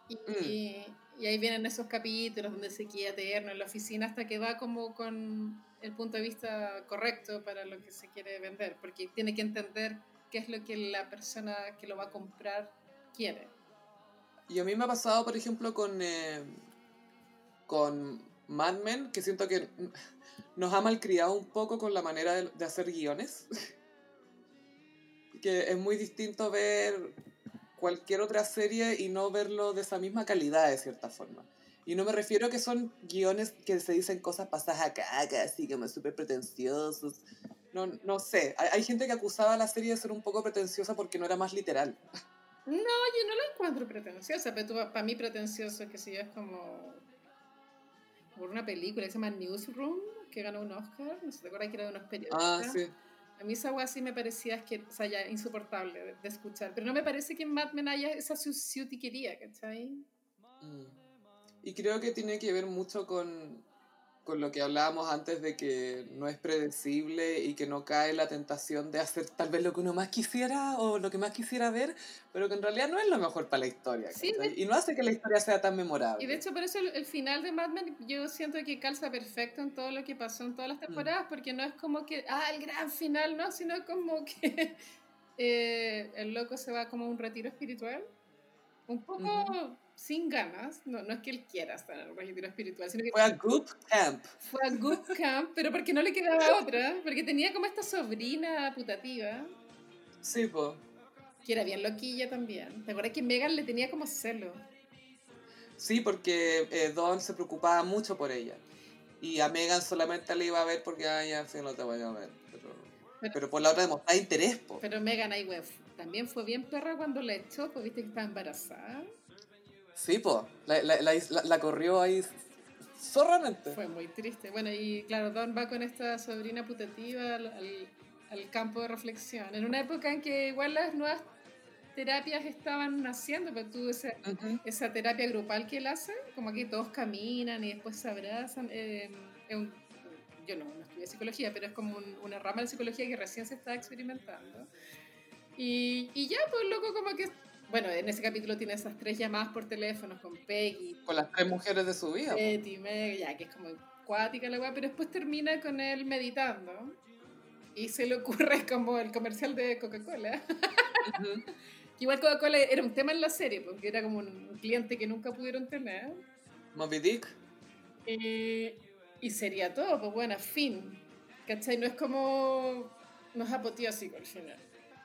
Y ahí vienen esos capítulos donde se queda eterno en la oficina hasta que va como con el punto de vista correcto para lo que se quiere vender, porque tiene que entender qué es lo que la persona que lo va a comprar quiere. Y a mí me ha pasado, por ejemplo, con Mad Men, que siento que nos ha malcriado un poco con la manera de hacer guiones. Que es muy distinto ver cualquier otra serie y no verlo de esa misma calidad, de cierta forma. Y no me refiero a que son guiones que se dicen cosas pasadas a caca, así como súper pretenciosos. No sé, hay gente que acusaba a la serie de ser un poco pretenciosa porque no era más literal. No, yo no la encuentro pretenciosa, pero para mí pretencioso, que si es como por una película que se llama Newsroom, que ganó un Oscar, no sé, ¿te acuerdas que era de unos periodistas? Sí. A mí esa agua sí me parecía o sea, ya insoportable de escuchar, pero no me parece que en Mad Men haya esa ciutiquería, ¿cachai? Y creo que tiene que ver mucho con lo que hablábamos antes de que no es predecible y que no cae la tentación de hacer tal vez lo que uno más quisiera o lo que más quisiera ver, pero que en realidad no es lo mejor para la historia. Sí, Y no hace que la historia sea tan memorable. Y de hecho por eso el final de Mad Men yo siento que calza perfecto en todo lo que pasó en todas las temporadas, porque no es como que, el gran final, no, sino como que el loco se va como a un retiro espiritual, un poco sin ganas, no es que él quiera estar en un retiro espiritual, sino que Fue a Goop Camp. fue a Good Camp, pero porque no le quedaba otra, porque tenía como esta sobrina putativa. Sí, pues. Que era bien loquilla también. ¿Te acuerdas que Megan le tenía como celo? Sí, porque Don se preocupaba mucho por ella. Y a Megan solamente le iba a ver porque, ay, ya, sí, no te voy a ver. Pero, Pero por la otra demostraba interés, po. pero Megan ahí, también fue bien perra cuando la echó, pues viste que estaba embarazada. Sí, po. La corrió ahí zorramente. Fue muy triste. Bueno, y claro, Don va con esta sobrina putativa al campo de reflexión. En una época en que igual las nuevas terapias estaban naciendo, pero tú Ujú. esa terapia grupal que él hace, como que todos caminan y después se abrazan. Yo no estudié psicología, pero es como una rama de psicología que recién se está experimentando. Y ya, pues loco, como que. Bueno, en ese capítulo tiene esas 3 llamadas por teléfono con Peggy, Con las 3 mujeres de su vida, po. Betty, Meg, ya que es como cuática la weá, pero después termina con él meditando y se le ocurre como el comercial de Coca-Cola. Ujú. Que igual Coca-Cola era un tema en la serie, porque era como un cliente que nunca pudieron tener. Moby Dick. Eh, y sería todo, pues bueno, fin. ¿Cachai? No es como. No es apoteósico al final.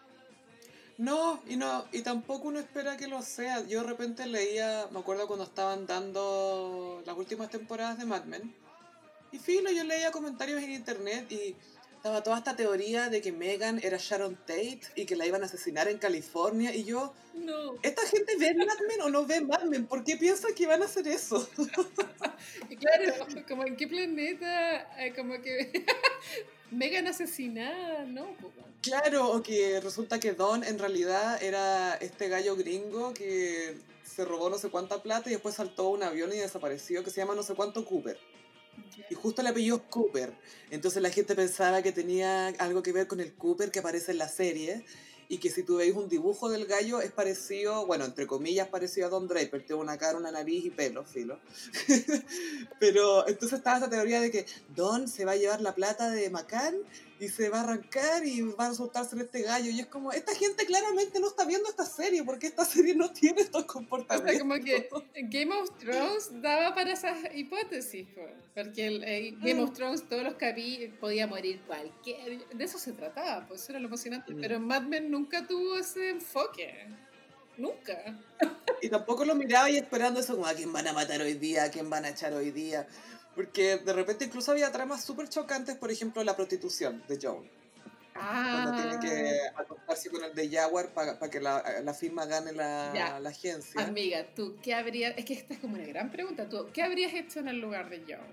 No, y tampoco uno espera que lo sea. Yo de repente leía, me acuerdo cuando estaban dando las últimas temporadas de Mad Men, y filo, yo leía comentarios en internet y estaba toda esta teoría de que Megan era Sharon Tate y que la iban a asesinar en California, y yo, No. ¿esta gente ve Mad Men o no ve Mad Men? ¿Por qué piensan que van a hacer eso? Y claro, como en qué planeta, como que Megan asesinada, ¿no? Pues, bueno. Claro, o que resulta que Don en realidad era este gallo gringo que se robó no sé cuánta plata y después saltó a un avión y desapareció, que se llama no sé cuánto Cooper. Y justo el apellido es Cooper. Entonces la gente pensaba que tenía algo que ver con el Cooper que aparece en la serie. Y que si tú veis un dibujo del gallo es parecido, bueno, entre comillas parecido a Don Draper. Tiene una cara, una nariz y pelo, filo. Pero entonces estaba esa teoría de que Don se va a llevar la plata de McCann y se va a arrancar y va a resultarse en este gallo. Y es como, esta gente claramente no está viendo esta serie porque esta serie no tiene estos O sea, como comportamientos. que Game of Thrones daba para esas hipótesis, po, porque Game of Thrones todos los capítulos podía morir cualquier, de eso se trataba, pues eso era lo emocionante, pero en Mad Men nunca tuvo ese enfoque, nunca. Y tampoco lo miraba y esperando eso como a quién van a matar hoy día, a quién van a echar hoy día. Porque de repente incluso había tramas súper chocantes, por ejemplo, la prostitución de Joan. Cuando tiene Ah, que acostarse con el de Jaguar para que la firma gane ya, la agencia. amiga, tú, ¿qué habrías, es que esta es como una gran pregunta, tú, ¿qué habrías hecho en el lugar de Joan?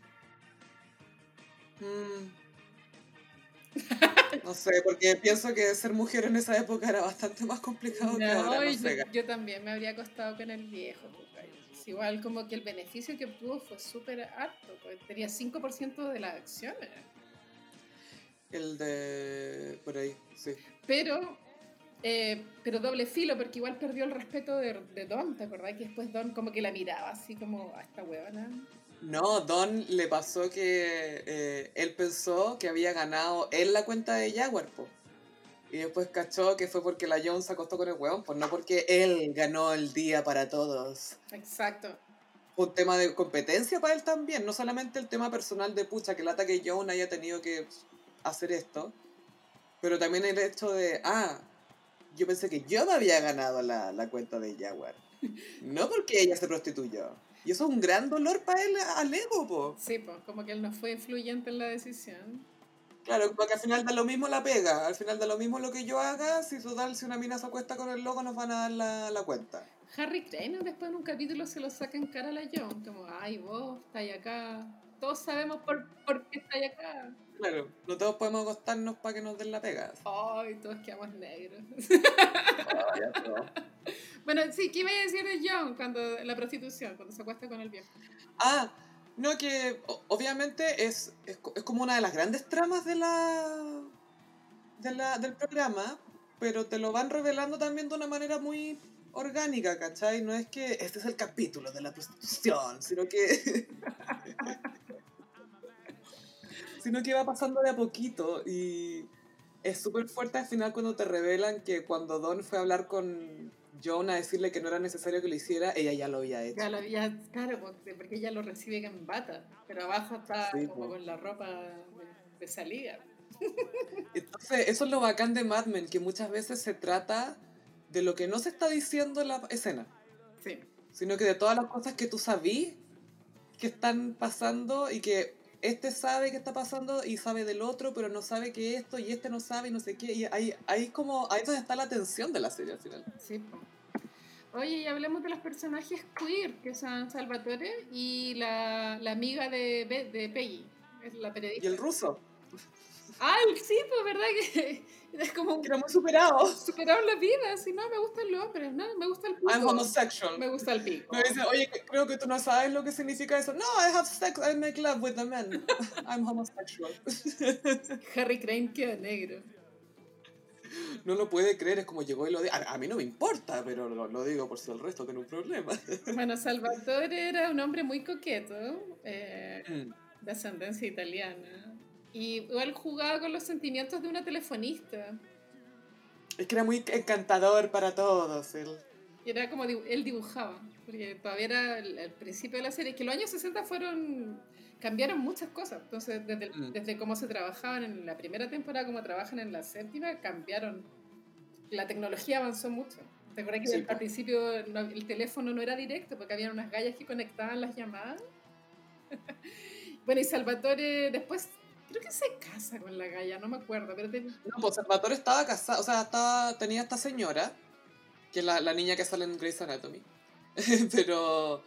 Mm, no sé, porque pienso que ser mujer en esa época era bastante más complicado que ahora, No, no y sé. yo también me habría acostado con el viejo, pues, gallo. Es igual como que el beneficio que obtuvo fue súper alto, pues tenía 5% de las acciones. El de... por ahí, sí. Pero, pero doble filo, porque igual perdió el respeto de Don, ¿te acordás? Que después Don como que la miraba así como a esta huevona. No, Don le pasó que él pensó que había ganado él la cuenta de Jaguar, po. Y después cachó que fue porque la Jones se acostó con el huevón, pues no porque él ganó el día para todos. Exacto. Fue un tema de competencia para él también, no solamente el tema personal de pucha, que lata que Jones haya tenido que hacer esto, pero también el hecho de, yo pensé que yo me había ganado la cuenta de Jaguar, no porque ella se prostituyó. Y eso es un gran dolor para él al ego, po. Sí, pues como que él no fue influyente en la decisión. Claro, porque al final da lo mismo la pega, al final da lo mismo lo que yo haga, si total, si una mina se acuesta con el loco nos van a dar la cuenta. Harry Kramer después en un capítulo se lo saca en cara a la Joan, como, ay, vos estáis acá. Todos sabemos por qué estáis acá. Claro, no todos podemos acostarnos para que nos den la pega. Ay, todos quedamos negros. Ah, ya todo. Bueno, sí, ¿qué iba a decir de John cuando la prostitución, cuando se acuesta con el viejo? Ah, no, que obviamente es como una de las grandes tramas del programa, pero te lo van revelando también de una manera muy orgánica, ¿cachai? No es que este es el capítulo de la prostitución, sino que va pasando de a poquito y es súper fuerte al final cuando te revelan que cuando Don fue a hablar con Joan a decirle que no era necesario que lo hiciera, ella ya lo había hecho. Ya lo había, claro, porque ella lo recibe en bata, pero abajo está Sí, como po. con la ropa de salida. Entonces, eso es lo bacán de Mad Men, que muchas veces se trata de lo que no se está diciendo en la escena, Sí. sino que de todas las cosas que tú sabís que están pasando y que este sabe que está pasando y sabe del otro, pero no sabe que esto y este no sabe y no sé qué. Y ahí es donde está la tensión de la serie al final. Sí, po. Oye, y hablemos de los personajes queer, que son Salvatore y la amiga de Peggy, es la Y periodista. el ruso, Ay, sí, pues verdad que es como que era muy superado. superaron la vida, si no, me gustan los hombres, no, me gusta el I'm pico. homosexual. Me gusta el pico. Me dice, oye, creo que tú no sabes lo que significa eso. No, I have sex, I make love with the men. I'm homosexual. Harry Crane queda negro. No lo puede creer, es como llegó y lo dijo. A mí no me importa, pero lo digo por si el resto tiene un problema. Bueno, Salvatore era un hombre muy coqueto, Mm. de ascendencia italiana. Y igual jugaba con los sentimientos de una telefonista. Es que era muy encantador para todos. Y era como él dibujaba, porque todavía era el principio de la serie, que los años 60 cambiaron muchas cosas. Entonces, desde cómo se trabajaban en la primera temporada, como trabajan en la séptima, cambiaron. La tecnología avanzó mucho. ¿Te acuerdas que Sí, al principio el teléfono no era directo, porque había unas gallas que conectaban las llamadas? Bueno, y Salvatore después creo que se casa con la galla, no me acuerdo, pero No, pues Salvatore estaba casado, o sea, tenía esta señora, que es la niña que sale en Grey's Anatomy, pero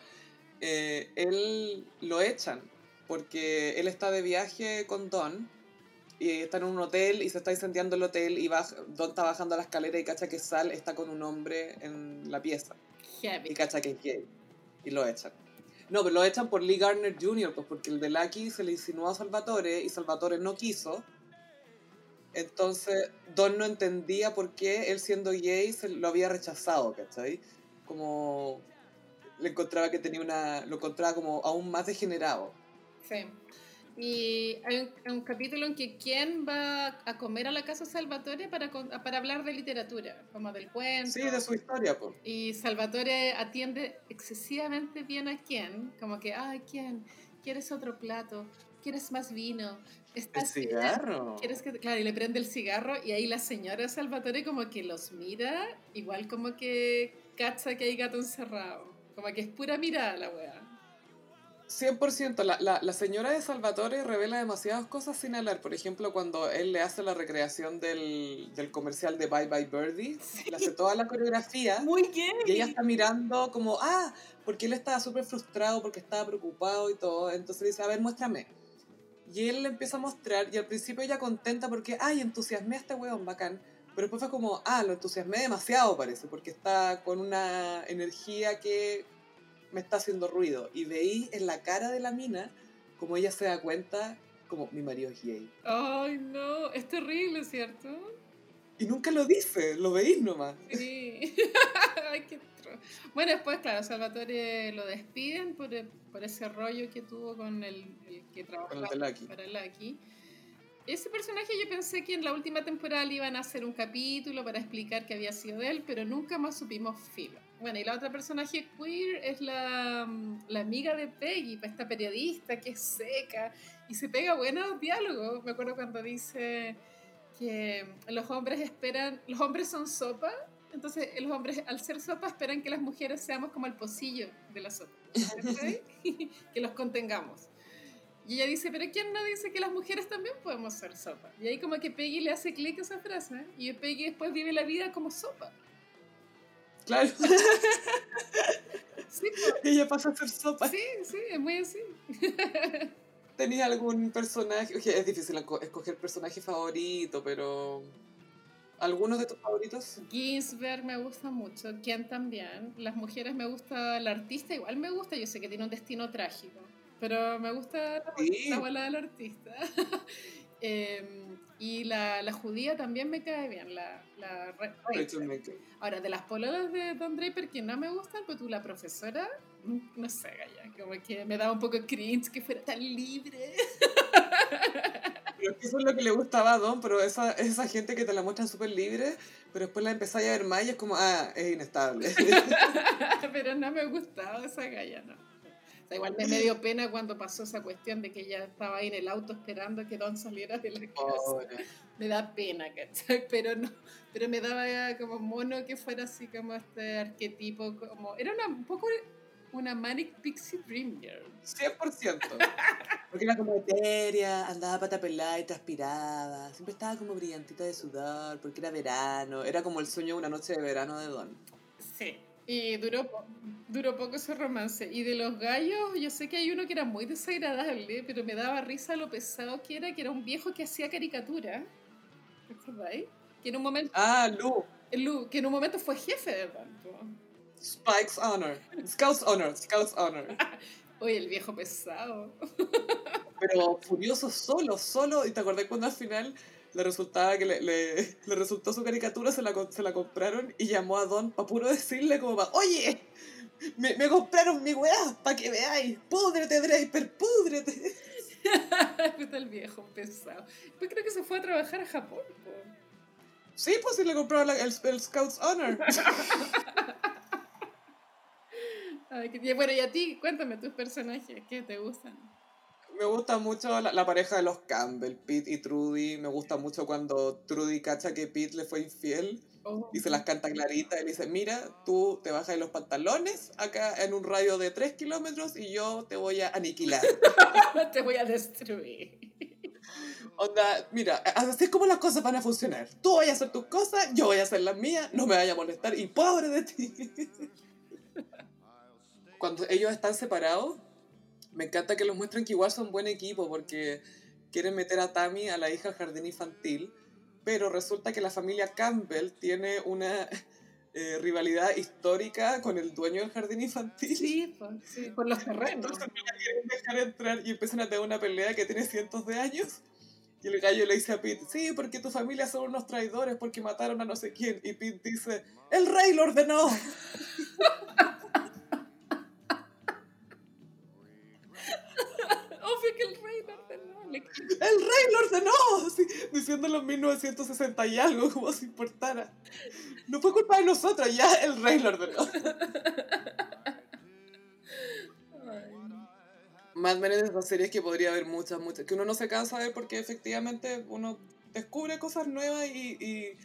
él lo echan porque él está de viaje con Don y está en un hotel y se está incendiando el hotel y Don está bajando la escalera y cacha que Sal está con un hombre en la pieza heavy. y cacha que es gay y lo echan. No, pero lo echan por Lee Gardner Jr., pues porque el de Lucky se le insinuó a Salvatore y Salvatore no quiso. Entonces, Don no entendía por qué él siendo gay lo había rechazado, ¿cachai? Como le encontraba que lo encontraba como aún más degenerado. Sí. Y hay un capítulo en que Ken va a comer a la casa Salvatore para hablar de literatura, como del cuento. Sí, de su historia, pues. Y Salvatore atiende excesivamente bien a Ken, como que, ay, Ken, ¿quieres otro plato? ¿Quieres más vino? El cigarro. ¿Quieres que claro, y le prende el cigarro y ahí la señora Salvatore como que los mira, igual como que cacha que hay gato encerrado, como que es pura mirada la wea. 100%. La señora de Salvatore revela demasiadas cosas sin hablar. Por ejemplo, cuando él le hace la recreación del comercial de Bye Bye Birdie, le hace toda la coreografía. Muy gay. Y ella está mirando como, porque él estaba súper frustrado, porque estaba preocupado y todo. Entonces dice, a ver, muéstrame. Y él le empieza a mostrar y al principio ella contenta porque, entusiasmé a este weón, bacán. Pero después fue como, lo entusiasmé demasiado parece, porque está con una energía que me está haciendo ruido. Y veí en la cara de la mina como ella se da cuenta, como mi marido es gay. Ay, no, es terrible, ¿cierto? Y nunca lo dice, lo veís nomás. Sí. Ay, qué bueno, después, claro, Salvatore lo despiden por ese rollo que tuvo con el que trabajaba para Lucky. Ese personaje yo pensé que en la última temporada le iban a hacer un capítulo para explicar que había sido de él, pero nunca más supimos filo. Bueno, y la otra personaje queer es la amiga de Peggy, esta periodista que es seca y se pega buenos diálogos. Me acuerdo cuando dice que los hombres son sopa, entonces los hombres al ser sopa esperan que las mujeres seamos como el pocillo de la sopa, que los contengamos. Y ella dice, pero ¿quién no dice que las mujeres también podemos ser sopa? Y ahí como que Peggy le hace clic a esa frase, y Peggy después vive la vida como sopa. Claro. Sí, ella pasa a ser sopa. Sí, es muy así. ¿Tenías algún personaje? Oye, es difícil escoger personaje favorito, pero ¿algunos de tus favoritos? Ginsberg me gusta mucho, Ken también. Las mujeres me gusta, la artista igual me gusta, yo sé que tiene un destino trágico, pero me gusta la abuela del artista. Y la judía también me cae bien, Rachel Maker. Ahora, de las pololas de Don Draper que no me gustan, pues tú, la profesora, no sé, Gaya, como que me daba un poco cringe que fuera tan libre. Pero eso es lo que le gustaba a Don, pero esa gente que te la muestran súper libre, pero después la empezáis a ver más y es como, es inestable. Pero no me gustaba esa Gaya, no. Igual me dio pena cuando pasó esa cuestión de que ella estaba ahí en el auto esperando que Don saliera de la casa. Pobre. Me da pena, ¿cachai? Pero me daba como mono que fuera así como este arquetipo, como... Era un poco una Manic Pixie Dream Girl. 100%. Porque era como etérea, andaba pata pelada y transpiraba. Siempre estaba como brillantita de sudor, porque era verano. Era como el sueño de una noche de verano de Don. Sí. Y duró poco ese romance. Y de los gallos, yo sé que hay uno que era muy desagradable, pero me daba risa lo pesado que era un viejo que hacía caricatura. ¿Te acordáis? Que en un momento, Lou. que en un momento fue jefe de banco. Spike's Honor. Scout's Honor. Oye, el viejo pesado. Pero furioso solo. ¿Y te acordás cuando al final le resultaba que le resultó su caricatura, se la compraron y llamó a Don para puro decirle como para, oye, me compraron mi weá, para que veáis, púdrete Draper, púdrete. Está el viejo pesado. Pues creo que se fue a trabajar a Japón. Po. Sí, pues sí le compraron el Scout's Honor. Ay, bueno, y a ti, cuéntame tus personajes, ¿qué te gustan? Me gusta mucho la pareja de los Campbell, Pete y Trudy. Me gusta mucho cuando Trudy cacha que Pete le fue infiel y se las canta clarita y le dice, mira, tú te bajas de los pantalones acá en un radio de 3 kilómetros y yo te voy a aniquilar. Te voy a destruir. Onda, mira, así es como las cosas van a funcionar. Tú vas a hacer tus cosas, yo voy a hacer las mías, no me vaya a molestar y pobre de ti. Cuando ellos están separados, me encanta que los muestren que igual son buen equipo porque quieren meter a Tammy, a la hija, al jardín infantil, pero resulta que la familia Campbell tiene una rivalidad histórica con el dueño del jardín infantil. Sí, pues, sí, por los terrenos. Entonces no la quieren dejar entrar y empiezan a tener una pelea que tiene cientos de años. Y el gallo le dice a Pete, sí, porque tu familia son unos traidores porque mataron a no sé quién. Y Pete dice, ¡el rey lo ordenó! Obvio que el rey lo ordenó. ¡El rey lo ordenó! Sí, diciéndolo en 1960 y algo, como si importara. No fue culpa de nosotros, ya el rey lo ordenó. Mad Men es de esas series que podría haber muchas, que uno no se cansa de ver porque efectivamente uno descubre cosas nuevas y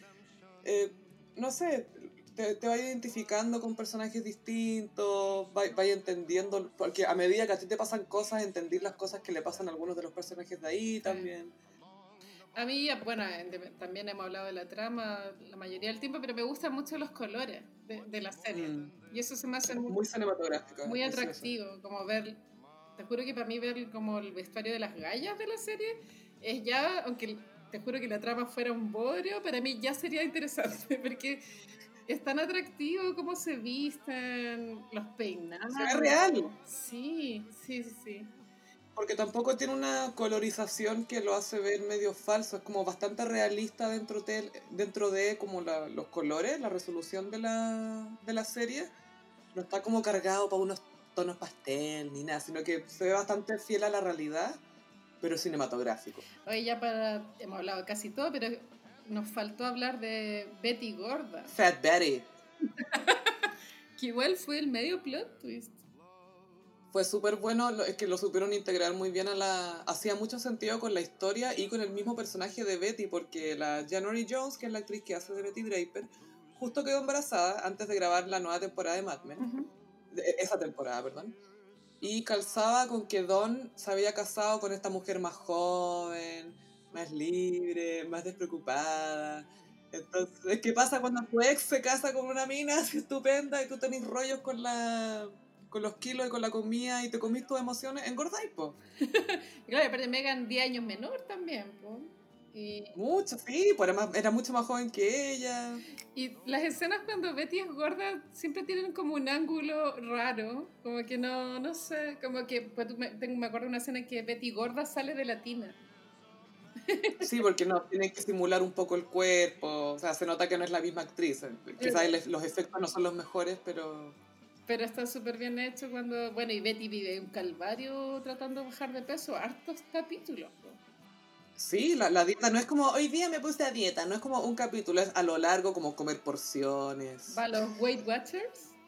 no sé, te vas identificando con personajes distintos, vas entendiendo, porque a medida que a ti te pasan cosas, entendís las cosas que le pasan a algunos de los personajes de ahí también. A mí, bueno, también hemos hablado de la trama la mayoría del tiempo, pero me gustan mucho los colores de la serie. Y eso se me hace muy cinematográfico. Muy atractivo, como ver, te juro que para mí ver como el vestuario de las gallas de la serie es ya, aunque te juro que la trama fuera un bodrio, para mí ya sería interesante, porque es tan atractivo cómo se visten, los peinados. Se ve real. Sí. Porque tampoco tiene una colorización que lo hace ver medio falso, es como bastante realista dentro de como los colores, la resolución de la serie. No está como cargado para unos tonos pastel ni nada, sino que se ve bastante fiel a la realidad, pero cinematográfico. Oye, hemos hablado casi todo, pero nos faltó hablar de Betty Gorda. Fat Betty. Que igual fue el medio plot twist. Fue súper bueno, es que lo supieron integrar muy bien hacía mucho sentido con la historia y con el mismo personaje de Betty, porque la January Jones, que es la actriz que hace de Betty Draper, justo quedó embarazada antes de grabar la nueva temporada de Mad Men. Esa temporada, perdón. Y calzaba con que Don se había casado con esta mujer más joven, más libre, más despreocupada. Entonces, ¿qué pasa cuando tu ex se casa con una mina así estupenda y tú tenés rollos con los kilos y con la comida y te comís tus emociones? Engordáis, po. Y claro, aparte Megan 10 años menor también, po. Mucho, sí, pues era mucho más joven que ella. Y las escenas cuando Betty es gorda siempre tienen como un ángulo raro, como que no sé, como que pues, me acuerdo de una escena en que Betty gorda sale de la tina. Sí, porque no, tienen que simular un poco el cuerpo, o sea, se nota que no es la misma actriz. Quizás los efectos no son los mejores, pero... Pero está súper bien hecho cuando... Bueno, y Betty vive un calvario tratando de bajar de peso, hartos capítulos. Po. Sí, la dieta no es como, hoy día me puse a dieta, no es como un capítulo, es a lo largo como comer porciones. ¿Va a los Weight Watchers?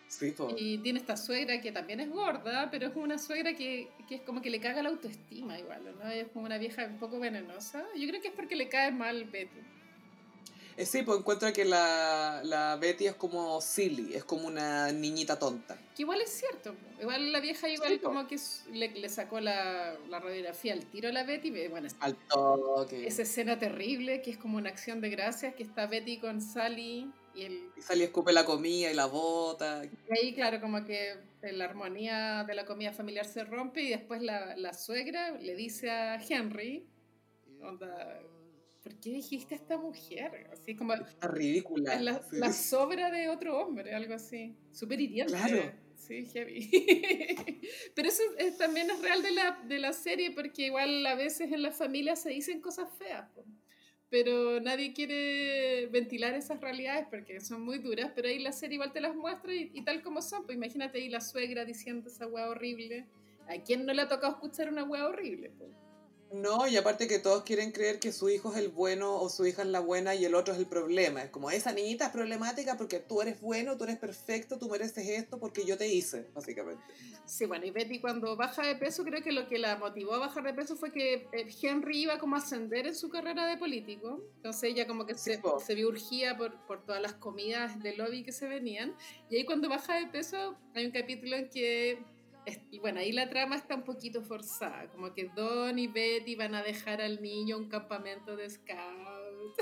Sí, po. Y tiene esta suegra que también es gorda, pero es una suegra que es como que le caga la autoestima igual, ¿no? Es como una vieja un poco venenosa. Yo creo que es porque le cae mal Betty. Sí, pues encuentra que la Betty es como silly, es como una niñita tonta. Que igual es cierto, po. Igual la vieja Sí, igual pues. como que le sacó la radiografía al tiro a la Betty. Bueno, Al toque. esa escena terrible que es como una acción de gracias, que está Betty con Sally y el... Y Sally escupe la comida y la bota. Y ahí, claro, como que la armonía de la comida familiar se rompe y después la suegra le dice a Henry, onda, ¿por qué dijiste a esta mujer? Así como, Está es ridícula. la Sí. sobra de otro hombre, algo así. Súper Claro. hiriente. Sí, heavy. Pero eso también es real de la serie, porque igual a veces en la familia se dicen cosas feas, po. Pero nadie quiere ventilar esas realidades porque son muy duras, pero ahí la serie igual te las muestra y tal como son. Pues imagínate ahí la suegra diciendo esa hueá horrible. ¿A quién no le ha tocado escuchar una hueá horrible, po? No, y aparte que todos quieren creer que su hijo es el bueno o su hija es la buena y el otro es el problema. Es como, esa niñita es problemática porque tú eres bueno, tú eres perfecto, tú mereces esto porque yo te hice, básicamente. Sí, bueno, y Betty cuando baja de peso, creo que lo que la motivó a bajar de peso fue que Henry iba como a ascender en su carrera de político. Entonces ella como que Sí, po. se vio urgida por todas las comidas de lobby que se venían. Y ahí cuando baja de peso, hay un capítulo en que, bueno, ahí la trama está un poquito forzada. Como que Don y Betty van a dejar al niño a un campamento de scout.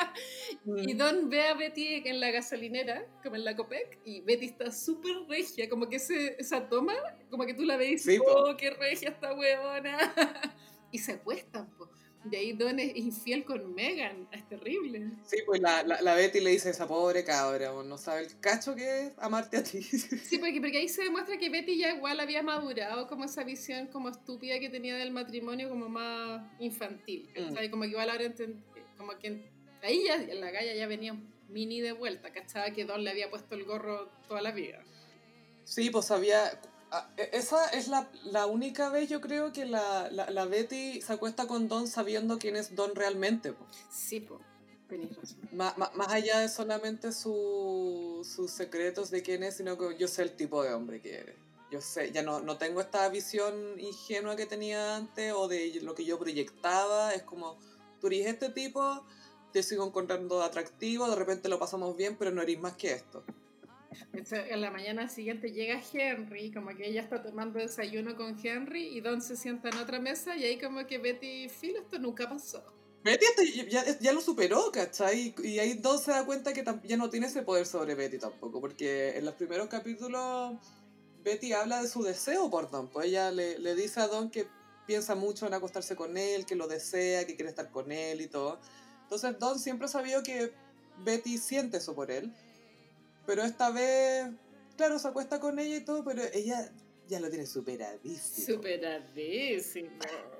Y Mm. Don ve a Betty en la gasolinera, como en la Copec, y Betty está súper regia, como que esa toma, como que tú la ves y dices, Sí, po. oh, qué regia esta huevona. Y se acuestan, po. De ahí Don es infiel con Megan, es terrible. Sí, pues la Betty le dice, esa pobre cabra, no sabe el cacho que es amarte a ti. Sí, porque ahí se demuestra que Betty ya igual había madurado como esa visión como estúpida que tenía del matrimonio como más infantil, Mm. ¿cachai? Como que igual ahora como que ahí ya la galla ya venía mini de vuelta, ¿cachai? Que Don le había puesto el gorro toda la vida. Sí, pues había... Esa es la única vez, yo creo, que la Betty se acuesta con Don sabiendo quién es Don realmente, po. Sí, po, tenés razón. Más allá de solamente sus secretos de quién es, sino que yo sé el tipo de hombre que eres. Yo sé, ya no tengo esta visión ingenua que tenía antes o de lo que yo proyectaba. Es como, tú eres este tipo, te sigo encontrando atractivo, de repente lo pasamos bien, pero no eres más que esto. Entonces, en la mañana siguiente llega Henry, como que ella está tomando desayuno con Henry y Don se sienta en otra mesa y ahí como que Betty, filo, esto nunca pasó. Betty ya lo superó, ¿cachai? Y ahí Don se da cuenta que ya no tiene ese poder sobre Betty tampoco, porque en los primeros capítulos Betty habla de su deseo por Don, pues ella le dice a Don que piensa mucho en acostarse con él, que lo desea, que quiere estar con él y todo. Entonces Don siempre ha sabido que Betty siente eso por él, pero esta vez, claro, se acuesta con ella y todo, pero ella ya lo tiene superadísimo. Superadísimo.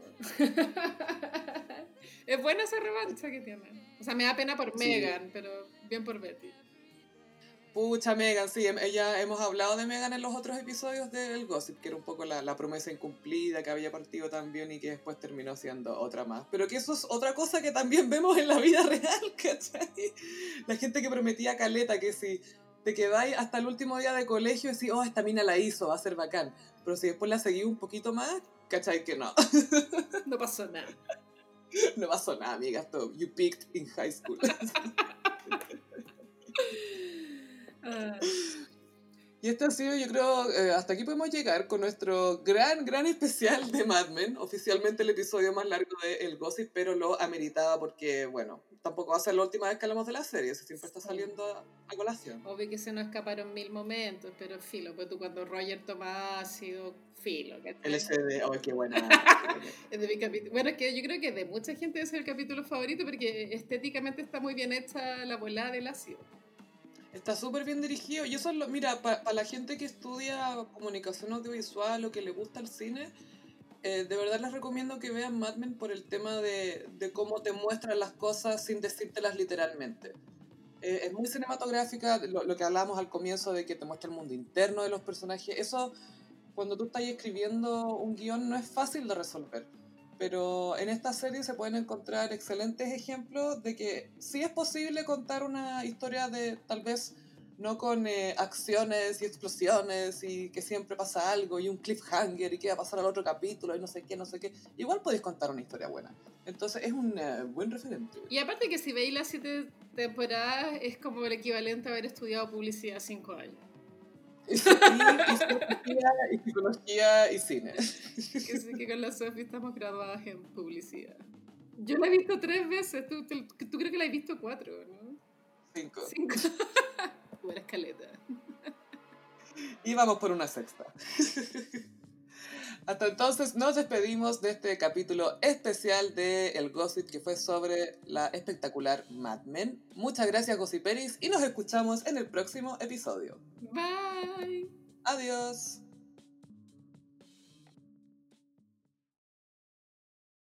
Es buena esa revancha que tiene. O sea, me da pena por Sí. Megan, pero bien por Betty. Pucha, Megan, sí, ella hemos hablado de Megan en los otros episodios del Gossip, que era un poco la promesa incumplida que había partido también y que después terminó siendo otra más. Pero que eso es otra cosa que también vemos en la vida real, ¿cachai? La gente que prometía caleta, que si te quedáis hasta el último día de colegio y decís, oh, esta mina la hizo, va a ser bacán. Pero si después la seguí un poquito más, ¿cachai? Que no, No pasó nada. no pasó nada, amiga, esto, you peaked in high school. Ah, Y esto ha sido, yo creo, hasta aquí podemos llegar con nuestro gran especial de Mad Men. Oficialmente el episodio más largo de El Gossip, pero lo ameritaba porque, bueno, tampoco va a ser la última vez que hablamos de la serie, si siempre está sí. saliendo a colación. Obvio que se nos escaparon mil momentos, pero filo, pues tú cuando Roger toma ácido, filo, ¿cachai? LSD, oh, qué buena. Es de mi capítulo. Bueno, es que yo creo que de mucha gente es el capítulo favorito porque estéticamente está muy bien hecha la volada del ácido. Está súper bien dirigido. Y eso, mira, para la gente que estudia comunicación audiovisual o que le gusta el cine, de verdad les recomiendo que vean Mad Men por el tema de cómo te muestran las cosas sin decírtelas literalmente. Es muy cinematográfica, lo que hablábamos al comienzo de que te muestra el mundo interno de los personajes. Eso, cuando tú estás escribiendo un guión, no es fácil de resolver. Pero en esta serie se pueden encontrar excelentes ejemplos de que sí es posible contar una historia de tal vez no con acciones y explosiones y que siempre pasa algo y un cliffhanger y qué va a pasar al otro capítulo y no sé qué, no sé qué. Igual podéis contar una historia buena. Entonces es un buen referente. Y aparte que si veis las 7 temporadas es como el equivalente a haber estudiado publicidad 5 años. Y psicología y cine. Que sí que con la Sophie estamos graduadas en publicidad. Yo la he visto 3 veces, tú creo que la has visto 4, ¿no? 5. 5. Buena escaleta. Y vamos por una sexta. Hasta entonces nos despedimos de este capítulo especial de El Gossip que fue sobre la espectacular Mad Men. Muchas gracias, Gossiperis, y nos escuchamos en el próximo episodio. Bye. Adiós.